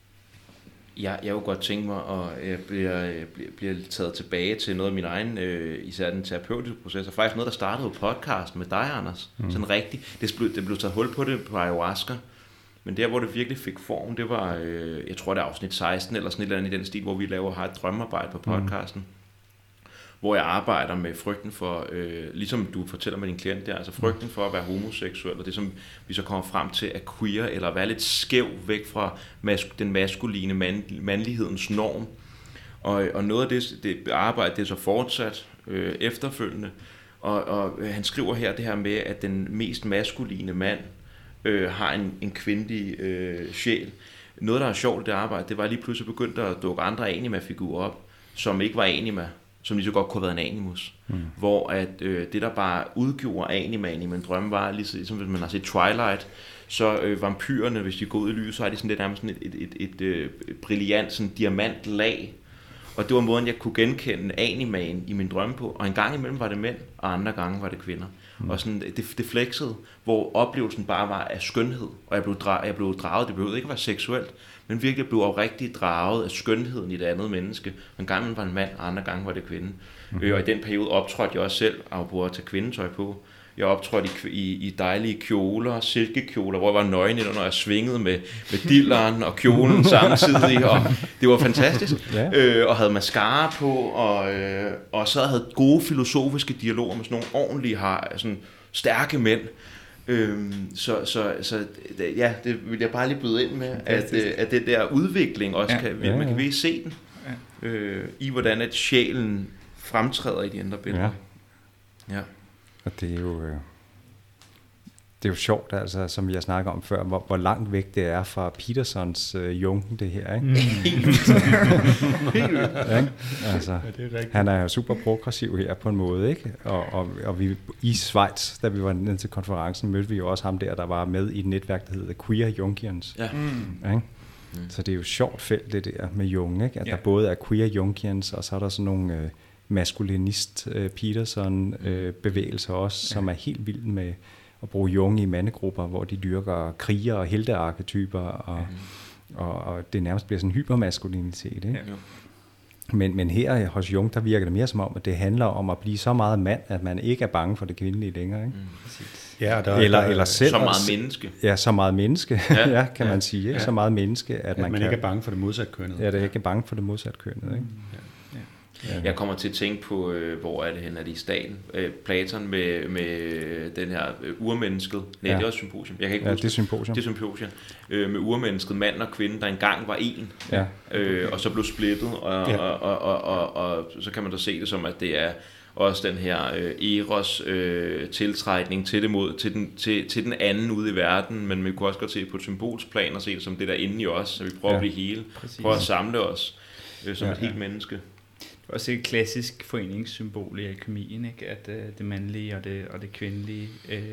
Jeg kunne godt tænke mig, og jeg bliver taget tilbage til noget af min egen, især den terapeutiske proces, og faktisk noget, der startede på podcast med dig, Anders. Sådan rigtigt. Det blev taget hul på det på ayahuasca, men der, hvor det virkelig fik form, det var, jeg tror det er afsnit 16, eller sådan et eller andet i den stil, hvor vi har et drømmearbejde på podcasten, hvor jeg arbejder med frygten for, ligesom du fortæller med din klient der, altså frygten for at være homoseksuel, og det som vi så kommer frem til at queer, eller være lidt skæv væk fra den maskuline mandlighedens norm. Og noget af det arbejde, det er så fortsat efterfølgende, og han skriver her det her med, at den mest maskuline mand har en kvindelig sjæl, noget, der var sjovt i det arbejde, det var lige pludselig begyndt at dukke andre anima-figurer op, som ikke var anima, som lige så godt kunne have været en animus. Hvor at det, der bare udgjorde animaen i min drømme, var ligesom hvis man har set Twilight, så vampyrerne, hvis de går ud i lys, så har de sådan lidt nærmest sådan et brilliant sådan diamantlag. Og det var måden, jeg kunne genkende animaen i min drømme på. Og en gang imellem var det mænd, og andre gange var det kvinder. Og sådan, det flexede, hvor oplevelsen bare var af skønhed. Og jeg blev draget, det behøvede ikke at være seksuelt, men virkelig blev oprigtigt draget af skønheden i det andet menneske. En gang imellem var det en mand, og andre gange var det kvinde. Og i den periode optrådte jeg også selv, apropos at tage kvindetøj på. Jeg optrådte i dejlige kjoler, silkekjoler, hvor jeg var nøgen, når jeg svingede med dilleren og kjolen samtidig, og det var fantastisk. Og havde mascara på, og så havde gode filosofiske dialoger med sådan nogle ordentlige, sådan stærke mænd. Så ja, det vil jeg bare lige byde ind med, at det der udvikling også man kan virkelig se den, i hvordan at sjælen fremtræder i de andre billeder. Ja. Og det er jo sjovt, altså, som jeg snakker om før, hvor langt væk det er fra Petersons Jung, det her, ikke? Helt vildt. Altså, han er jo super progressiv her på en måde, ikke? Og vi i Schweiz, da vi var nede til konferencen, mødte vi jo også ham der var med i et netværk, der hedder Queer Jungians. Ja. Ikke? Så det er jo sjovt felt, det der med Jung, ikke? At der både er Queer Jungians, og så er der sådan nogle maskulinist Peterson bevægelser også, som er helt vild med at bruge Jung i mandegrupper, hvor de dyrker kriger og heltearketyper, og det nærmest bliver sådan en hypermaskulinitet, ikke? Men her hos Jung, der virker det mere som om, at det handler om at blive så meget mand, at man ikke er bange for det kvindelige længere, ikke? Ja, eller selv så meget menneske. Ja, så meget menneske, kan man sige, ikke? Så meget menneske, at man ikke er bange for det modsatte kønnet. Ja, det er ikke bange for det modsatte kønnet, ikke? Jeg kommer til at tænke på, hvor er det hen, er det i Staten? Platon med den her urmennesket. Nej, det er også symposium. Jeg kan ikke huske det er symposium. Det er symposium. Med urmennesket, mand og kvinde, der engang var en, og så blev splittet, og så kan man da se det som, at det er også den her eros tiltrækning til den anden ude i verden, men vi kunne også godt se på et symbolsplan og se det som det der inde i os, så vi prøver at blive hele, prøver at samle os som et helt menneske. Det er også et klassisk foreningssymbol i alkemien, ikke? At det mandlige og det kvindelige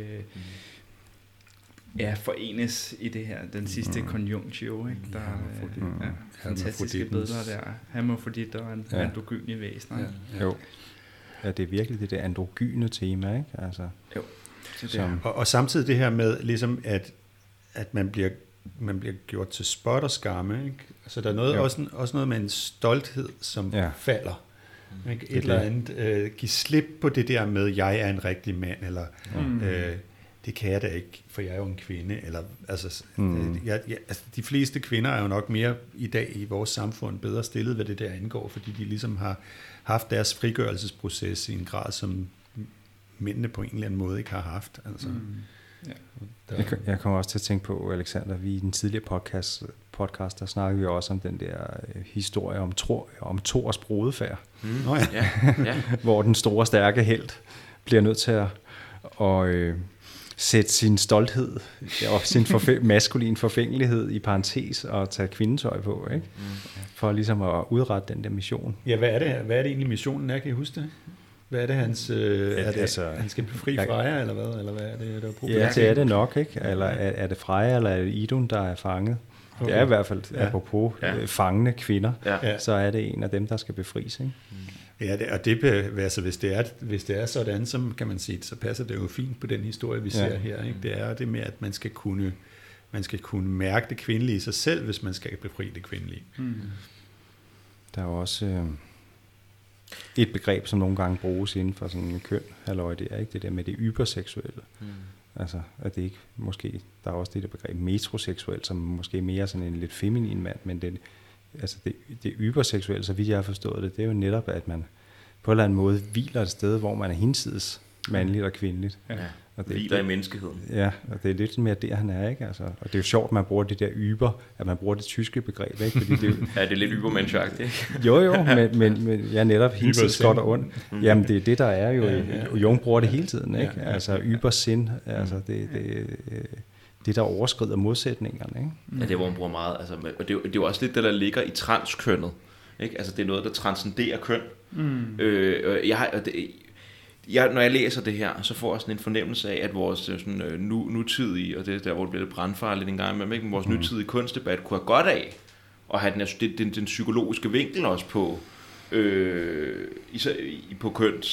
forenes i det her, den sidste conjunctio, ikke? Der er fantastiske billeder der. Hermafrodit og androgyne væsener. Jo. Ja, det er virkelig det der androgyne tema, ikke? Altså, jo. Og samtidig det her med, ligesom at man bliver gjort til spot og skamme, ikke? Altså der er noget, også noget med en stolthed, som falder. Ikke? Et eller andet, give slip på det der med, jeg er en rigtig mand, eller det kan jeg da ikke, for jeg er jo en kvinde. Eller, altså, de fleste kvinder er jo nok mere i dag i vores samfund bedre stillet, hvad det der angår, fordi de ligesom har haft deres frigørelsesproces i en grad, som mændene på en eller anden måde ikke har haft. Altså. Jeg kommer også til at tænke på, Alexander, vi i den tidligere podcast, der snakkede vi også om den der historie om Thors brudefærd. Hvor den store, stærke helt bliver nødt til at sætte sin stolthed og sin maskulin forfængelighed i parentes og tage kvindetøj på, ikke? For ligesom at udrette den der mission. Ja, hvad er det egentlig missionen er? Kan I huske det? Hvad er det, han skal befri Freja, eller hvad? Eller hvad er det, der er problemet? Ja, det er det nok, ikke? Eller er det Freja, eller er det Idun, der er fanget? Okay. Det er i hvert fald, apropos fangende kvinder, så er det en af dem, der skal befries, ikke? Ja, altså, hvis det er sådan, så kan man sige, så passer det jo fint på den historie, vi ser her, ikke? Det er det med, at man skal kunne mærke det kvindelige i sig selv, hvis man skal befri det kvindelige. Der er jo også et begreb, som nogle gange bruges inden for sådan en køn, halløj, det er ikke det der med det hyperseksuelle. Altså, at det ikke, måske, der er også det der begreb metroseksuel, som måske mere sådan en lidt feminin mand, men det hyperseksuelle, så vidt jeg har forstået det, det er jo netop, at man på en eller anden måde hviler et sted, hvor man er hinsides mandligt og kvindeligt. Og det hviler i menneskeheden. Ja, og det er lidt mere der, han er, ikke? Altså, og det er jo sjovt, at man bruger det der yber, at man bruger det tyske begreb, ikke? Fordi det det er lidt ybermensch-agtigt, ikke? Jo, men jeg netop hinsides godt og ondt. Jamen, det er det, der er jo. Jung bruger det hele tiden, ikke? Altså, ybersind, altså det, der overskrider modsætningerne, ikke? Ja, det er, hvor man bruger meget. Altså, og det er jo også lidt det, der ligger i transkønnet. Ikke? Altså, det er noget, der transcenderer køn. Når jeg læser det her, så får jeg sådan en fornemmelse af, at vores sådan, nutidige, og det er der, hvor det bliver lidt brandfarligt en gang imellem, ikke? Men vores nutidige kunstdebat kunne have godt af at have den psykologiske vinkel også på, på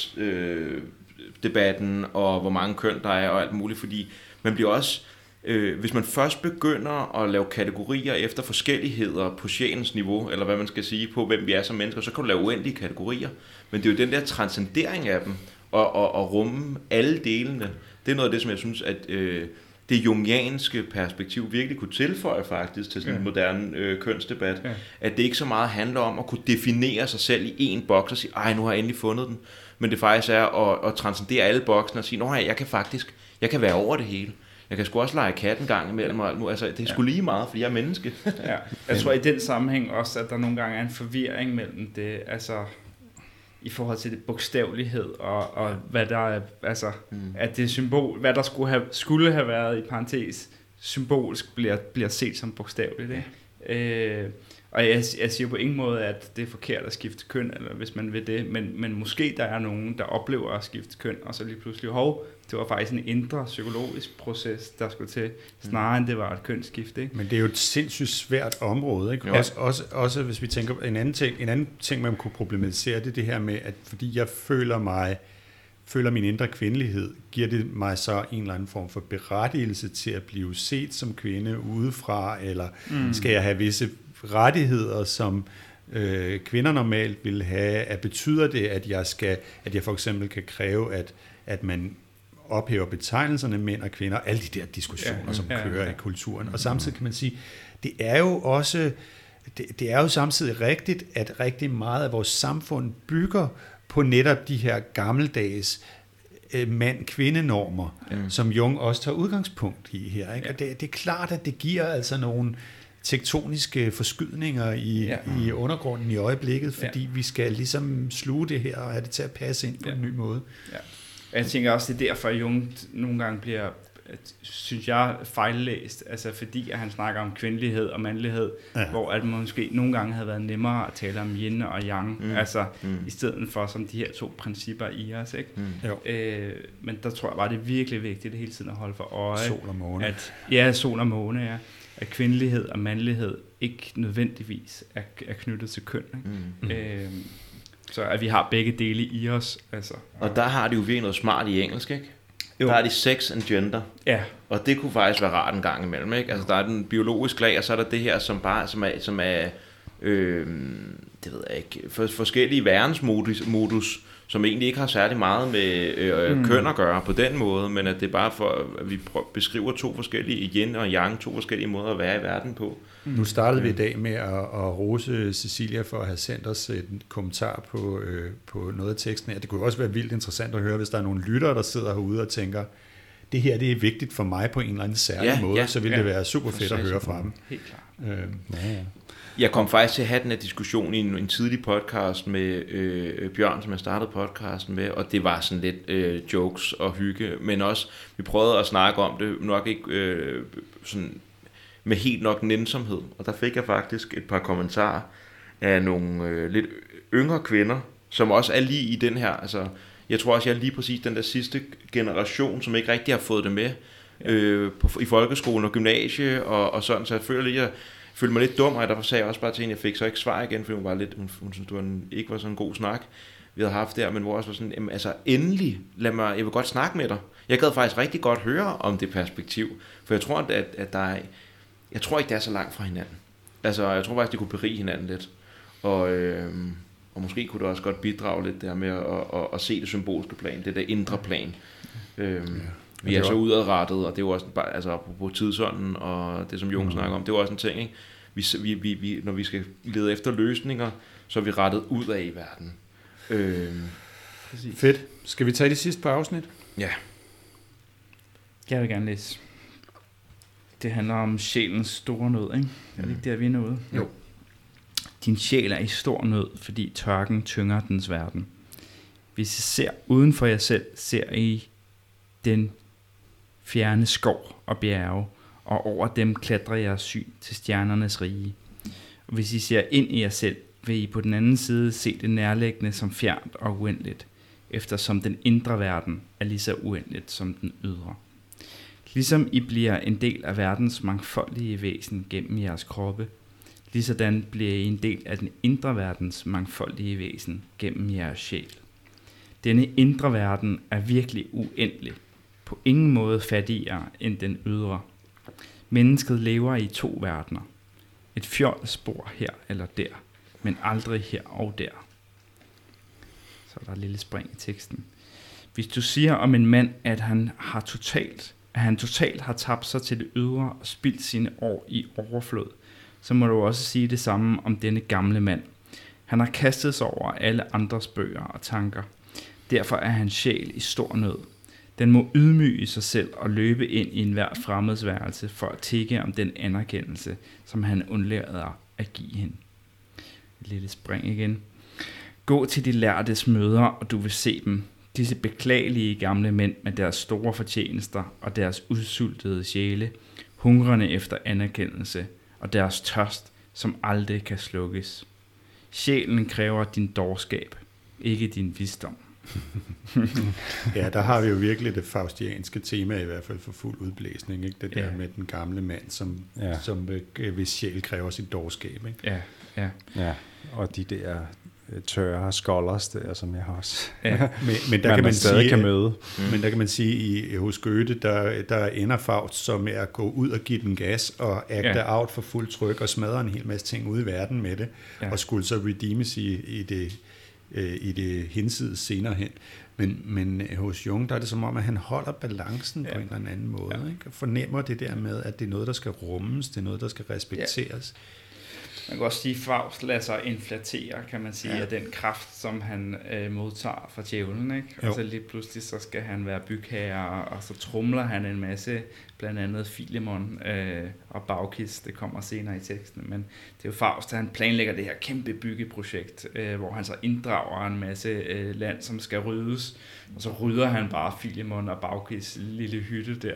kønsdebatten, og hvor mange køn der er, og alt muligt, fordi man bliver også, hvis man først begynder at lave kategorier efter forskelligheder på sjælens niveau, eller hvad man skal sige på, hvem vi er som mennesker, så kan du lave uendelige kategorier, men det er jo den der transcendering af dem, og rumme alle delene. Det er noget af det, som jeg synes, at det jungianske perspektiv virkelig kunne tilføje faktisk til sådan en moderne kønsdebat. Ja. At det ikke så meget handler om at kunne definere sig selv i en boks og sige, ej, nu har jeg endelig fundet den. Men det faktisk er at transcendere alle boksene og sige, nå ja, jeg kan være over det hele. Jeg kan sgu også lege katten gang imellem og alt nu. Altså, det er sgu lige meget, fordi jeg er menneske. Ja. Jeg tror i den sammenhæng også, at der nogle gange er en forvirring mellem det, altså i forhold til det bogstavelighed og hvad der er, altså at det symbol, hvad der skulle have været i parentes symbolsk bliver set som bogstaveligt, ikke? Og jeg siger på ingen måde, at det er forkert at skifte køn, eller hvis man vil det, men måske der er nogen, der oplever at skifte køn, og så lige pludselig, det var faktisk en indre psykologisk proces, der skulle til, snarere end det var et kønsskift, ikke? Men det er jo et sindssygt svært område, ikke? Også hvis vi tænker, en anden ting, man kunne problematisere, det her med, at fordi jeg føler min indre kvindelighed, giver det mig så en eller anden form for berettigelse til at blive set som kvinde udefra, eller skal jeg have visse rettigheder, som kvinder normalt vil have, at betyder det, at jeg for eksempel kan kræve, at man ophæver betegnelserne mænd og kvinder, alle de der diskussioner, som kører i kulturen. Og samtidig kan man sige, det er jo samtidig rigtigt, at rigtig meget af vores samfund bygger på netop de her gammeldags mand-kvinde-normer, som Jung også tager udgangspunkt i her. Ikke? Og det er klart, at det giver altså nogle tektoniske forskydninger i undergrunden i øjeblikket, fordi vi skal ligesom sluge det her og have det til at passe ind på en ny måde. Ja. Jeg tænker også, det er derfor, at Jung nogle gange bliver, synes jeg, fejllæst, altså fordi at han snakker om kvindelighed og mandlighed, hvor at måske nogle gange havde været nemmere at tale om yin og yang, i stedet for som de her to principper i os, ikke? Men der tror jeg bare, det er virkelig vigtigt det hele tiden at holde for øje. Sol og måne. Sol og måne, ja. At kvindelighed og mandlighed ikke nødvendigvis er knyttet til køn, ikke? Så at vi har begge dele i os. Altså. Og der har de jo virkelig noget smart i engelsk, ikke? Jo. Der er de sex and gender. Ja. Og det kunne faktisk være rart en gang imellem, ikke? Altså der er den biologiske lag, og så er der det her, som er det ved jeg ikke, forskellige værensmodus, som egentlig ikke har særlig meget med køn at gøre på den måde, men at det er bare for, at vi beskriver to forskellige yin og yang, to forskellige måder at være i verden på. Nu startede vi i dag med at rose Cecilia for at have sendt os en kommentar på noget af teksten her. Det kunne også være vildt interessant at høre, hvis der er nogle lyttere, der sidder herude og tænker, det her det er vigtigt for mig på en eller anden særlig måde, så vil det være super fedt at høre fra dem. Helt klart. Jeg kom faktisk til at have den her diskussion i en tidlig podcast med Bjørn, som jeg startede podcasten med, og det var sådan lidt jokes og hygge, men også, vi prøvede at snakke om det, nok ikke sådan med helt nok nænsomhed, og der fik jeg faktisk et par kommentarer af nogle lidt yngre kvinder, som også er lige i den her, altså jeg tror også, jeg er lige præcis den der sidste generation, som ikke rigtig har fået det med i folkeskolen og gymnasie og sådan, så jeg følte mig lidt dum, og derfor sagde jeg også bare til hende, jeg fik så ikke svar igen, fordi hun synes, det ikke var sådan en god snak, vi havde haft der, men hvor også var sådan, altså endelig, jeg vil godt snakke med dig. Jeg gad faktisk rigtig godt høre om det perspektiv, for jeg tror, at jeg tror ikke, det er så langt fra hinanden. Altså, jeg tror faktisk, det kunne berige hinanden lidt. Og måske kunne det også godt bidrage lidt der med at se det symbolske plan, det der indre plan. Vi er så udadrettet, og det er jo også bare, altså på tidsånden, og det som Jung snakker om, det er jo også en ting, ikke? Vi, når vi skal lede efter løsninger, så er vi rettet ud af i verden. Fedt. Skal vi tage det sidste på afsnit? Ja. Jeg vil gerne læse. Det handler om sjælens store nød, ikke? Er det ikke der, vi er nået? Jo. Din sjæl er i stor nød, fordi tørken tynger dens verden. Hvis I ser uden for jer selv, ser I den fjerne skov og bjerge, og over dem klatrer jeres syn til stjernernes rige. Og hvis I ser ind i jer selv, vil I på den anden side se det nærliggende som fjernt og uendeligt, eftersom den indre verden er lige så uendeligt som den ydre. Ligesom I bliver en del af verdens mangfoldige væsen gennem jeres kroppe, ligesådan bliver I en del af den indre verdens mangfoldige væsen gennem jeres sjæl. Denne indre verden er virkelig uendelig, på ingen måde fattigere end den ydre. Mennesket lever i 2 verdener. Et fjolsspor her eller der, men aldrig her og der. Så er der et lille spring i teksten. Hvis du siger om en mand, at han totalt har tabt sig til det ydre og spildt sine år i overflod, så må du også sige det samme om denne gamle mand. Han har kastet sig over alle andres bøger og tanker. Derfor er hans sjæl i stor nød. Den må ydmyge sig selv og løbe ind i enhver fremmedsværelse for at tikke om den anerkendelse, som han undlader at give hende. Et lille spring igen. Gå til de lærdes møder, og du vil se dem. Disse beklagelige gamle mænd med deres store fortjenester og deres udsultede sjæle, hungrende efter anerkendelse og deres tørst, som aldrig kan slukkes. Sjælen kræver din dårskab, ikke din visdom. Ja, der har vi jo virkelig det faustianske tema, i hvert fald for fuld udblæsning, ikke? Det der med den gamle mand, som hvis sjæl kræver sit dårskab, ikke? Ja, og de der tørre scholars der, som jeg også men der kan man stadig sige, kan møde. Men der kan man sige, hos Goethe, der ender Faust som er at gå ud og give den gas og acte out for fuld tryk og smadre en hel masse ting ude i verden med det, og skulle så redeemes i det hinsides senere hen. Men hos Jung, der er det som om, at han holder balancen på en eller anden måde, ikke? Og fornemmer det der med, at det er noget, der skal rummes, det er noget, der skal respekteres. Man kan også sige, at Faust lader sig inflatere, kan man sige, af den kraft, som han modtager fra djævlen, ikke? Og så lige pludselig, så skal han være bygherre, og så tromler han en masse, blandt andet Filemon og Baukis, det kommer senere i teksten, men det er jo Faust, han planlægger det her kæmpe byggeprojekt, hvor han så inddrager en masse land, som skal ryddes, og så rydder han bare Filemon og Baukis lille hytte der.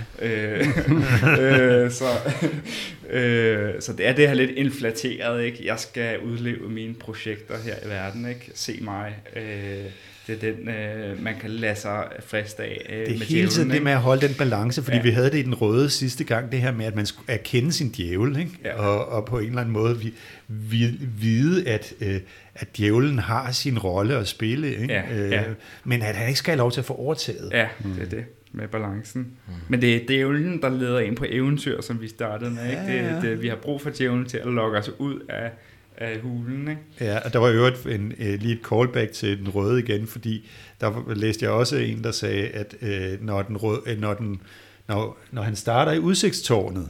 Så det er det her lidt inflateret, ikke? Jeg skal udleve mine projekter her i verden, ikke? Se mig. Det er den, man kan lade sig friste af med djævlen. Det er hele tiden det med at holde den balance, fordi vi havde det i den røde sidste gang, det her med, at man skulle erkende sin djævel, ikke? Ja. Og på en eller anden måde vide, at djævlen har sin rolle at spille, ikke? Men at han ikke skal have lov til at få overtaget. Ja, det er det med balancen. Men det er djævlen, der leder ind på eventyr, som vi startede med, ikke? Det, vi har brug for djævlen til at lokke os ud af hulen, ikke? Ja, og der var jo lige et callback til den røde igen, fordi der læste jeg også en, der sagde, at når han starter i udsigtstårnet,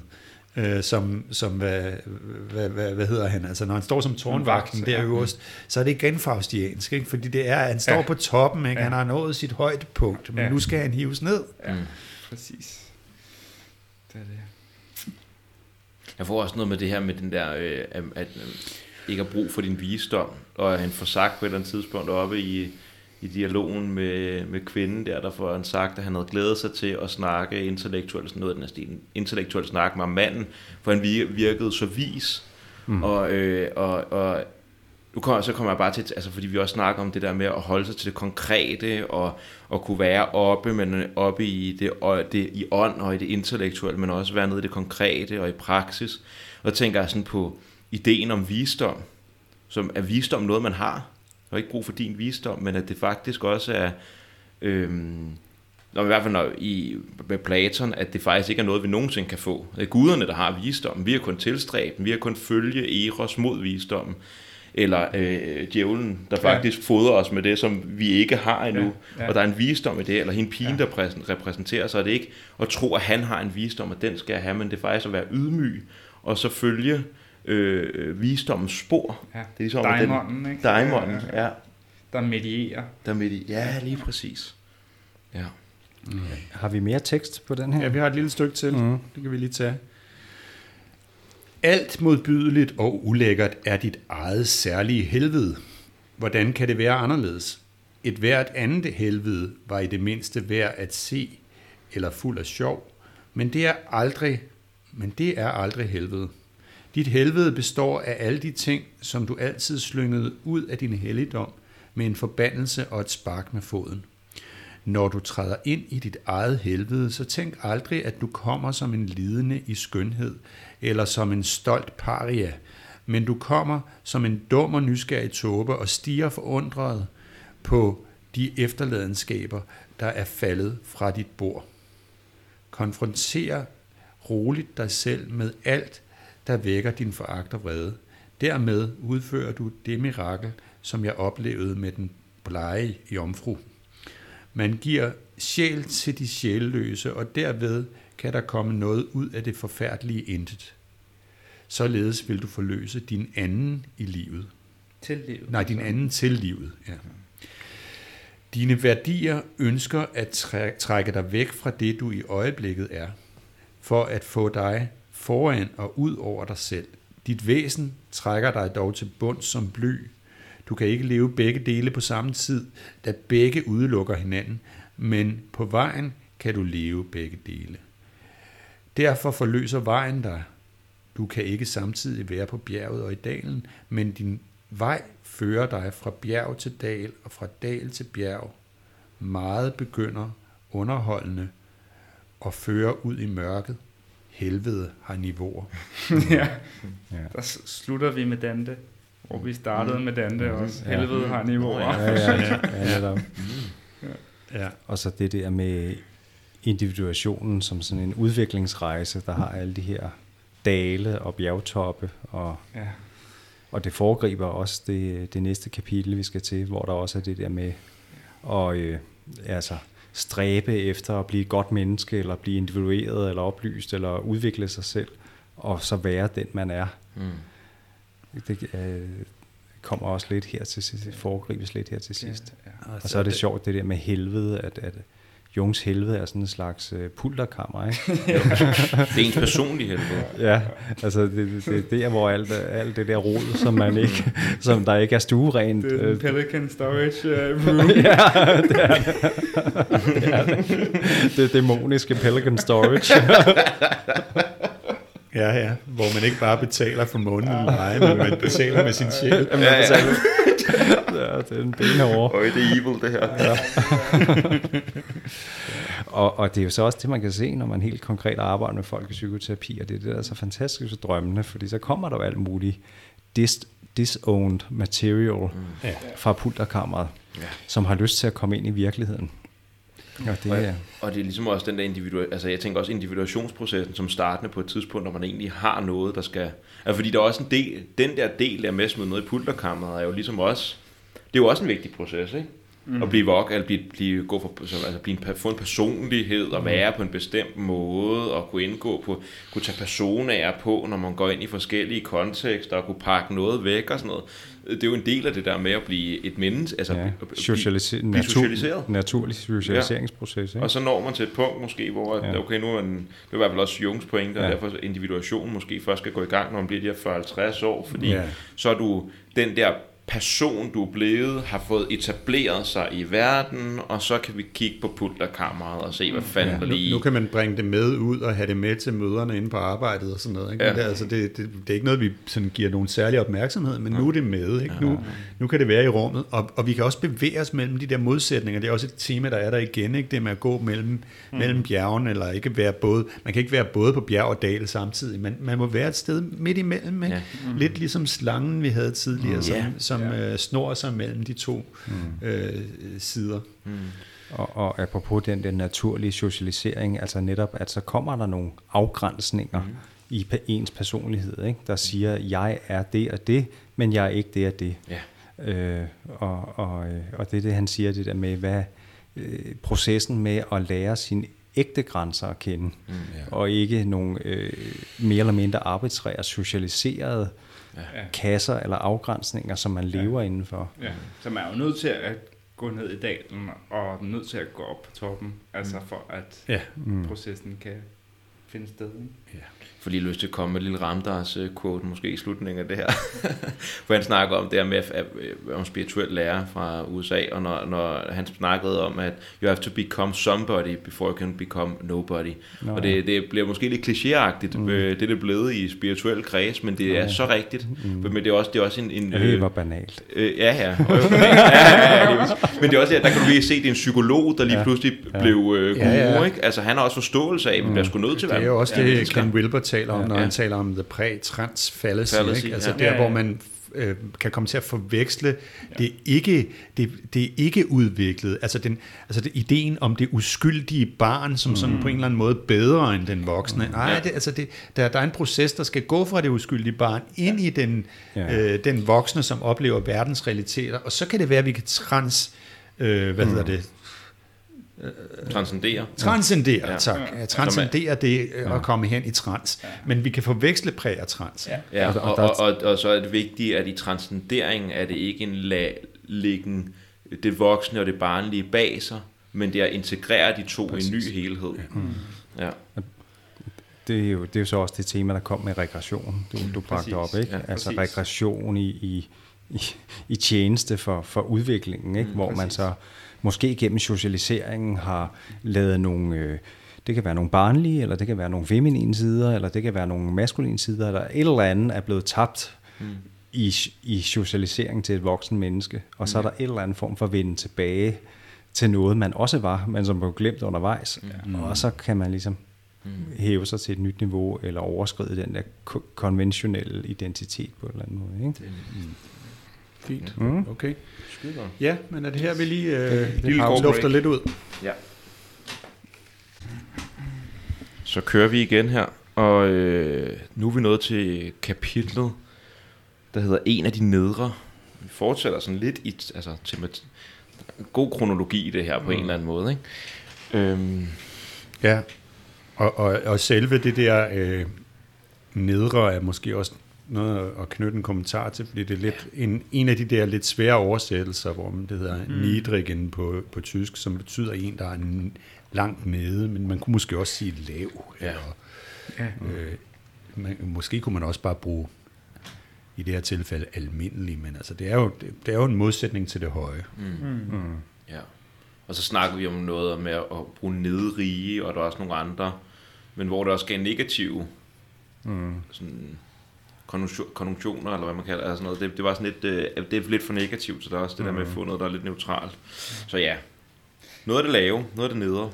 hvad hedder han, altså når han står som tårnvagten der øverst, så er det igen faustiansk, ikke? Fordi det er, han står på toppen, ikke? Han har nået sit højdepunkt, men nu skal han hives ned. Ja, præcis. Det er det. Jeg får også noget med det her med den der, at ikke har brug for din visdom, og han får sagt på et eller andet tidspunkt oppe i dialogen med kvinden der får han sagt, at han havde glædet sig til at snakke intellektuelt snak med manden, for han virkede så vis, og nu kommer jeg bare til, altså fordi vi også snakker om det der med at holde sig til det konkrete, og kunne være oppe i det i ånd og i det intellektuelle, men også være nede i det konkrete og i praksis. Og tænker jeg sådan på ideen om visdom, som er visdom noget, man har. Du har ikke brug for din visdom, men at det faktisk også er, i hvert fald med Platon, at det faktisk ikke er noget, vi nogensinde kan få. Det er guderne, der har visdom. Vi har kun tilstræbt, vi har kun følge Eros mod visdommen. Eller djævlen, der faktisk fodrer os med det, som vi ikke har endnu. Og der er en visdom i det, eller hende pigen, der repræsenterer, så er det ikke at tro, at han har en visdom, og den skal jeg have, men det er faktisk at være ydmyg, og så følge visdommens spor. Ja. Det er ligesom daimonden, ikke? Daimonden, ja. Der medierer. Ja, lige præcis. Ja. Har vi mere tekst på den her? Ja, vi har et lille stykke til. Det kan vi lige tage. Alt modbydeligt og ulækkert er dit eget særlige helvede. Hvordan kan det være anderledes? Et hvert andet helvede var i det mindste værd at se, eller fuld af sjov, men det er aldrig men det er aldrig helvede. Dit helvede består af alle de ting, som du altid slyngede ud af din helligdom med en forbandelse og et spark med foden. Når du træder ind i dit eget helvede, så tænk aldrig, at du kommer som en lidende i skønhed, eller som en stolt paria, men du kommer som en dum og nysgerrig tåbe og stiger forundret på de efterladenskaber, der er faldet fra dit bord. Konfronter roligt dig selv med alt, der vækker din foragt og vrede. Dermed udfører du det mirakel, som jeg oplevede med den blege jomfru. Man giver sjæl til de sjælløse, og derved kan der komme noget ud af det forfærdelige intet. Således vil du forløse din anden i livet. Til livet. Nej, din anden til livet. Ja. Dine værdier ønsker at trække dig væk fra det, du i øjeblikket er, for at få dig foran og ud over dig selv. Dit væsen trækker dig dog til bunds som bly. Du kan ikke leve begge dele på samme tid, da begge udelukker hinanden, men på vejen kan du leve begge dele. Derfor forløser vejen dig. Du kan ikke samtidig være på bjerget og i dalen, men din vej fører dig fra bjerg til dal og fra dal til bjerg. Meget begynder underholdende og fører ud i mørket. Helvede har niveauer. Ja. Der slutter vi med Dante, hvor vi startede med Dante også. Helvede har niveauer. Ja. Og så det der med individuationen som sådan en udviklingsrejse, der har alle de her dale og bjergtoppe, og det foregriber også det næste kapitel, vi skal til, hvor der også er det der med at stræbe efter at blive et godt menneske, eller blive individueret, eller oplyst, eller udvikle sig selv, og så være den, man er. Det kommer også lidt her til sidst, foregribes lidt her til sidst. Og så er det sjovt, det der med helvede, at Jungs helvede er sådan en slags pulterkammer, ikke? Det er ens personlige helvede. Ja, altså det er der, hvor alt det der rod, som der ikke er stuerent. Det er Pelican Storage Room. Ja, det er det dæmoniske Pelican Storage. Ja, hvor man ikke bare betaler for måneden leje, men man betaler med sin sjæl. Ja, det er en benhårde. Øj, det er evil, det her. Ja. Og det er jo så også det, man kan se, når man helt konkret arbejder med folk i psykoterapi, og det er det, der er så fantastisk og drømmende, fordi så kommer der jo alt muligt disowned material fra pulterkammeret, som har lyst til at komme ind i virkeligheden. Og det er ligesom også den der jeg tænker også individuationsprocessen som startende på et tidspunkt, når man egentlig har noget, der skal... Altså fordi der er også en del, den der del af med at smide noget i pulterkammeret er jo ligesom også... Det er jo også en vigtig proces, ikke? At blive vok, eller få en personlighed og være på en bestemt måde og kunne tage personer på, når man går ind i forskellige kontekster og kunne pakke noget væk og sådan noget. Det er jo en del af det der med at blive et menneske, altså blive socialiseret. Naturlig socialiseringsproces. Ikke? Og så når man til et punkt måske, hvor okay, nu er man, det er i hvert fald også Jungs pointe, og derfor individuationen måske først skal gå i gang, når man bliver de her 40-50 år, fordi så er du den der person, du er blevet, har fået etableret sig i verden, og så kan vi kigge på pulterkammeret og se, hvad fanden der lige... Nu kan man bringe det med ud og have det med til møderne inde på arbejdet og sådan noget. Ikke? Ja. Det er ikke noget, vi sådan giver nogen særlig opmærksomhed, men nu er det med. Ikke? Nu kan det være i rummet, og vi kan også bevæge os mellem de der modsætninger. Det er også et tema, der er der igen, ikke? Det med at gå mellem bjergene, eller ikke være både... Man kan ikke være både på bjerg og dal samtidig, men man må være et sted midt imellem. Ikke? Lidt ligesom slangen, vi havde tidligere, som snor sig mellem de to sider. Og apropos den der naturlige socialisering, altså netop, at så kommer der nogle afgrænsninger i ens personlighed, ikke? Der siger, jeg er det og det, men jeg er ikke det og det. Ja. Og det er det, han siger, det der med, hvad processen med at lære sine ægte grænser at kende, og ikke nogle mere eller mindre arbitrære, socialiserede kasser eller afgrænsninger, som man lever indenfor. Ja. Så man er jo nødt til at gå ned i dalen, og nødt til at gå op på toppen, altså for at processen finde sted. Ikke? Ja. For lige lyst til at komme med et lille Ramdas-quote, måske i slutningen af det her. For han snakker om det her med om spirituel lærer fra USA, og når han snakkede om, at you have to become somebody before you can become nobody. Og det bliver måske lidt klichéagtigt, det er blevet i spirituel kreds, men det er så rigtigt. Men det er også en det var banalt. Ja. Men det er også, der kan du lige se, det er en psykolog, der lige pludselig blev guru, ikke? Altså han har også forståelse af, at der skulle nødt til at være. Det er jo også det, Ken Wilber taler om, når han taler om the præ-trans fallacy, ikke? Altså der, hvor man kan komme til at forveksle det ikke udviklet, altså ideen om det uskyldige barn som sådan på en eller anden måde bedre end den voksne. Nej, der er en proces, der skal gå fra det uskyldige barn ind i den voksne, som oplever verdens realiteter, og så kan det være, at vi kan Transcendere, tak. Transcendere det at komme hen i trans. Men vi kan forveksle præ og trans. Og så er det vigtigt, at i transcenderingen er det ikke en liggen det voksne og det barnlige bag sig, men det er at integrere de to i en ny helhed. Ja. Det er jo så også det tema, der kom med regression, du bragte op, ikke? Ja, altså regression i tjeneste for udviklingen, ikke? Hvor man så måske gennem socialiseringen har lavet nogle, det kan være nogle barnlige, eller det kan være nogle feminine sider, eller det kan være nogle maskuline sider, eller et eller andet er blevet tabt i socialisering til et voksen menneske, og så er der et eller andet form for at vende tilbage til noget, man også var, men som blev glemt undervejs, og så kan man ligesom hæve sig til et nyt niveau, eller overskride den der konventionelle identitet på en eller anden måde, ikke? Fint. Okay. Ja, men er det her, vi lige lufter lidt ud? Ja. Så kører vi igen her, og nu er vi nået til kapitlet, der hedder En af de nedre. Vi fortsætter sådan lidt i god kronologi i det her på en eller anden måde, ikke? Ja, og selve det der nedre er måske også noget at knytte en kommentar til, fordi det er lidt en af de der lidt svære oversættelser, hvor det hedder niedrigen på tysk, som betyder en, der er langt nede, men man kunne måske også sige lav. Måske kunne man også bare bruge i det her tilfælde almindelig, men altså det er jo en modsætning til det høje. Ja. Og så snakker vi om noget med at bruge nedrige, og der er også nogle andre, men hvor der også gav negative sådan konjunktioner, eller hvad man kalder altså noget. Det var sådan lidt, det er lidt for negativt, så der er også det der med at få noget, der er lidt neutralt. Så ja, noget af det lave, noget af det nedre.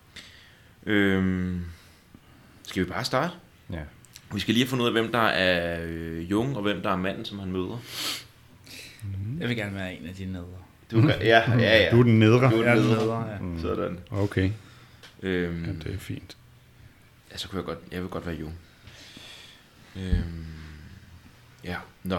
Skal vi bare starte? Ja. Vi skal lige have fundet ud af, hvem der er Jung, og hvem der er manden, som han møder. Jeg vil gerne være en af de nedre. Ja. Du er den nedre. Du er den nedre, ja. Sådan. Okay. Ja, det er fint. Ja, så kunne jeg vil godt være Jung. Ja, nå.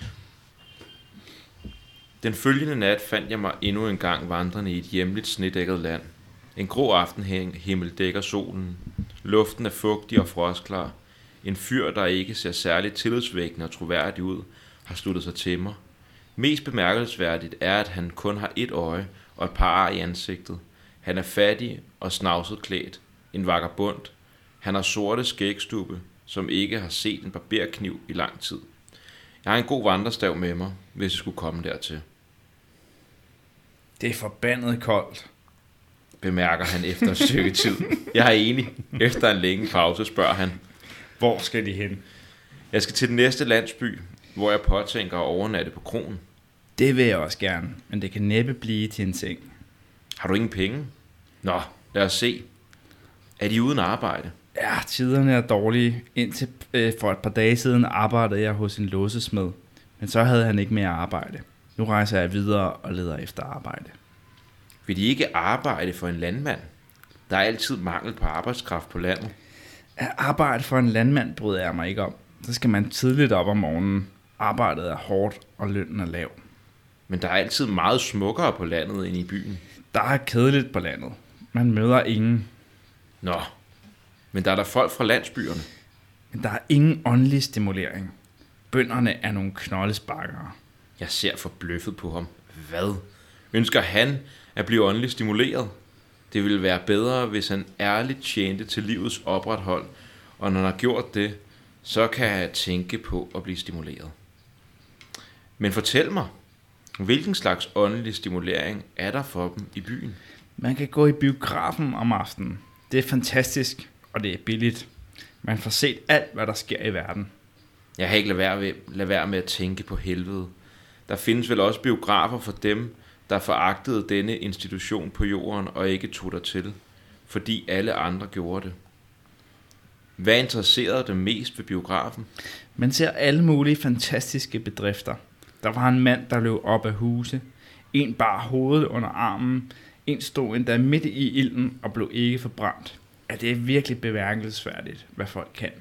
Den følgende nat fandt jeg mig endnu en gang vandrende i et hjemligt snedækket land. En grå aftenhimmel dækker solen. Luften er fugtig og frostklar. En fyr, der ikke ser særligt tillidsvækkende og troværdig ud, har sluttet sig til mig. Mest bemærkelsesværdigt er, at han kun har et øje og et par ar i ansigtet. Han er fattig og snavset klædt. En vagabond. Han har sorte skægstubbe, som ikke har set en barberkniv i lang tid. Jeg har en god vandrestav med mig, hvis jeg skulle komme dertil. Det er forbandet koldt, bemærker han efter et stykke tid. Jeg er enig. Efter en længe pause spørger han. Hvor skal de hen? Jeg skal til den næste landsby, hvor jeg påtænker at overnatte på kroen. Det vil jeg også gerne, men det kan næppe blive til en seng. Har du ingen penge? Nå, lad os se. Er de uden arbejde? Ja, tiderne er dårlige. Indtil for et par dage siden arbejdede jeg hos en låsesmed, men så havde han ikke mere arbejde. Nu rejser jeg videre og leder efter arbejde. Vil de ikke arbejde for en landmand? Der er altid mangel på arbejdskraft på landet. At arbejde for en landmand bryder jeg mig ikke om. Så skal man tidligt op om morgenen. Arbejdet er hårdt, og lønnen er lav. Men der er altid meget smukkere på landet end i byen. Der er kedeligt på landet. Man møder ingen. Nå, men der er der folk fra landsbyerne. Men der er ingen åndelig stimulering. Bønderne er nogle knoldesparkere. Jeg ser forbløffet på ham. Hvad? Ønsker han at blive åndeligt stimuleret? Det ville være bedre, hvis han ærligt tjente til livets oprethold, og når han har gjort det, så kan jeg tænke på at blive stimuleret. Men fortæl mig, hvilken slags åndelig stimulering er der for dem i byen? Man kan gå i biografen om aftenen. Det er fantastisk, og det er billigt. Man får set alt, hvad der sker i verden. Jeg har ikke lade være med at tænke på helvede. Der findes vel også biografer for dem, der foragtede denne institution på jorden og ikke tog der til, fordi alle andre gjorde det. Hvad interesserede dem mest ved biografen? Man ser alle mulige fantastiske bedrifter. Der var en mand, der løb op af huse. En bar hovedet under armen. En stod endda midt i ilden og blev ikke forbrændt. Ja, det er virkelig bemærkelsesværdigt, hvad folk kan.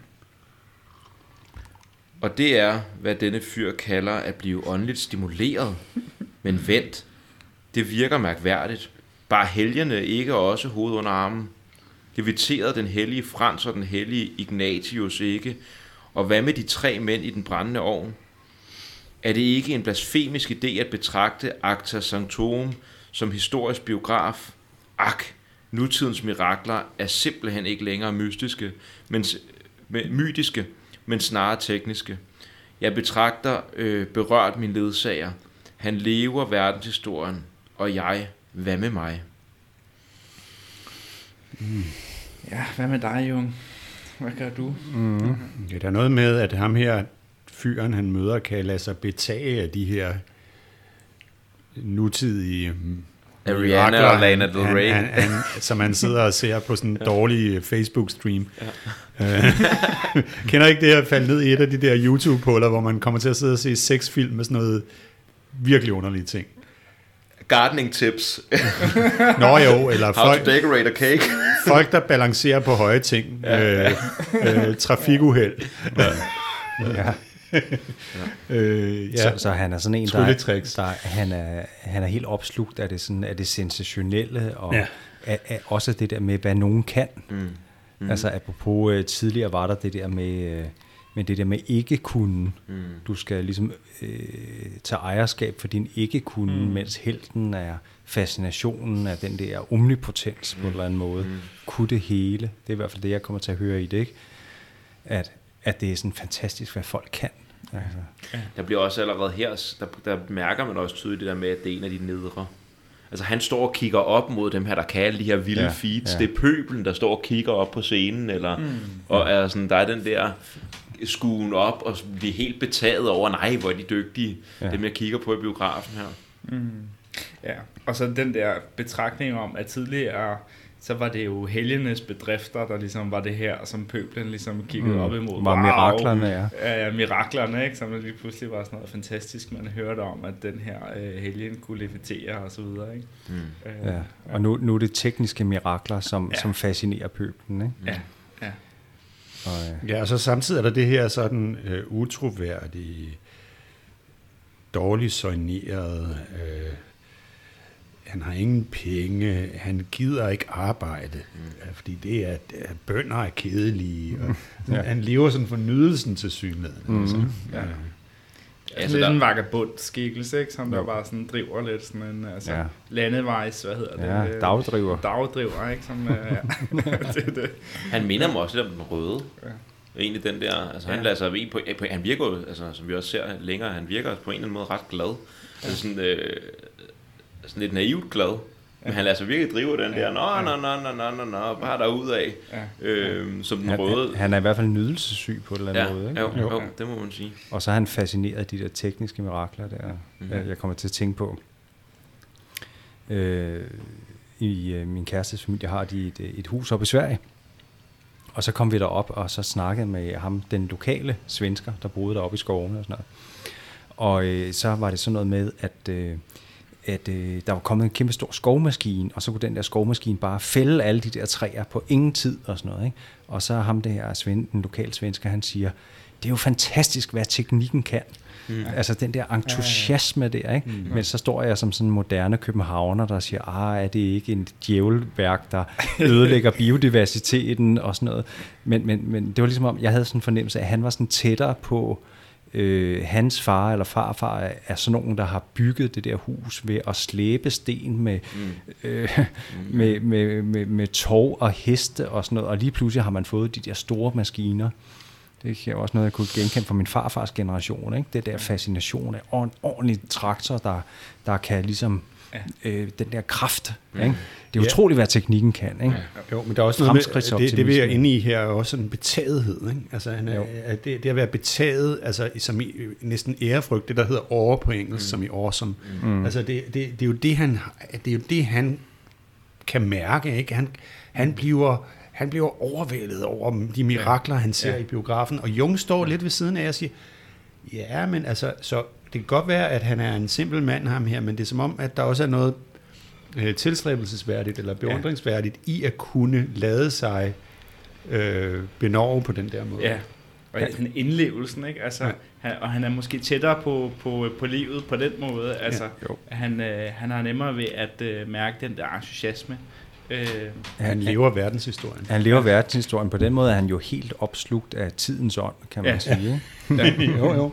Og det er, hvad denne fyr kalder at blive åndeligt stimuleret. Men vent, det virker mærkværdigt. Bare helgene ikke også hovedet under armen. Leviterede den hellige Frans og den hellige Ignatius ikke? Og hvad med de 3 mænd i den brændende ovn? Er det ikke en blasfemisk idé at betragte Acta Sanctorum som historisk biograf? Nutidens mirakler er simpelthen ikke længere mytiske, men snarere tekniske. Jeg betragter berørt min ledsager. Han lever verdenshistorien, og jeg, hvad med mig? Ja, hvad med dig, Jung? Hvad gør du? Ja, der er noget med, at ham her, fyren han møder, kan lade sig betage af de her nutidige Rihanna og Lana Del Rey. Som han sidder og ser på sådan en dårlig Facebook-stream. Ja. Kender ikke det her falde ned i et af de der YouTube-huller, hvor man kommer til at sidde og se sexfilm med sådan noget virkelig underlige ting. Gardening tips. Nå jo, eller How to decorate a cake. Folk, der balancerer på høje ting. Trafikuheld. Ja. Så han er sådan en, han er helt opslugt af det, sådan, af det sensationelle, og af også det der med, hvad nogen kan. Altså apropos tidligere var der det der med det der med ikke kunne. Du skal ligesom tage ejerskab for din ikke kunne, mens helten er fascinationen af den der omnipotens på en eller anden måde. Kunne det hele. Det er i hvert fald det, jeg kommer til at høre i det, ikke? At det er sådan fantastisk, hvad folk kan. Altså. Der bliver også allerede her, der mærker man også tydeligt det der med, at det er en af de nedre. Altså han står og kigger op mod dem her, der kan alle de her vilde feats. Det er pøbelen, der står og kigger op på scenen, og er sådan, der er den der skuen op, og bliver helt betaget over, nej, hvor er de dygtige, dem jeg kigger på i biografen her. Ja, og så den der betragtning om, at tidligere så var det jo helgenes bedrifter, der ligesom var det her, som pøblen ligesom kiggede op imod. Var miraklerne, ja, miraklerne, ikke? Som lige pludselig var sådan noget fantastisk, man hørte om, at den her helgen kunne levitere og så videre, ikke? Og nu er det tekniske mirakler, som fascinerer pøblen, ikke? Og så samtidig er der det her sådan utroværdige, dårligt soigneret, han har ingen penge, han gider ikke arbejde, fordi det er bønder er kedelige, og han lever sådan for nydelsen til synligheden. Altså lidt en vagabond skikkelse, ikke? Som der bare sådan driver lidt sådan en landevejs, hvad hedder det? Dagdriver, ikke? Som, det. Han minder mig også lidt om den røde. Egentlig den der, altså han lader sig på, han virker jo, altså som vi også ser længere, han virker på en eller anden måde ret glad. Altså sådan lidt naivt glad. Men han lader sig virkelig drive den der, bare derudad, som den røde. Han er i hvert fald nydelsessyg på en eller anden måde, ikke? Jo, det må man sige. Og så er han fascineret af de der tekniske mirakler der. Jeg kommer til at tænke på. I min kærestes familie har de et hus oppe i Sverige. Og så kom vi derop og så snakkede med ham, den lokale svensker, der boede deroppe i skovene og sådan noget. Og så var det sådan noget med, at der var kommet en kæmpe stor skovmaskine, og så kunne den der skovmaskine bare fælde alle de der træer på ingen tid og sådan noget, ikke? Og så ham det her den lokale svensker, han siger, det er jo fantastisk, hvad teknikken kan. Altså den der entusiasme der, ikke? Men så står jeg som sådan en moderne københavner, der siger, er det ikke en djævelværk, der ødelægger biodiversiteten og sådan noget. Men det var ligesom om, jeg havde sådan en fornemmelse af, at han var sådan tættere på hans far eller farfar er sådan nogen, der har bygget det der hus ved at slæbe sten med tov og heste og sådan noget, og lige pludselig har man fået de der store maskiner. Det er også noget, jeg kunne genkende fra min farfars generation, ikke? Det der fascination af en ordentlig traktor, der kan ligesom den der kraft. Ikke? Det er utroligt, hvad teknikken kan. Ikke? Jo, men der er også noget med, det vi er inde i her, er også en betagethed. Ikke? Altså, det at være betaget, altså, som i, næsten ærefrygt, det der hedder awe på engelsk, som i awesome. Altså, det er jo det, han kan mærke. Ikke? Han bliver overvældet over de mirakler, han ser i biografen, og Jung står lidt ved siden af og siger, ja, men altså, så det kan godt være, at han er en simpel mand, ham her, men det er som om, at der også er noget tilstræbelsesværdigt eller beundringsværdigt i at kunne lade sig benove på den der måde. Ja, og den indlevelsen, ikke? Altså, og han er måske tættere på livet på den måde. Altså, han har nemmere ved at mærke den der entusiasme. Han lever verdenshistorien. Han lever verdenshistorien. På den måde er han jo helt opslugt af tidens ånd, kan man sige. Jo.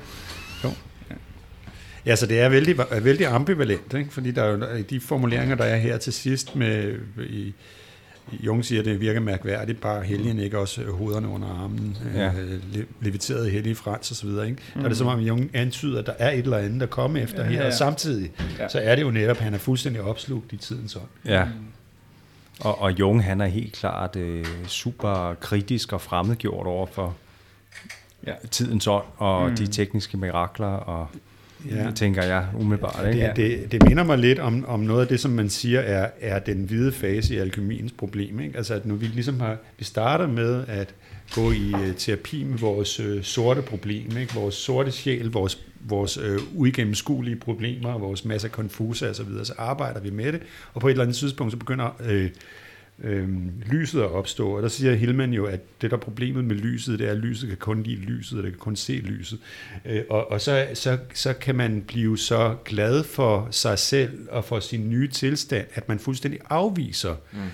Ja, så det er vældig ambivalent, ikke? Fordi der er jo de formuleringer, der er her til sidst med... Jung siger, at det virker mærkværdigt, bare helgen ikke også hovederne under armen, leviterede hellige Frans og så videre. Ikke? Der er det som om Jung antyder, at der er et eller andet, der kommer efter her, og samtidig så er det jo netop, at han er fuldstændig opslugt i tidens ånd. Ja. Og Jung, han er helt klart super kritisk og fremmedgjort over for tidens ånd og de tekniske mirakler, og det tænker jeg umiddelbart. Ikke? Det minder mig lidt om noget af det, som man siger er den hvide fase i alkemiens problem. Ikke? Altså, at nu vi ligesom vi starter med at gå i terapi med vores sorte problem, ikke? Vores sorte sjæl, vores uigennemskuelige problemer, vores masse konfuser osv., så arbejder vi med det, og på et eller andet tidspunkt så begynder lyset at opstå, og der siger Hillman jo, at det der problemet med lyset, det er, at lyset kan kun lide lyset, og det kan kun se lyset. Og så kan man blive så glad for sig selv og for sin nye tilstand, at man fuldstændig afviser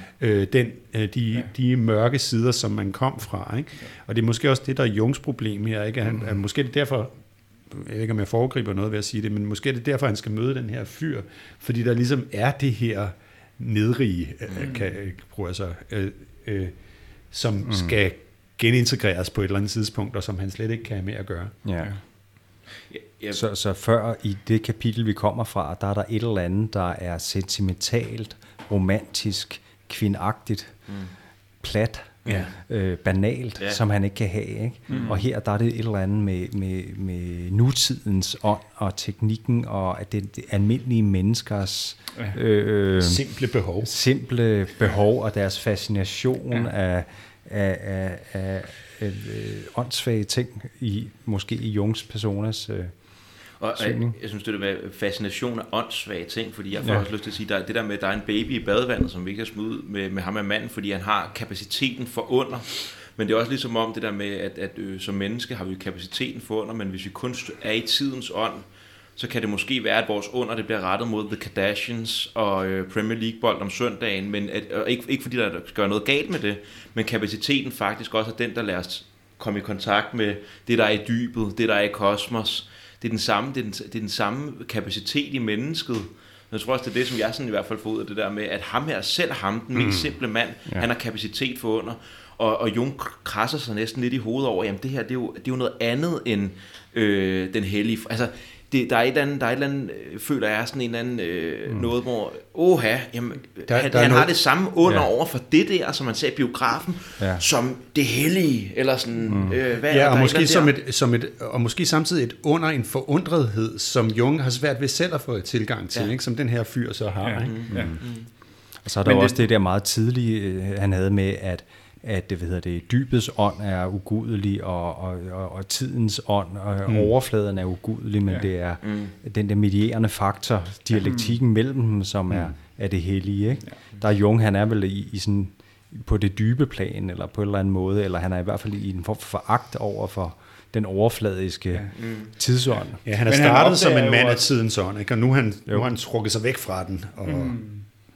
de mørke sider, som man kom fra. Ikke? Og det er måske også det, der er Jungs problem her. Ikke? Måske er det derfor, jeg ved ikke, om jeg foregriber noget ved at sige det, men måske er det derfor, han skal møde den her fyr, fordi der ligesom er det her nedrige, som skal genintegreres på et eller andet tidspunkt, og som han slet ikke kan have med at gøre. Ja. Så før i det kapitel, vi kommer fra, der er der et eller andet, der er sentimentalt, romantisk, kvindagtigt, plat, banalt, som han ikke kan have. Ikke? Og her der er det et eller andet med nutidens ånd og teknikken og at det almindelige menneskers simple behov og deres fascination af åndssvage ting måske i Jungs personas og jeg synes, det er med fascination af åndssvage ting, fordi jeg får også lyst til at sige, at det der med, at der er en baby i badevandet, som vi ikke kan smide ud med ham af manden, fordi han har kapaciteten for under. Men det er også ligesom om det der med, at som menneske har vi kapaciteten for under, men hvis vi kun er i tidens ånd, så kan det måske være, at vores under det bliver rettet mod The Kardashians og Premier League-bold om søndagen, men ikke fordi der gør noget galt med det, men kapaciteten faktisk også er den, der lader os komme i kontakt med det, der er i dybet, det, der er i kosmos. Det er den samme kapacitet i mennesket. Jeg tror også, det er det, som jeg sådan i hvert fald får ud af det der med, at den mest simple mand, han har kapacitet for under. Og Jung krasser sig næsten lidt i hovedet over, jamen det her, det er jo noget andet end den hellige. Altså, der er et eller andet, føler jeg, sådan en eller anden noget, hvor, jamen, han har det samme under over for det der, som man ser i biografen, som det hellige, eller sådan, hvad er og måske og måske samtidig et under en forundrethed, som Jung har svært ved selv at få tilgang til, ikke? Som den her fyr så har. Ikke? Og så er der også det der meget tidlige, han havde med, at dybets ånd er ugudelig, og tidens ånd og overfladen er ugudelig, men det er den der medierende faktor, dialektikken mellem dem, som er det hellige. Ikke? Der er Jung, han er vel i sådan på det dybe plan, eller på en eller anden måde, eller han er i hvert fald i en form for foragt over for den tidsånd. Ja, han er startet som en mand af tidens ånd, ikke? Og nu har han trukket sig væk fra den. Og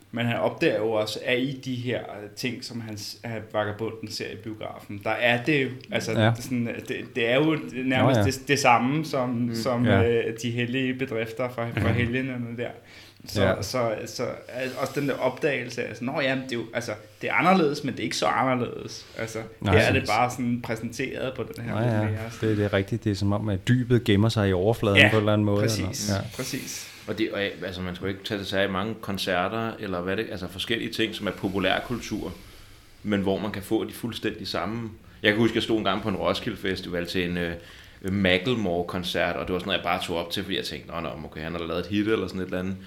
Men han opdager jo også, at i de her ting, som hans vagabunden ser i biografen, der er det jo, altså det er jo nærmest det samme som de hellige bedrifter fra helgenerne der. Så også den der opdagelse af sådan, det er jo, altså, det er anderledes, men det er ikke så anderledes. Altså, her er det bare sådan præsenteret på den her måde. Det er rigtigt. Det er som om, at dybet gemmer sig i overfladen på en eller anden måde. Præcis. Og altså, man skal jo ikke tage det sig mange koncerter, eller hvad det, altså forskellige ting, som er populærkultur, men hvor man kan få de fuldstændig samme. Jeg kan huske, at jeg stod en gang på en Roskilde Festival til en Macklemore-koncert, og det var sådan noget, jeg bare tog op til, fordi jeg tænkte, okay, han har lavet et hit eller sådan et eller andet.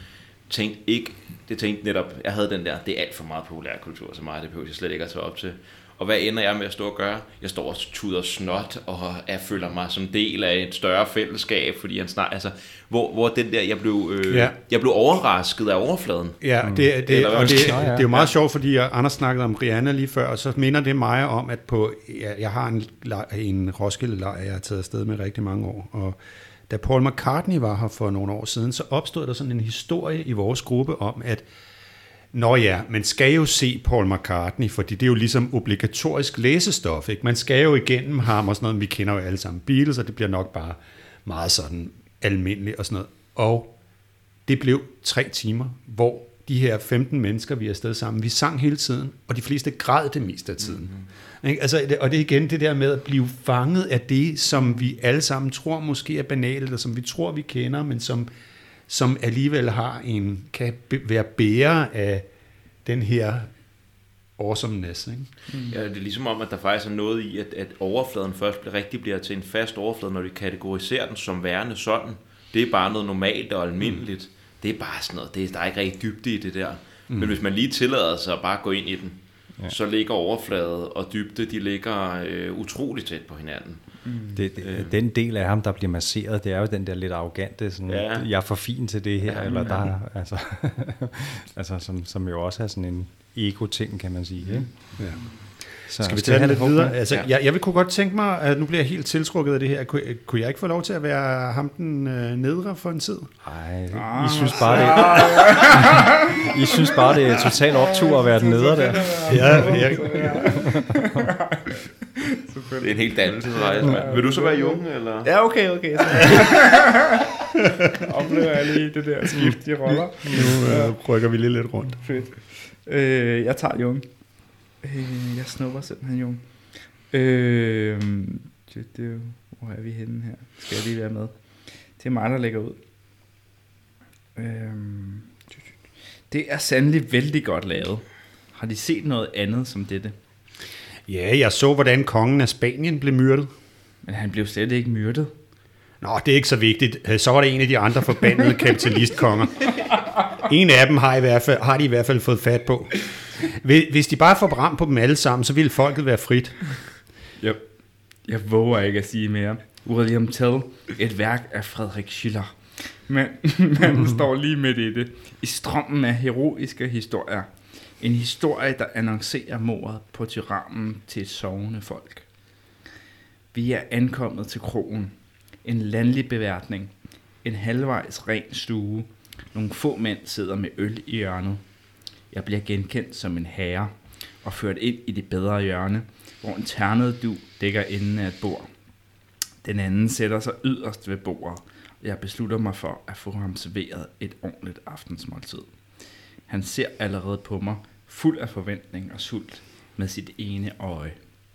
Tænkte netop, jeg havde den der, det er alt for meget populærkultur, så meget det behøver jeg slet ikke at tage op til. Og hvad ender jeg med at stå og gøre? Jeg står og tuder snot, og jeg føler mig som del af et større fællesskab, fordi han snart, altså, hvor den der, jeg blev overrasket af overfladen. Ja, det er jo meget sjovt, fordi Anders snakkede om Rihanna lige før, og så minder det mig om, at jeg har en Roskilde-lejr, jeg har taget afsted med rigtig mange år, og da Paul McCartney var her for nogle år siden, så opstod der sådan en historie i vores gruppe om, at man skal jo se Paul McCartney, fordi det er jo ligesom obligatorisk læsestof, ikke? Man skal jo igennem ham og sådan noget, vi kender jo alle sammen Beatles, og det bliver nok bare meget sådan almindeligt og sådan noget. Og det blev 3 timer, hvor de her 15 mennesker, vi er afsted sammen, vi sang hele tiden, og de fleste græd det meste af tiden. Mm-hmm. Altså, og det er igen det der med at blive fanget af det, som vi alle sammen tror måske er banalt, eller som vi tror, vi kender, men som alligevel kan være bærer af den her awesomeness. Ikke? Mm. Ja, det er ligesom om, at der faktisk er noget i, at overfladen først bliver til en fast overflade, når vi kategoriserer den som værende sådan. Det er bare noget normalt og almindeligt. Mm. Det er bare sådan noget, der er ikke rigtig dybde i det der. Mm. Men hvis man lige tillader sig at bare gå ind i den, så ligger overflade og dybde, de ligger utroligt tæt på hinanden. Den del af ham, der bliver masseret, det er jo den der lidt arrogante, sådan, jeg er for fin til det her, eller der, altså som jo også er sådan en ego-ting, kan man sige. Ikke? Ja. Så skal vi tage lidt videre? Altså, jeg kunne godt tænke mig, at nu bliver jeg helt tiltrukket af det her. Kunne jeg ikke få lov til at være ham den nedre for en tid? Nej, I synes bare, det er totalt optur at være den nedre der. Ja. Det er en helt dannelsesrejse, mand. Vil du så være Jung, eller? Ja, okay. Oplever jeg lige det der skift i roller. Nu rykker vi lidt rundt. Fedt. Jeg tager Jung. Jeg snupper simpelthen Jung. Hvor er vi henne her? Skal jeg lige være med? Det er mig, der lægger ud. Det er sandelig vældig godt lavet. Har de set noget andet som dette? Ja, jeg så, hvordan kongen af Spanien blev myrdet. Men han blev slet ikke myrdet. Nå, det er ikke så vigtigt. Så var det en af de andre forbandede kapitalistkonger. En af dem har de i hvert fald fået fat på. Hvis de bare får brand på dem alle sammen, så ville folket være frit. Jeg våger ikke at sige mere. William Tell, et værk af Frederik Schiller. Men man står lige midt i det. I strømmen af heroiske historier. En historie, der annoncerer mordet på tyrannen til et sovende folk. Vi er ankommet til krogen. En landlig beværtning. En halvvejs ren stue. Nogle få mænd sidder med øl i hjørnet. Jeg bliver genkendt som en herre og ført ind i det bedre hjørne, hvor en ternet dug dækker enden af et bord. Den anden sætter sig yderst ved bordet, og jeg beslutter mig for at få ham serveret et ordentligt aftensmåltid. Han ser allerede på mig, fuld af forventning og sult, med sit ene øje.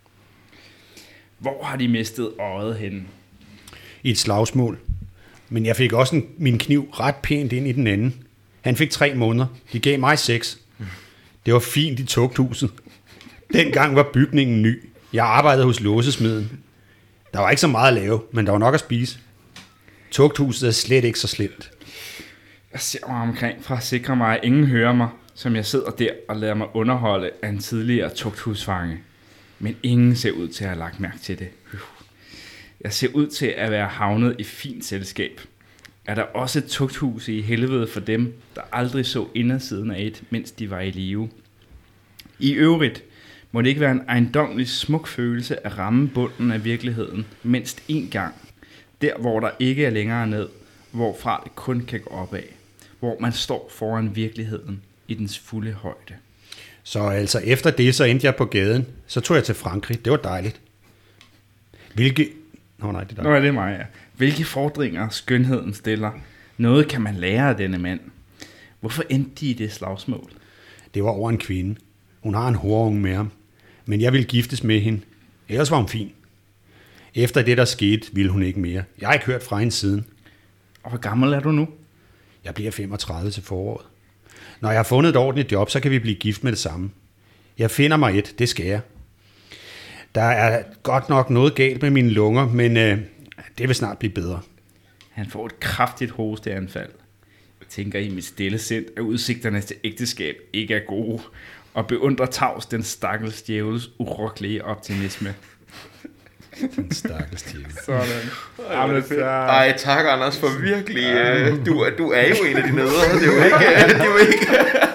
Hvor har de mistet øjet henne? I et slagsmål. Men jeg fik også min kniv ret pænt ind i den anden. Han fik 3 måneder. De gav mig 6. Det var fint i tugthuset. Dengang var bygningen ny. Jeg arbejdede hos låsesmeden. Der var ikke så meget at lave, men der var nok at spise. Tugthuset er slet ikke så slemt. Jeg ser mig omkring for at sikre mig, at ingen hører mig, som jeg sidder der og lader mig underholde af en tidligere tugthusfange. Men ingen ser ud til at have lagt mærke til det. Jeg ser ud til at være havnet i fint selskab. Er der også et tugthus i helvede for dem, der aldrig så indersiden af et, mens de var i live? I øvrigt må det ikke være en ejendommelig smuk følelse at ramme bunden af virkeligheden mindst én gang. Der, hvor der ikke er længere ned, hvorfra det kun kan gå opad. Hvor man står foran virkeligheden i dens fulde højde. Så altså efter det, så endte jeg på gaden. Så tog jeg til Frankrig. Det var dejligt. Hvilke... nej, det er Nå, det er mig, ja. Hvilke fordringer skønheden stiller? Noget kan man lære af denne mand. Hvorfor endte de i det slagsmål? Det var over en kvinde. Hun har en horunge med ham. Men jeg ville giftes med hende. Ellers var hun fin. Efter det, der skete, ville hun ikke mere. Jeg har ikke hørt fra hende siden. Og hvor gammel er du nu? Jeg bliver 35 til foråret. Når jeg har fundet et ordentligt job, så kan vi blive gift med det samme. Jeg finder mig et, det skal jeg. Der er godt nok noget galt med mine lunger, men det vil snart blive bedre. Han får et kraftigt hosteanfald. Jeg tænker i mit stille sind, at udsigterne til ægteskab ikke er gode, og beundrer tavs den stakkels djævels urokkelige optimisme. Den stakkels djævel. Sådan. Ej, tak Anders for virkelig. Du er jo en af de nødre. Det er jo ikke.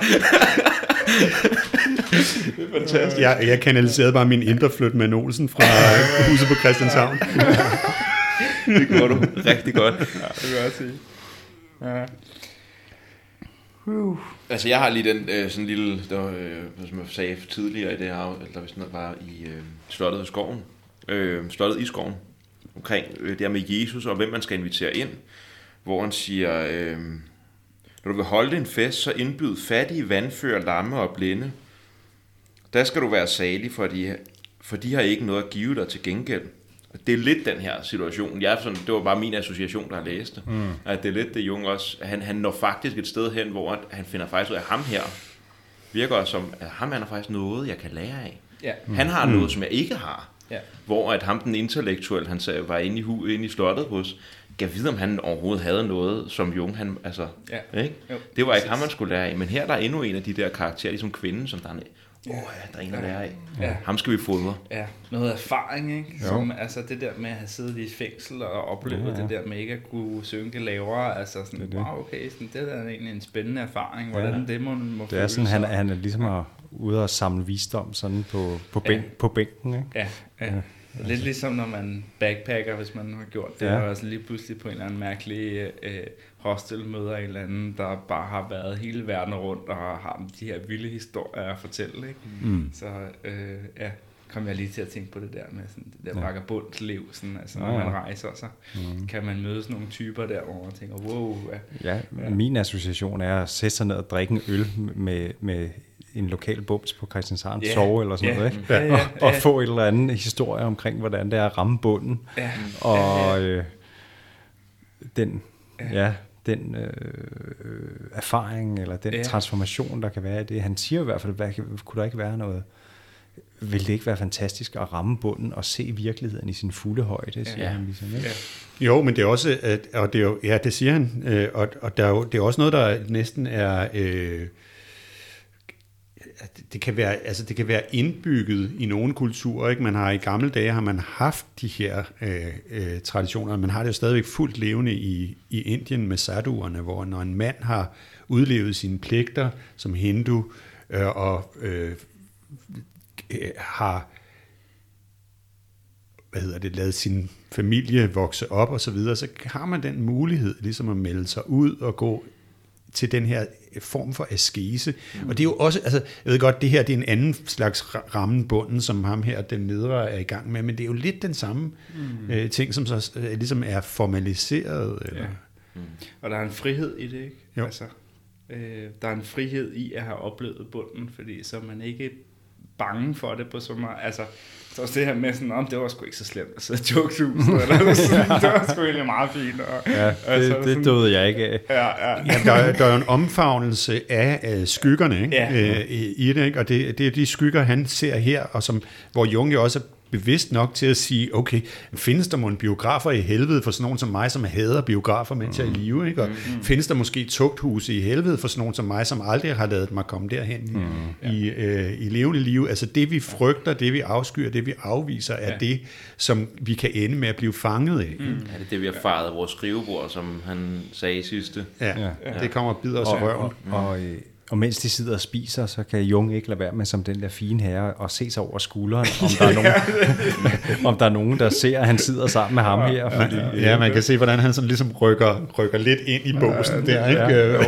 Det er fantastisk. Jeg kanaliserede bare min indre med Olsen fra huset på Christianshavn. Det gjorde du rigtig godt. Ja, det vil jeg sige. Ja. Altså jeg har lige den sådan lille, som jeg sagde tidligere i det her, der vist var i slottet i skoven. Slottet i skoven. Omkring det her med Jesus og hvem man skal invitere ind. Hvor han siger, når du vil holde en fest, så indbyd fattige, vandfører, lamme og blinde. Der skal du være salig, for de har ikke noget at give dig til gengæld. Det er lidt den her situation. Det var bare min association, der har læst det. At det er lidt det Jung også. Han når faktisk et sted hen, hvor han finder faktisk ud af, at ham her virker som, at ham er faktisk noget, jeg kan lære af. Ja. Han har noget, som jeg ikke har. Ja. Hvor at ham, den intellektuelle, han sagde, var inde i slottet hos, gav vide, om han overhovedet havde noget, som Jung, han, altså, ikke? Det var ikke ham, man skulle lære af. Men her der er endnu en af de der karakterer, ligesom kvinden, som der er der er en at lære af. Ja. Ham skal vi fodre. Ja, noget erfaring, ikke? Som, altså det der med at have siddet i et fængsel og oplevet det der med ikke at kunne synke lavere, altså sådan, wow, okay, sådan, det der er egentlig en spændende erfaring, hvordan det må det er sådan, han er ligesom ude og samle visdom sådan på bænken, ikke? Ja. Lidt ligesom når man backpacker, hvis man har gjort det, og altså lige pludselig på en eller anden mærkelig hostel møder en eller anden, der bare har været hele verden rundt og har de her vilde historier at fortælle, ikke? Så kom jeg lige til at tænke på det der med sådan, det der vagabundsliv, sådan, altså når man rejser, så kan man møde sådan nogle typer derovre og tænker, wow. Min association er at sætte sig ned og drikke en øl med en lokal bums på Christianshavn, sove eller sådan noget, ikke? Og få et eller andet historie omkring, hvordan det er at ramme bunden. Og den erfaring, eller den transformation, der kan være i det. Han siger i hvert fald, kunne der ikke være noget, vil det ikke være fantastisk at ramme bunden og se virkeligheden i sin fulde højde, siger han ligesom, ikke? Jo, men det er også, og det er jo, det siger han, og der er jo, det er også noget, der næsten er... det kan være indbygget i nogle kulturer, ikke? Man har i gamle dage har man haft de her traditioner, man har det jo stadigvæk fuldt levende i Indien med sadhuerne, hvor når en mand har udlevet sine pligter som hindu og har ladet sin familie vokse op og så videre, så har man den mulighed ligesom at melde sig ud og gå til den her form for askese. Og det er jo også, altså, jeg ved godt, det her det er en anden slags ramme bunden, som ham her, den nedre, er i gang med, men det er jo lidt den samme ting, som så ligesom er formaliseret. Eller? Og der er en frihed i det, ikke? Jo. Altså, der er en frihed i at have oplevet bunden, fordi så er man ikke bange for det på så meget, altså, så også det her med sådan, det var sgu ikke så slemt at sidde i jokehuset, eller sådan, det var sgu egentlig meget fint. Og, det døde jeg ikke af. Der er jo en omfavnelse af skyggerne, ikke? I det, ikke? Og det er de skygger, han ser her, og hvor Jung jo også er bevidst nok til at sige, okay, findes der måske biografer i helvede for sådan nogen som mig, som hader biografer, mens jeg er i live, ikke? Og findes der måske tugthuse i helvede for sådan nogen som mig, som aldrig har ladet mig komme derhen i levende liv. Altså det vi frygter, det vi afskyer, det vi afviser, er det, som vi kan ende med at blive fanget af. Er det vi har faret vores skrivebord, som han sagde i sidste? Det kommer og bider os i røven. Og mens de sidder og spiser, så kan Jung ikke lade være med som den der fine herre og se sig over skulderen, om der er nogen, der ser, at han sidder sammen med ham her. Fordi, man kan se, hvordan han sådan ligesom rykker lidt ind i båsen der, ikke?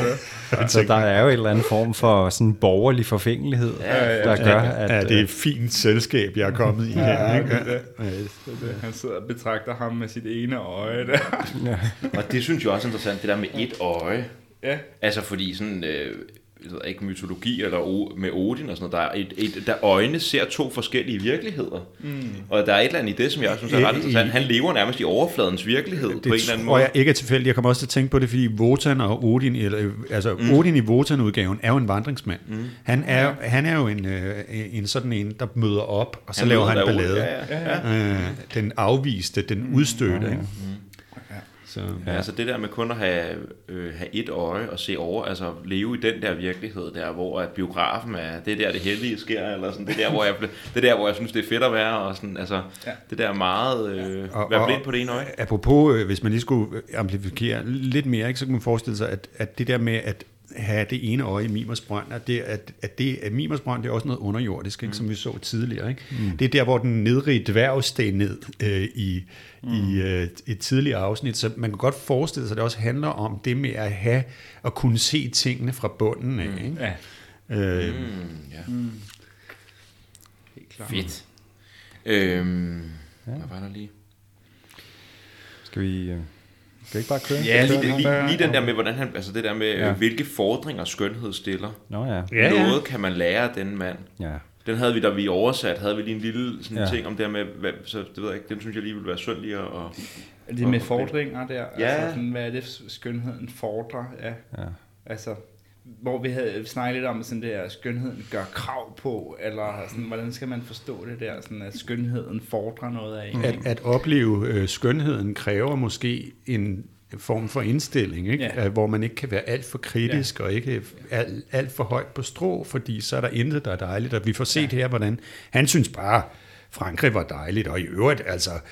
Så der er jo en eller anden form for sådan borgerlig forfængelighed, der gør, at... det er et fint selskab, jeg er kommet i her. Ikke? Han sidder og betragter ham med sit ene øje der. Og det synes jeg også er interessant, det der med et øje. Ja. Altså fordi sådan, ikke mytologi eller med Odin og sådan noget, der øjne ser to forskellige virkeligheder. Og der er et eller andet i det, som jeg synes er ret interessant. Han lever nærmest i overfladens virkelighed på en eller anden måde. Og jeg ikke er tilfældig. Jeg kommer også til at tænke på det, fordi Wotan og Odin, Odin i Wotan-udgaven er jo en vandringsmand. Han er jo en sådan en, der møder op, og så laver han ballade. Den afviste, den udstødte. Ikke? Så. Ja, altså det der med kun at have et øje og se over, altså leve i den der virkelighed der, hvor at biografen er, det der det heldige sker, eller sådan, det der, hvor jeg synes, det er fedt at være, og sådan, altså det der meget, være blind på det ene øje. Apropos, hvis man lige skulle amplifikere lidt mere, ikke, så kan man forestille sig, at det der med at have det ene øje i Mimers brønd, at Mimers brønd, det er også noget underjordisk, ikke, som vi så tidligere. Ikke? Det er der, hvor den nedrige dværg steg ned i et tidligere afsnit, så man kan godt forestille sig, at det også handler om det med at kunne se tingene fra bunden af. Ikke? Ja. Helt klart. Fedt. Hvad var der lige? Skal vi ikke bare køre? Ja, lige den der med, hvordan han, altså det der med, hvilke fordringer skønhed stiller. Noget kan man lære af den mand. Ja. Den havde vi, da vi oversat, havde vi lige en lille sådan ting om det her med, så det ved jeg ikke, den synes jeg lige ville være synd lige at... Det med fordringer der, altså sådan, hvad er det skønheden fordrer? Ja. Altså, hvor vi havde snakket lidt om, sådan der, skønheden gør krav på, eller sådan, hvordan skal man forstå det der, sådan at skønheden fordrer noget af en? At opleve skønheden kræver måske en form for indstilling, ikke? Hvor man ikke kan være alt for kritisk og ikke alt for højt på strå, fordi så er der intet, der er dejligt. Og vi får set her, hvordan han synes bare, Frankrig var dejligt, og i øvrigt,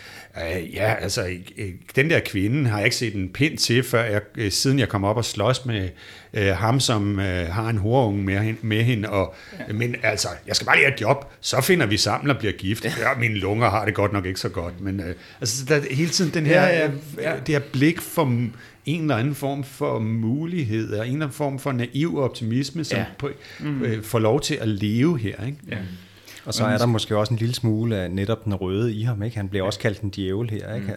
den der kvinde har jeg ikke set en pind til, siden jeg kom op og slås med ham, som har en horunge med hende, men altså, jeg skal bare lige have et job, så finder vi sammen og bliver gift. Ja, mine lunger har det godt nok ikke så godt, men altså, der er hele tiden den her, det her blik for en eller anden form for mulighed, og en eller anden form for naiv optimisme, som får lov til at leve her, ikke? Ja. Og så er der måske også en lille smule af netop den røde i ham, ikke? Han bliver også kaldt en djævel her, ikke?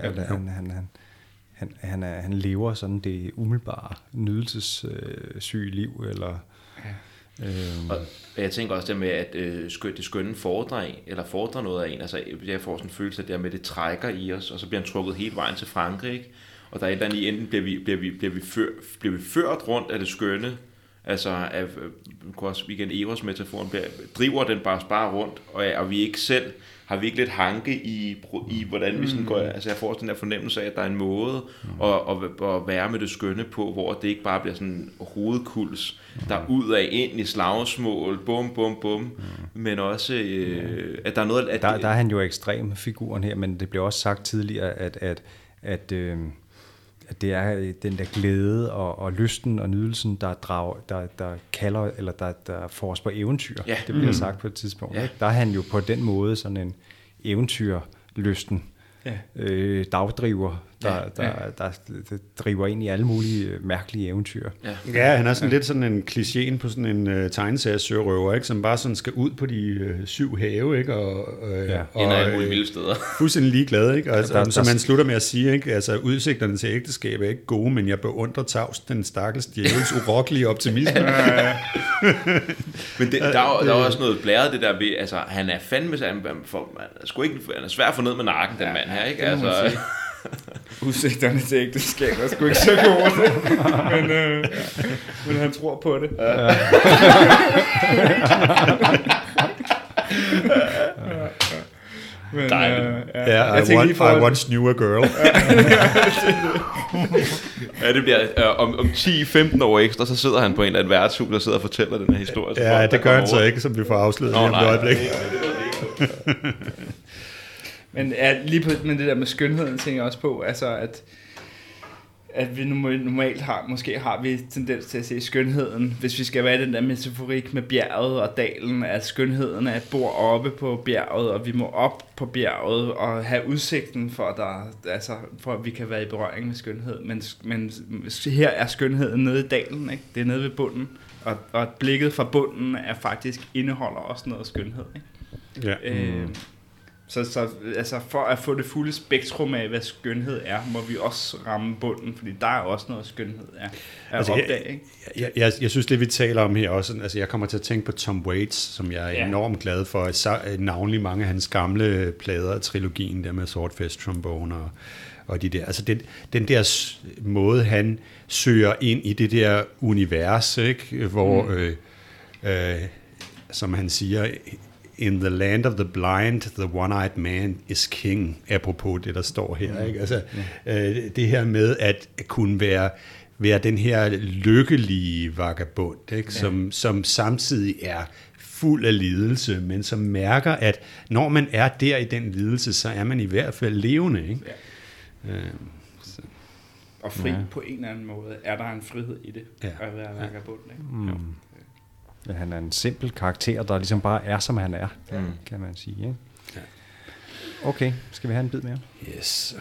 Han lever sådan det umiddelbare nydelsessyge liv, eller... Og jeg tænker også det med, at det skønne fordrer noget af en. Altså, jeg får sådan en følelse af det med, det trækker i os, og så bliver han trukket hele vejen til Frankrig, ikke? Og der er et eller andet i, enten bliver vi ført rundt af det skønne, altså også igen Eros metaforen, driver den bare rundt, og vi ikke selv har vi ikke lidt hanke i hvordan vi sådan går, altså jeg får den der fornemmelse af, at der er en måde at være med det skønne på, hvor det ikke bare bliver sådan hovedkuls, der ud af ind i slagsmål, bum, men også at der er noget... Der er han jo ekstrem figuren her, men det blev også sagt tidligere, at det er den der glæde og lysten og nydelsen, der kalder, eller der får os på eventyr. Ja. Det bliver sagt på et tidspunkt. Ja. Der er han jo på den måde sådan en eventyrlysten dagdriver, der driver ind i alle mulige mærkelige eventyr. Ja, han er sådan lidt sådan en klichéen på sådan en tegneseriesørøver, ikke, som bare sådan skal ud på de 7 have, ikke, og alle mulige vilde steder. Fuldstændig ligeglad, ikke, og som man slutter med at sige, ikke, altså udsigterne til ægteskab er ikke gode, men jeg beundrer tavst den stakkels djævels urokkelige optimisme. Men der er også noget blæret det der ved, altså han er fandme, han er svær at få ned med nakken, den mand her, ikke, altså... Udsigterne til ægteskab er sgu ikke så gode, men han tror på det. Men, I once knew a girl. Ja, det bliver om 10-15 år ekstra, så sidder han på en eller anden værtshus og sidder og fortæller den her historie. Ja, det gør han så ikke, som vi får afsløret om et øjeblik. Men lige på men det der med skønheden tænker jeg også på, altså at vi normalt har vi tendens til at se skønheden, hvis vi skal være den der metaforik med bjerget og dalen, at skønheden er et bord oppe på bjerget, og vi må op på bjerget og have udsigten for at vi kan være i berøring med skønhed. Men her er skønheden nede i dalen, ikke? Det er nede ved bunden, og blikket fra bunden er faktisk indeholder også noget skønhed, ikke? Ja. Så altså for at få det fulde spektrum af, hvad skønhed er, må vi også ramme bunden, fordi der er også noget skønhed at opdage. Ikke? Jeg synes, det vi taler om her også, altså jeg kommer til at tænke på Tom Waits, som jeg er enormt glad for, navnlig mange af hans gamle plader, trilogien der med Swordfish Trombone og de der. Altså den der måde, han søger ind i det der univers, ikke? Hvor, som han siger, in the land of the blind, the one-eyed man is king, apropos det, der står her. Ikke? Altså, det her med at kunne være den her lykkelige vagabond, ikke? Som samtidig er fuld af lidelse, men som mærker, at når man er der i den lidelse, så er man i hvert fald levende. Ikke? Ja. Og fri på en eller anden måde. Er der en frihed i det, at være vagabond? Ikke? Ja, han er en simpel karakter, der ligesom bare er, som han er, kan man sige. Ikke? Ja. Okay, skal vi have en bid mere? Yes.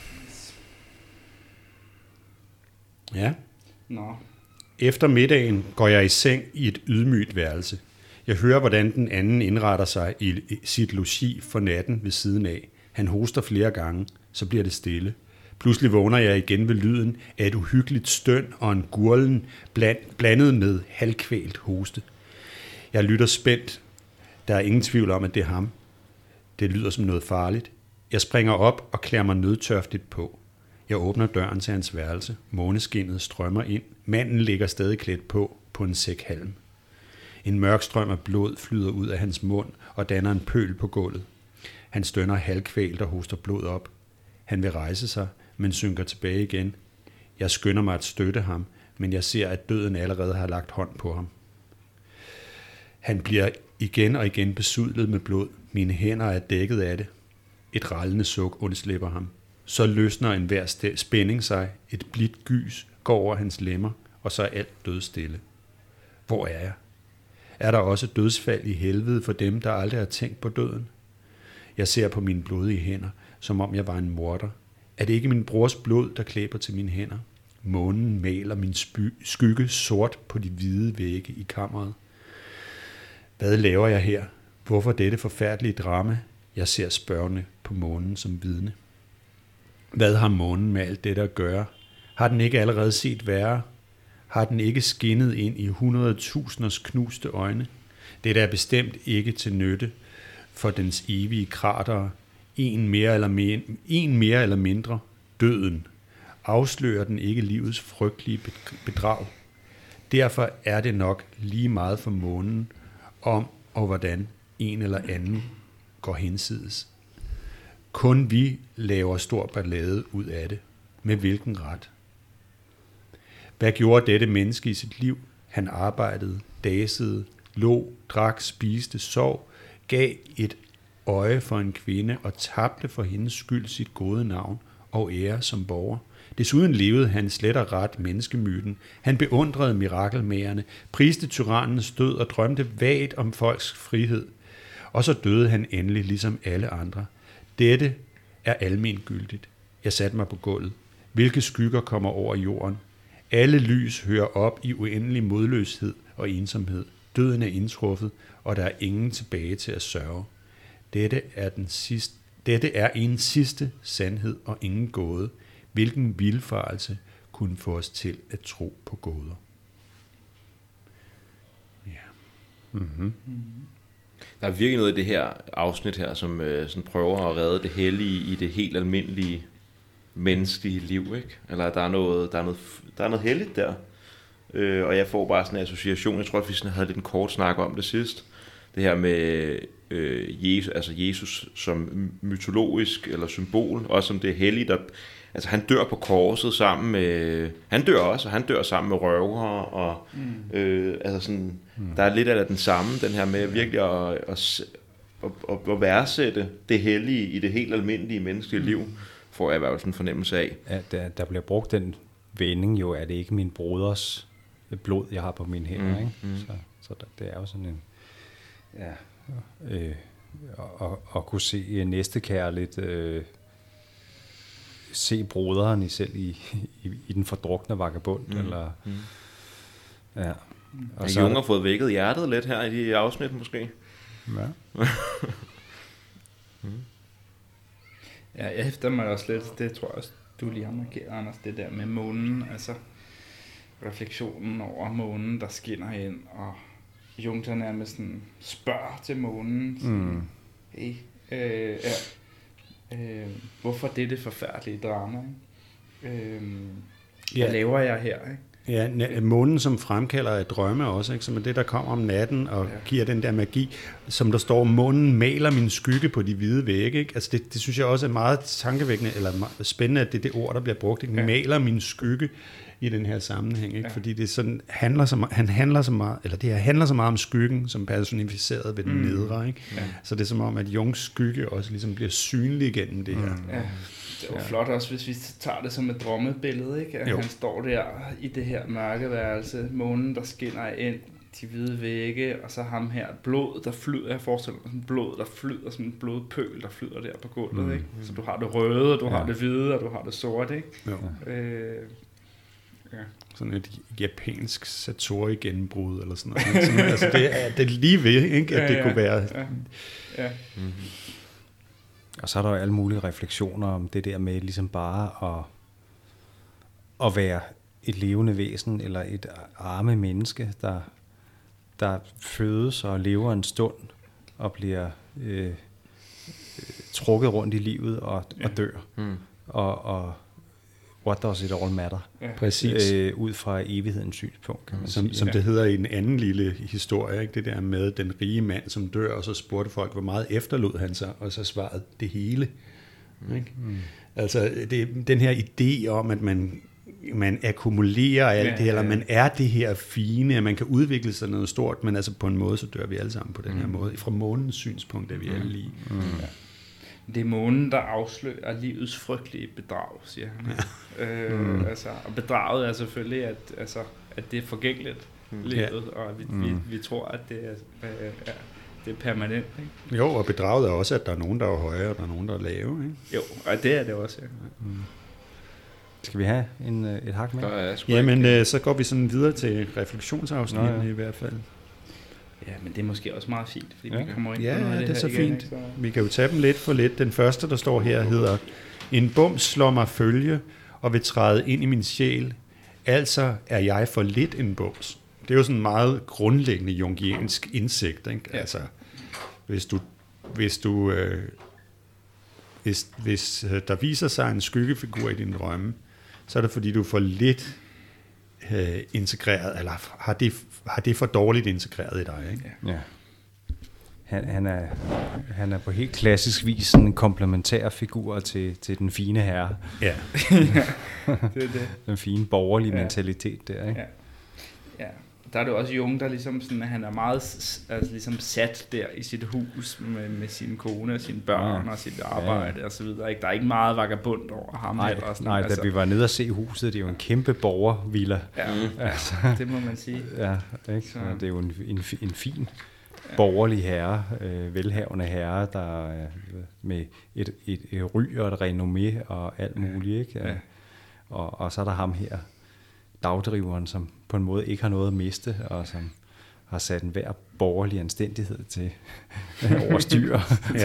Ja. Nå. Efter middagen går jeg i seng i et ydmygt værelse. Jeg hører, hvordan den anden indretter sig i sit logi for natten ved siden af. Han hoster flere gange, så bliver det stille. Pludselig vågner jeg igen ved lyden af et uhyggeligt støn og en gurlen blandet med halvkvælt hoste. Jeg lytter spændt. Der er ingen tvivl om, at det er ham. Det lyder som noget farligt. Jeg springer op og klæder mig nødtørftigt på. Jeg åbner døren til hans værelse. Måneskinnet strømmer ind. Manden ligger stadig klædt på en sæk halm. En mørk strøm af blod flyder ud af hans mund og danner en pøl på gulvet. Han stønner halvkvælt og hoster blod op. Han vil rejse sig, men synker tilbage igen. Jeg skynder mig at støtte ham, men jeg ser, at døden allerede har lagt hånd på ham. Han bliver igen og igen besudlet med blod. Mine hænder er dækket af det. Et rallende suk undslipper ham. Så løsner enhver spænding sig. Et blidt gys går over hans lemmer, og så er alt dødstille. Hvor er jeg? Er der også dødsfald i helvede for dem, der aldrig har tænkt på døden? Jeg ser på mine blodige hænder, som om jeg var en morder. Er det ikke min brors blod, der klæber til mine hænder? Månen maler min skygge sort på de hvide vægge i kammeret. Hvad laver jeg her? Hvorfor dette forfærdelige drama? Jeg ser spørgende på månen som vidne. Hvad har månen med alt dette at gøre? Har den ikke allerede set værre? Har den ikke skinnet ind i 100.000 knuste øjne? Dette er bestemt ikke til nytte for dens evige kratere. En mere eller mindre, døden, afslører den ikke livets frygtelige bedrag. Derfor er det nok lige meget for månen, om og hvordan en eller anden går hinsides. Kun vi laver stor ballade ud af det. Med hvilken ret? Hvad gjorde dette menneske i sit liv? Han arbejdede, dasede, lå, drak, spiste, sov, gav et øje for en kvinde og tabte for hendes skyld sit gode navn og ære som borger. Desuden levede han slet og ret menneskemyten. Han beundrede mirakelmagerne, priste tyrannens død og drømte vagt om folks frihed. Og så døde han endelig ligesom alle andre. Dette er almengyldigt. Jeg satte mig på gulvet. Hvilke skygger kommer over jorden? Alle lys hører op i uendelig modløshed og ensomhed. Døden er indtruffet, og der er ingen tilbage til at sørge. Dette er en sidste sandhed og ingen gåde. Hvilken vildfarelse kunne få os til at tro på gåder? Ja. Mm-hmm. Der er virkelig noget i det her afsnit her, som sådan prøver at redde det hellige i det helt almindelige menneskelige liv, ikke? Eller der er noget helligt der. Og jeg får bare sådan en association. Jeg tror, at vi sådan havde lidt en kort snak om det sidst. Det her med Jesus som mytologisk eller symbol, også som det hellige, der altså han dør på korset sammen med han dør sammen med røvere og altså sådan der er lidt af den samme, den her med virkelig at værdsætte det hellige i det helt almindelige menneskelige liv, får jeg i hvert fald en fornemmelse af. Ja, der bliver brugt den vending jo, er det ikke min broders blod, jeg har på mine hænder, ikke? Så det er jo sådan en, at kunne se næstekærligt, se broderen selv i den fordrukne vagabond, eller, ja. Og Jung har fået vækket hjertet lidt her i de afsnit, måske. Ja. Ja, jeg hæfter mig også lidt, det tror jeg også, du lige har markeret, Anders, det der med månen, altså refleksionen over månen, der skinner ind, og Jung der nærmest sådan spørger til månen, sådan, hey, hvorfor det forfærdelige drama, ikke? Hvad laver jeg her, ikke? Ja, månen som fremkalder drømme også, ikke? Som er det, der kommer om natten og giver den der magi, som der står, månen maler min skygge på de hvide vægge, ikke? Altså det synes jeg også er meget tankevækkende, eller spændende, at det er det ord, der bliver brugt, ikke? Maler min skygge i den her sammenhæng, ikke? Fordi det sådan handler så meget om skyggen, som personificeret ved den nedre, ikke? Så det er som om, at Jungs skygge også ligesom bliver synlig gennem det her. Ja. Det var flot også, hvis vi tager det som et drømmebillede, ikke? At han står der i det her mørkeværelse, månen der skinner ind, de hvide vægge, og så ham her, blod der flyder, jeg forestiller mig sådan blod der flyder, sådan en blodpøl der flyder der på gulvet, ikke? Så du har det røde, og du har det hvide, og du har det sorte, ikke? Sådan et japansk Satori-gennembrud, eller sådan noget. Sådan, altså det er lige ved, ikke? At det kunne være... Og så er der jo alle mulige refleksioner om det der med ligesom bare at være et levende væsen, eller et arme menneske, der fødes og lever en stund, og bliver trukket rundt i livet og dør. Og what does it all matter? Præcis. Ud fra evighedens synspunkt, kan man som det hedder i en anden lille historie, ikke? Det der med den rige mand, som dør, og så spurgte folk, hvor meget efterlod han sig, og så svarede det hele. Ikke? Altså den her idé om, at man akkumulerer alt det, eller man er det her fine, at man kan udvikle sig noget stort, men altså på en måde, så dør vi alle sammen på den her måde. Fra månens synspunkt er vi alle lige. Det er månen, der afslører livets frygtelige bedrag, siger han. Altså, og bedraget er selvfølgelig, at det er forgængeligt, livet, og vi tror, at det er permanent. Ikke? Jo, og bedraget er også, at der er nogen, der er høje, og der er nogen, der er lave. Ikke? Jo, og det er det også, ja. Skal vi have et hak med? Jamen, så går vi sådan videre til refleksionsafsnittet i hvert fald. Ja, men det er måske også meget fint, fordi vi kommer ind på noget af det er så igen, fint. Ikke? Vi kan jo tage dem lidt for lidt. Den første, der står her, hedder: En bums slår mig følge og vil træde ind i min sjæl. Altså er jeg for lidt en bums. Det er jo sådan en meget grundlæggende jungiansk indsigt. Ikke? Ja. Altså, hvis der viser sig en skyggefigur i din drømme, så er det fordi, du er for lidt integreret, eller har det for dårligt integreret i dig, ikke? Ja. Han er på helt klassisk vis sådan en komplementær figur til den fine herre. Ja. det. Den fine borgerlige mentalitet der, ikke? Ja. Der er det også Jung, der ligesom sådan, han er meget ligesom sat der i sit hus med sin kone og sine børn og sit arbejde og så videre. Der er ikke meget vagabund over ham. Nej, da vi var nede og se huset, det er jo en kæmpe borgervilla. Ja, altså, det må man sige. Ja, ikke? Så det er jo en fin borgerlig herre, velhavende herre, der med et ry og et renommé og alt muligt, ikke? Ja. Og så er der ham her, dagdriveren, som på en måde ikke har noget at miste, og som har sat en hver borgerlig anstændighed til over styr.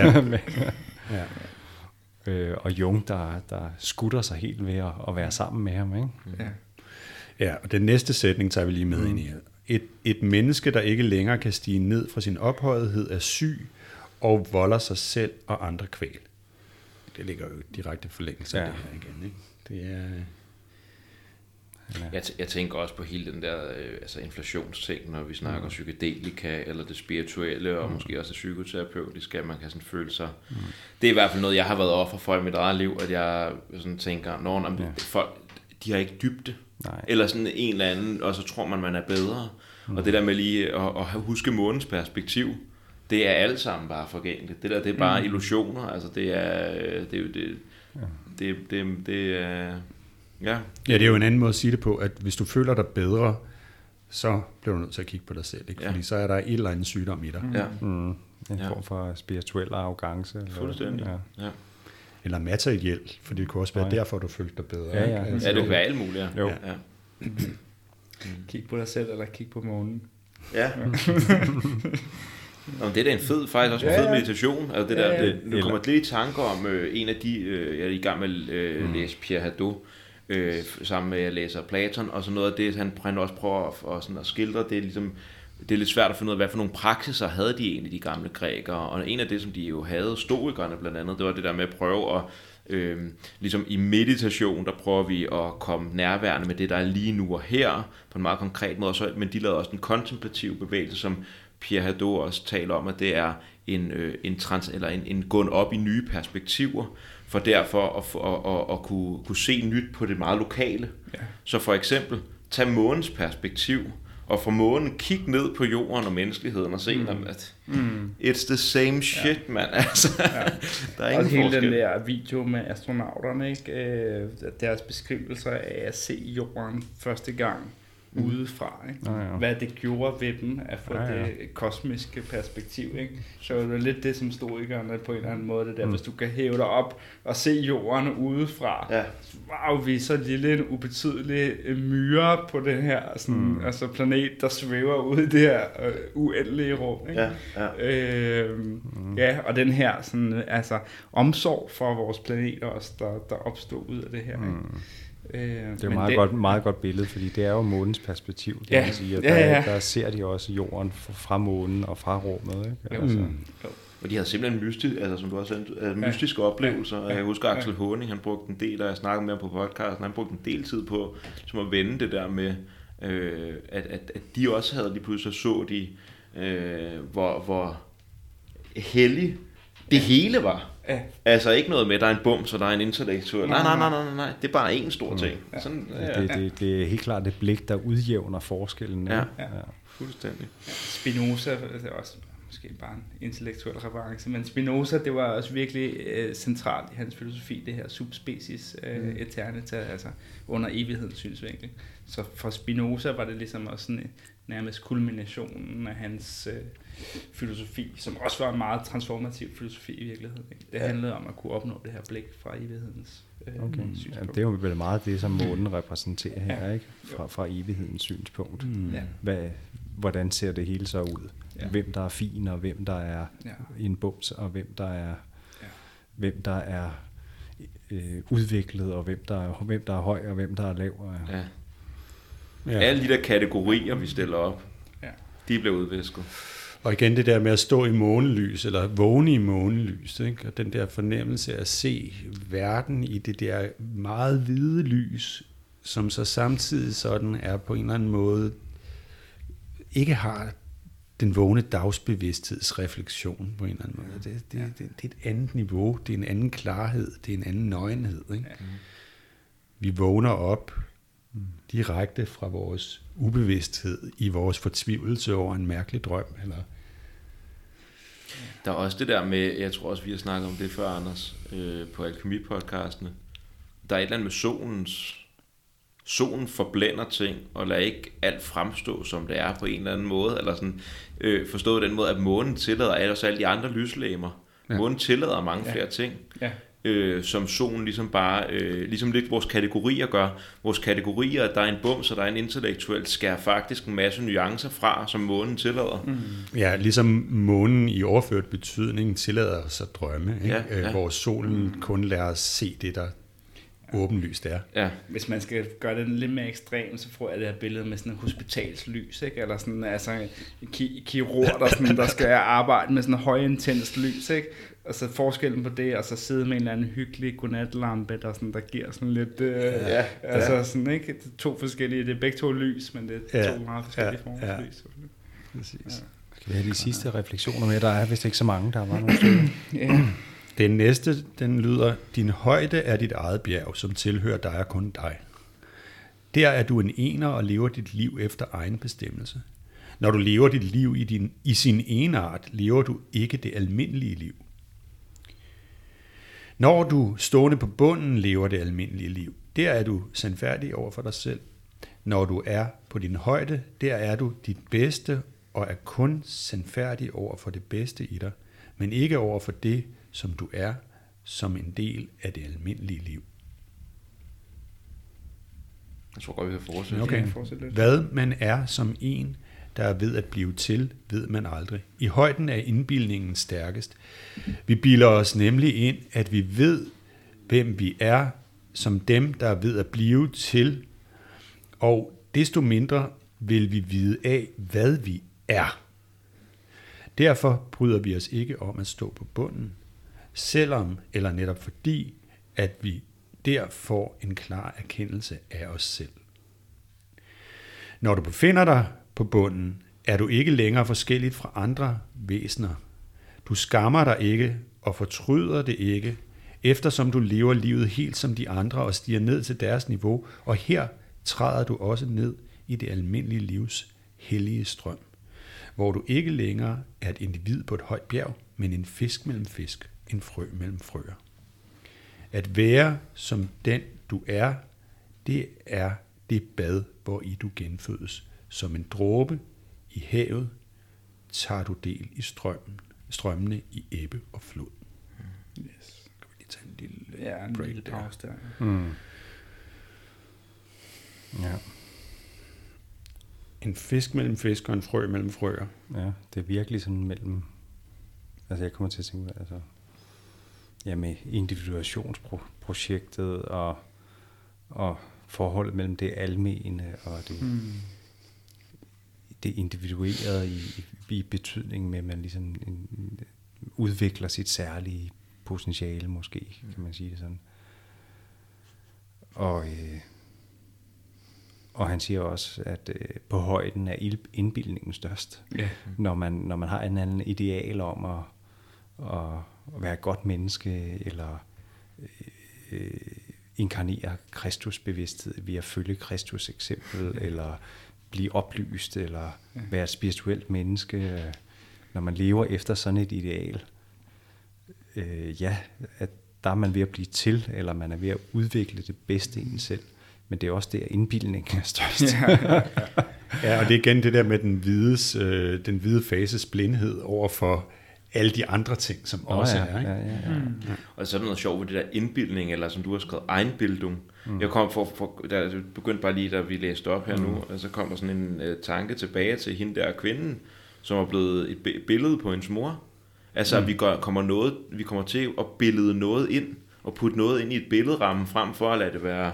Og Jung, der skutter sig helt ved at være sammen med ham. Ikke? Ja, og den næste sætning tager vi lige med ind i her. Et menneske, der ikke længere kan stige ned fra sin ophøjethed, er syg og volder sig selv og andre kvæl. Det ligger jo direkte forlængelse af det her igen. Ikke? Det er... Jeg tænker også på hele den der inflationsting, når vi snakker psykedelika, eller det spirituelle, og måske også det psykoterapeutiske, at man kan sådan føle sig... Det er i hvert fald noget, jeg har været offer for i mit eget liv, at jeg sådan tænker, folk, de har ikke dybde, eller sådan en eller anden, og så tror man er bedre. Og det der med lige at huske månens perspektiv, det er alt sammen bare forgængeligt. Det der, det er bare illusioner, altså det er jo det... Det er Ja. Ja, det er jo en anden måde at sige det på, at hvis du føler dig bedre, så bliver du nødt til at kigge på dig selv, ikke? Ja. Fordi så er der et eller andet sygdom i dig. Ja. En form for spirituel arrogance. Eller, Fuldstændig. Ja. Eller materiel, for det kunne også være derfor, du følte dig bedre. Ja, ikke? ja. Altså, Ja, det kan være alt muligt. Jo. Ja. Kig på dig selv, eller kig på månen. Ja. Nå, det er da en fed, faktisk også en fed meditation. Altså det der, nu kommer lidt i tanker om en af de, jeg er i gang med at læse Pierre Hadot, sammen med at jeg læser Platon, og så noget af det, han også prøver at skildre, det er ligesom, det er lidt svært at finde ud af, hvad for nogle praksiser havde de egentlig, de gamle grækere, og en af det, som de jo havde, stoikerne blandt andet, det var det der med at prøve at, ligesom i meditation, der prøver vi at komme nærværende med det, der er lige nu og her, på en meget konkret måde, men de lavede også en kontemplativ bevægelse, som Pierre Hadot også taler om, at det er en gåen op i nye perspektiver, for derfor at kunne se nyt på det meget lokale. Ja. Så for eksempel, tag månens perspektiv, og fra månen kigge ned på jorden og menneskeligheden og se, at it's the same shit, mand. Altså, der er ingen hele forskel. Den der video med astronauterne, ikke? Deres beskrivelser af at se jorden første gang udefra, ikke? Hvad det gjorde ved dem at få det kosmiske perspektiv, ikke? Så det er lidt det, som stoikerne på en eller anden måde, det der, hvis du kan hæve dig op og se jorden udefra, wow, vi er så lille en ubetydelig myre på den her sådan, altså planet, der svæver ud i det her uendelige rum, ikke? Ja, og den her sådan, altså, omsorg for vores planet også, der opstod ud af det her, ikke? Det er jo meget godt billede, fordi det er jo månens perspektiv, det man sige. Der ser de også jorden fra månen og fra rummet, ikke? Altså. Og de havde simpelthen som du også sagde, mystiske oplevelser. Og jeg husker Axel Håning, han brugte en del, og jeg snakkede med ham på podcasten, han brugte en del tid på som at vende det der med, at de også havde lige pludselig så de, hvor hellig det hele var. Ja. Altså ikke noget med, der er en bum, så der er en intellektuel. Nej. Det er bare en stor ting. Ja. Sådan, det er helt klart et blik, der udjævner forskellen. Ja. Fuldstændig. Spinoza, det er også måske bare en intellektuel reference, men Spinoza, det var også virkelig centralt i hans filosofi, det her subspecies eternita, altså under evighedens synsvinkel. Så for Spinoza var det ligesom også sådan nærmest kulminationen af hans filosofi, som også var en meget transformativ filosofi i virkeligheden. Ikke? Det handlede om at kunne opnå det her blik fra evighedens synspunkt. Ja, det er jo vel meget det, som månen repræsenterer her, ikke? Fra evighedens synspunkt. Hvordan ser det hele så ud? Ja. Hvem der er fin, og hvem der er en bums, og hvem der er udviklet, og hvem der er høj, og hvem der er lav. Alle de der kategorier, vi stiller op, de bliver udvisket. Og igen det der med at stå i månelys, eller vågne i månelys, ikke? Og den der fornemmelse af at se verden i det der meget hvide lys, som så samtidig sådan er på en eller anden måde, ikke har den vågne dagsbevidsthedsrefleksion på en eller anden måde. Det er et andet niveau, det er en anden klarhed, det er en anden nøgenhed. Ikke? Vi vågner op direkte fra vores ubevidsthed i vores fortvivlelse over en mærkelig drøm. Eller der er også det der med, jeg tror også, vi har snakket om det før, Anders, på Alkemi-podcastene. Der er et eller andet med solen forblænder ting, og lader ikke alt fremstå, som det er på en eller anden måde, eller sådan, forstået den måde, at månen tillader alle de andre lyslegemer. Ja. Månen tillader mange flere ting. Ja. Som solen ligesom bare, ligesom lidt vores kategorier gør. Vores kategorier, at der er en bums, og der er en intellektuel, skærer faktisk en masse nuancer fra, som månen tillader. Ja, ligesom månen i overført betydning tillader os at drømme, ikke? Hvor solen kun lader os se det, der åbenlyst er. Ja. Hvis man skal gøre det lidt mere ekstremt, så får jeg det her billede med sådan en hospitalslys, ikke? Eller sådan, altså en kirurg, der skal arbejde med sådan en højintens lys, ikke? Og så forskellen på det, og så sidde med en eller anden hyggelig godnatlampe, der giver sådan lidt, altså sådan, ikke? Det er to forskellige, det er begge to lys, men det er to meget forskellige former for lys. Præcis. Ja. Skal vi have de sidste refleksioner med? Der er vist ikke så mange, der var nogle stykker. Den næste, den lyder, din højde er dit eget bjerg, som tilhører dig og kun dig. Der er du en ener og lever dit liv efter egen bestemmelse. Når du lever dit liv i sin enart, lever du ikke det almindelige liv. Når du stående på bunden lever det almindelige liv, der er du sandfærdig over for dig selv. Når du er på din højde, der er du dit bedste og er kun sandfærdig over for det bedste i dig, men ikke over for det, som du er, som en del af det almindelige liv. Jeg tror godt, vi kan fortsætte. Okay. Hvad man er som en, der er ved at blive til, ved man aldrig. I højden er indbildningen stærkest. Vi bilder os nemlig ind, at vi ved, hvem vi er, som dem, der er ved at blive til, og desto mindre vil vi vide af, hvad vi er. Derfor bryder vi os ikke om at stå på bunden, selvom eller netop fordi, at vi der får en klar erkendelse af os selv. Når du befinder dig på bunden, er du ikke længere forskelligt fra andre væsener. Du skammer dig ikke og fortryder det ikke, eftersom du lever livet helt som de andre og stiger ned til deres niveau, og her træder du også ned i det almindelige livs hellige strøm, hvor du ikke længere er et individ på et højt bjerg, men en fisk mellem fisk, en frø mellem frøer. At være som den du er, det er det bad, hvor i du genfødes. Som en dråbe i havet tager du del i strømmene i ebbe og flod. Yes. Kan vi lige tage en lille break lille pause der. Ja. En fisk mellem fisk og en frø mellem frøer. Ja, det er virkelig sådan mellem... Altså jeg kommer til at tænke, altså... Ja, med individuationsprojektet og forholdet mellem det almene og det individuerede i betydning med, at man ligesom udvikler sit særlige potentiale, måske, kan man sige det sådan. Og han siger også, at på højden er indbildningen størst. Ja. Når man har en anden ideal om at være et godt menneske, eller inkarnere Kristusbevidsthed ved at følge Kristus eksempel, eller blive oplyst, eller være et spirituelt menneske. Når man lever efter sådan et ideal, at der er man ved at blive til, eller man er ved at udvikle det bedste i en selv. Men det er også der, indbildningen er størst. Ja, og det er igen det der med den hvide fases blindhed over for alle de andre ting, som også er. Ikke? Ja. Og så er der noget sjovt ved det der indbildning, eller som du har skrevet, Einbildung. Jeg kom der begyndte bare lige, da vi læste op her nu, og så kom der sådan en tanke tilbage til hende der kvinden, som er blevet et billede på hendes mor. Altså, vi kommer til at billede noget ind, og putte noget ind i et billederamme, frem for at lade det være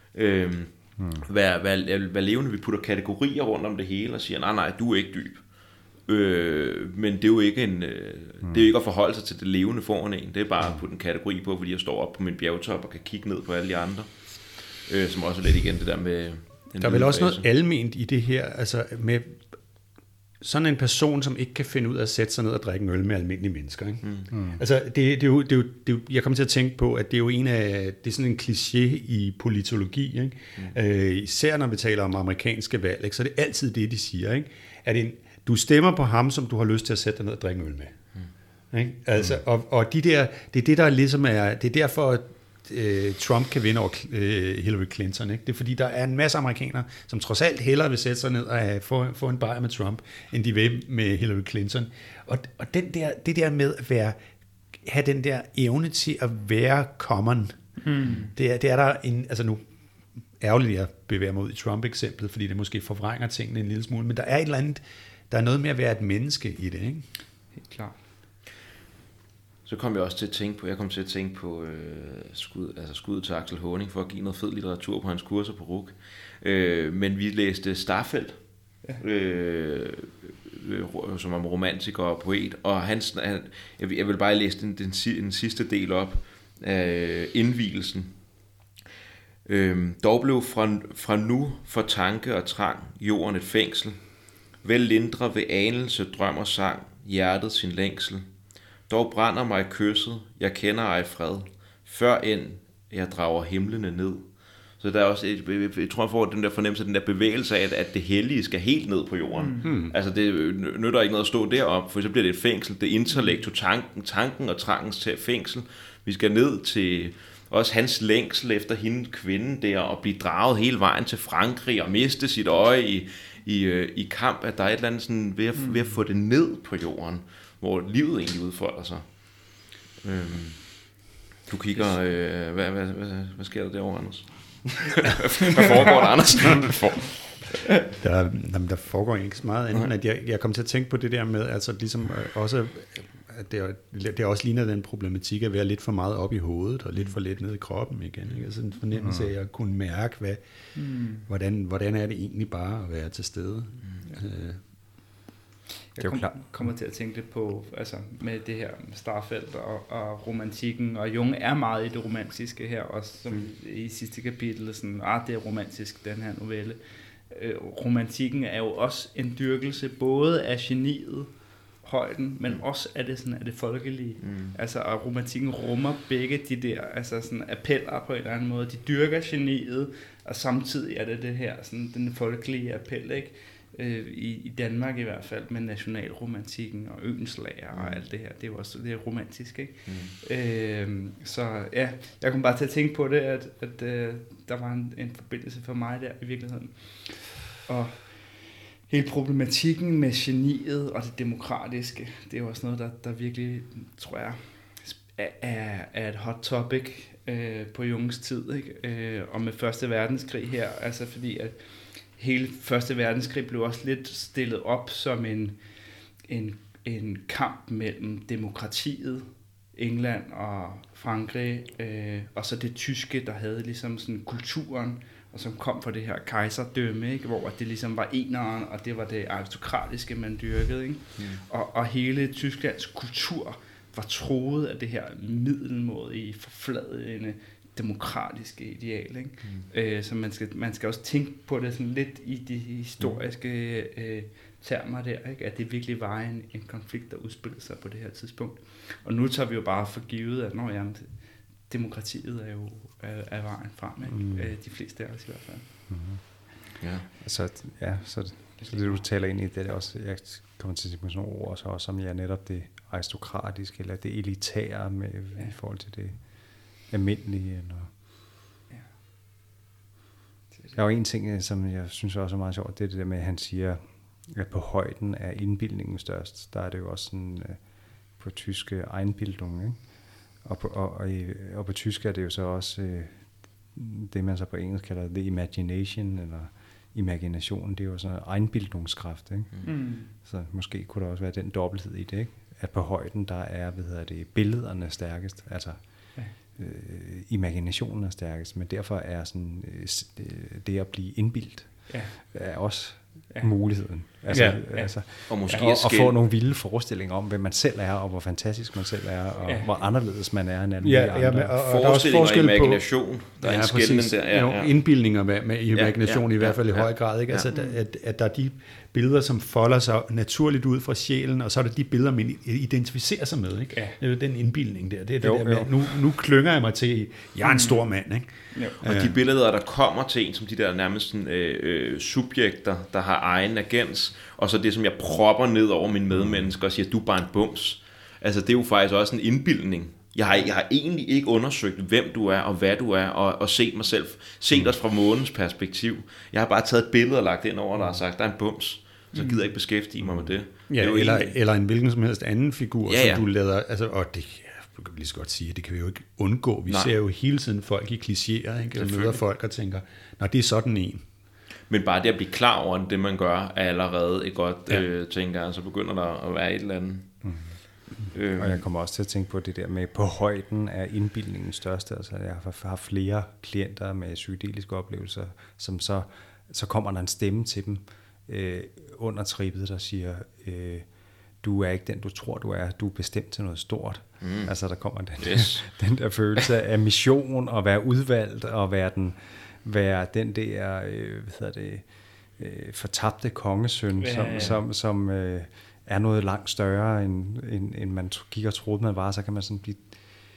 være levende. Vi putter kategorier rundt om det hele, og siger, nej, du er ikke dyb. Men det er jo ikke det er ikke at forholde sig til det levende foran en. Det er bare at putte en kategori på, fordi jeg står op på min bjergtop og kan kigge ned på alle de andre. Som også er lidt igen det der med... Der er vel også noget alment i det her, altså med sådan en person, som ikke kan finde ud af at sætte sig ned og drikke en øl med almindelige mennesker. Ikke? Altså det er jo, jeg kommer til at tænke på, at det er jo det er sådan en kliché i politologi, ikke? Især når vi taler om amerikanske valg, ikke? Så er det altid det, de siger, ikke? At du stemmer på ham, som du har lyst til at sætte dig ned og drikke en øl med. Ikke? Altså, og det er det, der ligesom er, det er derfor, at Trump kan vinde over Hillary Clinton. Ikke? Det er fordi, der er en masse amerikanere, som trods alt hellere vil sætte sig ned og få en bajer med Trump, end de vil med Hillary Clinton. Og det der med at have den der evne til at være common, det er der altså nu ærgerligt, at jeg bevæger mig ud i Trump-eksemplet, fordi det måske forvrænger tingene en lille smule, men der er et eller andet, der er noget med at være et menneske i det, ikke? Helt klart. Så kom jeg også til at tænke på, skud til Axel Håning for at give noget fed litteratur på hans kurser på RUC. Men vi læste Starfeldt, som er romantiker og poet, og jeg vil bare læse den sidste del op af indvielsen. Dog blev fra nu for tanke og trang jorden et fængsel. Vel lindre ved anelse, drøm og sang, hjertet sin længsel. Dog brænder mig kysset, jeg kender ej fred, før end jeg drager himlene ned. Så der er også, jeg tror, jeg får den der fornemmelse, den der bevægelse af, at det hellige skal helt ned på jorden. Altså det nytter ikke noget at stå deroppe, for så bliver det et fængsel. Det intellektu, tanken og trangens til fængsel. Vi skal ned til også hans længsel efter hende kvinden der, og blive draget hele vejen til Frankrig, og miste sit øje i kamp, at der er et eller andet sådan ved at få det ned på jorden, hvor livet egentlig udfolder sig. Du kigger, hvad sker der derovre, Anders? Hvad foregår der, Anders? Der foregår ikke så meget andet, at jeg kom til at tænke på det der med, altså ligesom også, at det også ligner den problematik at være lidt for meget op i hovedet, og lidt for lidt ned i kroppen igen. Ikke? Altså en fornemmelse af at kunne mærke, hvordan er det egentlig bare at være til stede. Jeg kommer til at tænke lidt på, altså med det her Starfeldt og romantikken, og Jung er meget i det romantiske her, også som i sidste kapitel, sådan, det er romantisk, den her novelle. Romantikken er jo også en dyrkelse, både af geniet, højden, men også af det folkelige. Altså, og romantikken rummer begge de der, altså sådan appeller på en eller anden måde. De dyrker geniet, og samtidig er det her, sådan den folkelige appel, ikke? I Danmark i hvert fald, med nationalromantikken og Øenslager og alt det her. Det er jo også det er romantisk, ikke? Så ja, jeg kom bare til at tænke på det, at der var en forbindelse for mig der i virkeligheden. Og hele problematikken med geniet og det demokratiske, det er jo også noget, der virkelig, tror jeg, er et hot topic på Jungs tid, ikke? Og med Første Verdenskrig her, altså fordi at hele Første Verdenskrig blev også lidt stillet op som en kamp mellem demokratiet, England og Frankrig, og så det tyske, der havde ligesom sådan kulturen, og som kom fra det her kejserdømme, ikke? Hvor det ligesom var eneren, og det var det aristokratiske, man dyrkede. Ikke? Og hele Tysklands kultur var troet af det her middelmådige, forfladende, demokratiske ideal. Ikke? Så man skal også tænke på det sådan lidt i de historiske termer der, ikke? At det virkelig var en konflikt, der udspillede sig på det her tidspunkt. Og nu tager vi jo bare for givet, at demokratiet er jo er vejen frem, ikke? De fleste af os i hvert fald. Så det du taler ind i, det er også, jeg kommer til at sige på sådan nogle ord, så også som netop det aristokratiske, eller det elitære med, i forhold til det almindelige. Eller. Der er jo en ting, som jeg synes også er meget sjovt, det er det der med, at han siger, at på højden er indbildningen størst. Der er det jo også sådan på tysk Einbildung, ikke? Og på tysk er det jo så også det, man så på engelsk kalder the imagination, eller imagination, det er jo sådan en Einbildungskraft, ikke? Så måske kunne der også være den dobbelthed i det, ikke? At på højden, der er, billederne stærkest, altså imaginationen er stærkest, men derfor er sådan, det at blive indbildt, er også muligheden. Altså, og måske at få nogle vilde forestillinger om, hvem man selv er, og hvor fantastisk man selv er, og hvor anderledes man er end alle andre. Og forestilling og imagination, der er en skældning der. Indbildninger med imagination i hvert fald i høj grad. Ikke? Altså, at der er de billeder, som folder sig naturligt ud fra sjælen, og så er det de billeder, man identificerer sig med. Ikke? Det er jo den indbildning der. Det er det der med, nu klynger jeg mig til, jeg er en stor mand. Ikke? Og de billeder, der kommer til en, som de der nærmest sådan, subjekter, der har egen agens, og så det, som jeg propper ned over mine medmennesker og siger, du er bare en bums. Altså, det er jo faktisk også en indbildning. Jeg har egentlig ikke undersøgt, hvem du er og hvad du er, og set mig selv, set os fra månens perspektiv. Jeg har bare taget et billede og lagt ind over dig og sagt, der er en bums. Så gider jeg ikke beskæftige mig med det. Ja, eller en hvilken som helst anden figur, som du lader, altså, og det kan vi lige så godt sige, det kan vi jo ikke undgå. Vi ser jo hele tiden folk i klichéer, ikke? Og møder folk og tænker, nå, det er sådan en. Men bare det at blive klar over, det man gør, er allerede et godt, tænker jeg, så begynder der at være et eller andet. Og jeg kommer også til at tænke på det der med, på højden er indbildningen største. Altså jeg har flere klienter med psykedeliske oplevelser, som så kommer der en stemme til dem under trippet, der siger, du er ikke den, du tror, du er. Du er bestemt til noget stort. Altså der kommer den der følelse af mission, og være udvalgt, og være den der, fortabte kongesøn, som er noget langt større, end man gik og troede, man var, så kan man sådan blive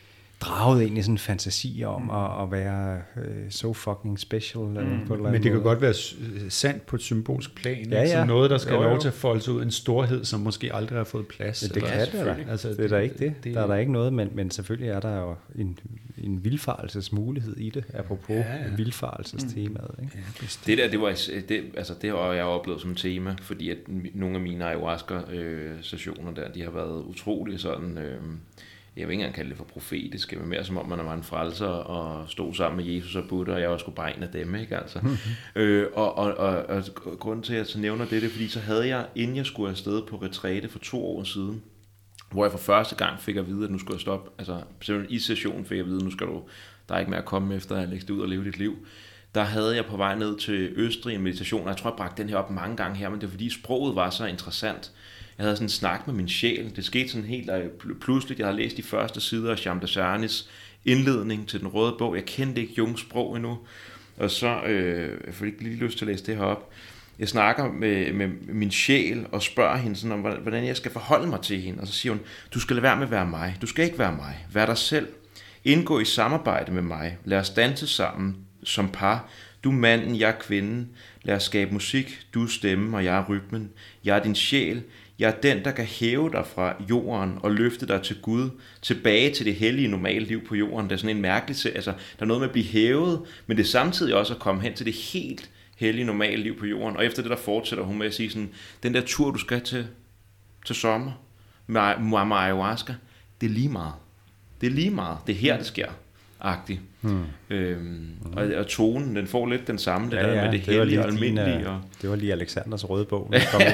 draget ind i sådan en fantasi om at være so fucking special. På Men det kan godt være sandt på et symbolsk plan. Ja, ja. Som noget, der skal have lov til at folde sig ud en storhed, som måske aldrig har fået plads. Ja, det kan det da. Altså, det er der ikke det. Der er der ikke noget, men selvfølgelig er der jo en vildfarelsesmulighed i det, apropos vildfarelsestemaet. Ikke? Ja, det har jeg oplevet som tema, fordi at nogle af mine ayahuasca-sessioner der, de har været utrolig sådan... jeg vil ikke engang kalde det for profetisk, men mere som om man var en frelser og stod sammen med Jesus og Buddha, og jeg var sgu bare en af dem, ikke altså. Og grunden til, at jeg så nævner det, er fordi så havde jeg, inden jeg skulle afsted på retræte for 2 år siden, hvor jeg for første gang fik at vide, at nu skulle jeg stoppe, altså i sessionen fik jeg at vide, at nu skal der er ikke mere at komme efter at lægge det ud og leve dit liv. Der havde jeg på vej ned til Østrig en meditation, og jeg tror, jeg bragte den her op mange gange her, men det var fordi sproget var så interessant. Jeg havde sådan en snak med min sjæl. Det skete sådan helt pludseligt. Jeg havde læst de første sider af Sham Dashanis indledning til den røde bog. Jeg kendte ikke Jungs sprog endnu. Og så, jeg får ikke lige lyst til at læse det her op. Jeg snakker med min sjæl og spørger hende sådan om, hvordan jeg skal forholde mig til hende. Og så siger hun, du skal lade være med at være mig. Du skal ikke være mig. Vær dig selv. Indgå i samarbejde med mig. Lad os danse sammen som par. Du er manden, jeg er kvinden. Lad os skabe musik. Du er stemmen, og jeg er rytmen. Jeg er din sjæl. Jeg er den, der kan hæve dig fra jorden og løfte dig til Gud, tilbage til det hellige normale liv på jorden. Det er sådan en mærkelig, altså der er noget med at blive hævet, men det er samtidig også at komme hen til det helt hellige normale liv på jorden. Og efter det, der fortsætter hun med at sige sådan, den der tur, du skal til sommer med ayahuasca, det er lige meget. Det er lige meget. Det er her, det sker. Agtig. Og tonen, den får lidt den samme, det der med det hellige og almindelige. Det var lige Alexanders røde bog.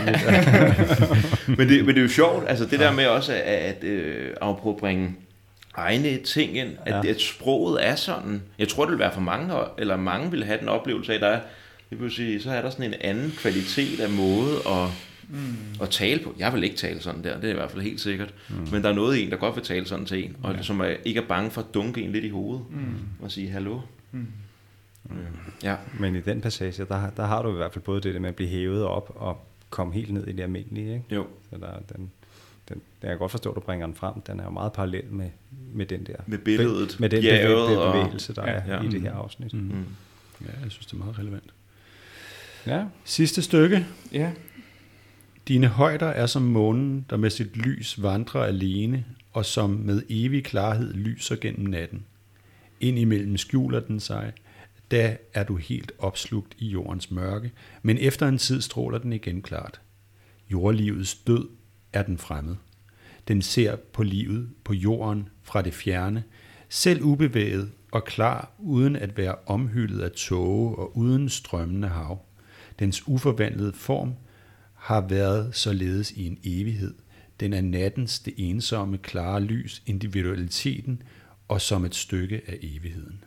men det er jo sjovt, altså det der med også at afbringe egne ting ind, at sproget er sådan, jeg tror det vil være for mange, eller mange vil have den oplevelse af, der jeg vil sige, så er der sådan en anden kvalitet af måde at tale på. Jeg vil ikke tale sådan der, det er i hvert fald helt sikkert. Men der er noget i en, der godt vil tale sådan til en, og som ikke er bange for at dunke en lidt i hovedet og sige hallo. Ja. Men i den passage, der har du i hvert fald både det der med at blive hævet op og komme helt ned i det almindelige. Ikke? Jo. Så den jeg kan godt forstå, at du bringer den frem. Den er jo meget parallel med den der. Med billedet. Med den bevægelse, der er i det her afsnit. Ja, jeg synes, det er meget relevant. Ja. Sidste stykke. Ja. Dine højder er som månen, der med sit lys vandrer alene, og som med evig klarhed lyser gennem natten. Ind imellem skjuler den sig, da er du helt opslugt i jordens mørke, men efter en tid stråler den igen klart. Jordlivets død er den fremmed. Den ser på livet på jorden fra det fjerne, selv ubevæget og klar, uden at være omhyldet af tåge og uden strømmende hav. Dens uforvandlede form har været således i en evighed. Den er nattens, det ensomme, klare lys, individualiteten og som et stykke af evigheden.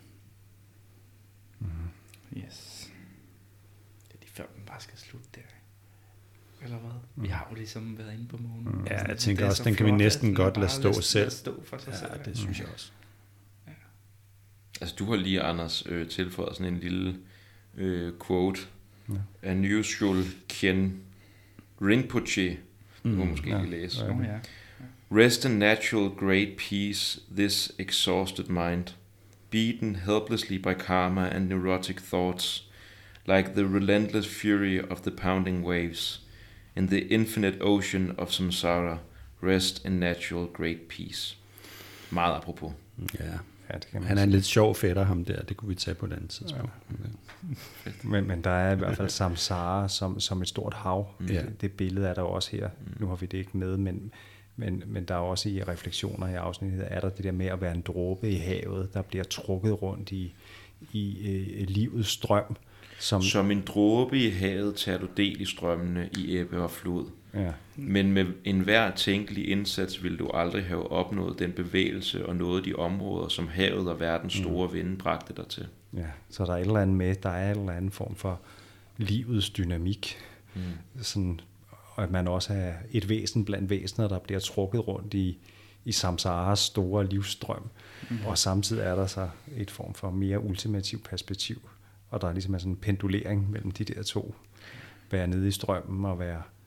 Yes. Det er lige før, den bare skal slutte der. Eller hvad? Vi har jo ligesom været inde på månen. Ja, jeg tænker også, den kan vi næsten godt lade stå selv. Stå for sig selv. Det synes jeg også. Ja. Altså, du har lige, Anders, tilføjet sådan en lille quote. Anushul Khen Rinpoche. Du må måske lige læse. Rest in natural great peace, this exhausted mind, beaten helplessly by karma and neurotic thoughts, like the relentless fury of the pounding waves. In the infinite ocean of samsara, rest in natural great peace. Meget apropos. Ja, han er en lidt sjov fætter, ham der. Det kunne vi tage på et andet tidspunkt. Ja. Men der er i hvert fald samsara som et stort hav. Det billede er der også her. Nu har vi det ikke med, men der er også i refleksioner i afsnittet, er der det der med at være en dråbe i havet, der bliver trukket rundt i livets strøm. Som en dråbe i havet tager du del i strømmene i ebbe og flod. Ja. Men med enhver tænkelig indsats vil du aldrig have opnået den bevægelse og nået de områder, som havet og verdens store vinde bragte dig til. Ja, så der er et eller andet med, der er en eller anden form for livets dynamik. Sådan, og at man også er et væsen blandt væsener, der bliver trukket rundt i samsaras store livsstrøm. Og samtidig er der så et form for mere ultimativ perspektiv. Og der er ligesom sådan en pendulering mellem de der to. Være nede i strømmen og være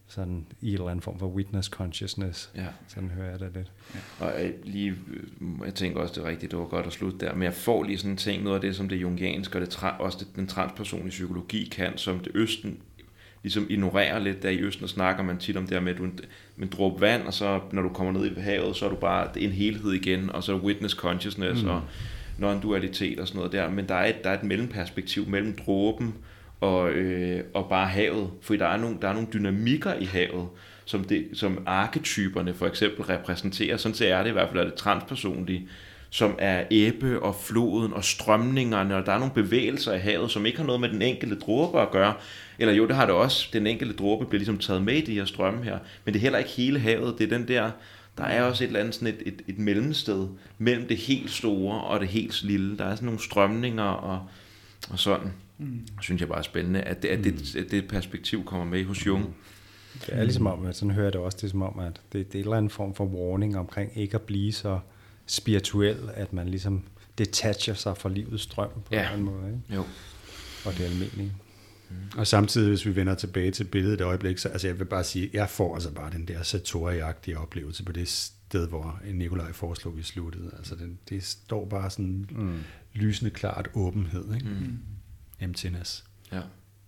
sådan i en eller anden form for witness consciousness. Ja. Sådan hører jeg det lidt. Ja. Og jeg tænker også, det er rigtigt, det var godt at slutte der, men jeg får lige sådan en ting, noget af det, som det jungianske og også den transpersonlige psykologi kan, som det Østen ligesom ignorerer lidt. Der i Østen snakker man tit om det her med, at du en dråbe vand, og så når du kommer ned i havet, så er du bare en helhed igen, og så er witness consciousness og non-dualitet og sådan noget der. Men der er et mellemperspektiv mellem dråben og bare havet, for der er nogle dynamikker i havet, som arketyperne for eksempel repræsenterer. Sådan så er det i hvert fald, at det transpersonlige, som er ebbe og floden og strømningerne, og der er nogle bevægelser i havet, som ikke har noget med den enkelte dråbe at gøre. Eller jo, det har det også. Den enkelte dråbe bliver ligesom taget med i de her strømme her, men det er heller ikke hele havet. Det er den der er også et eller andet sådan et mellemsted mellem det helt store og det helt lille. Der er sådan nogle strømninger og sådan. Synes jeg bare er spændende, at det perspektiv kommer med hos Jung. Det er ligesom om, at sådan hører jeg det også, det er som om, at det er en eller anden form for warning omkring ikke at blive så spirituel, at man ligesom detacher sig fra livets strøm på en eller anden måde. Ikke? Jo. Og det almindelige. Og samtidig, hvis vi vender tilbage til billedet et øjeblik, så altså jeg vil bare sige, jeg får altså bare den der Satori-agtige oplevelse på det sted, hvor Nikolaj foreslog, vi sluttede. Altså det står bare sådan lysende klart åbenhed, ikke? Emptiness. Ja.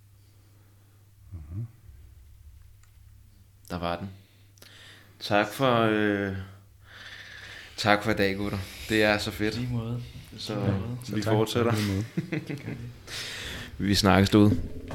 Der var den. Tak for i dag, gutter. Det er så fedt. Lige måde. Så vi fortsætter. Vi snakkes derude.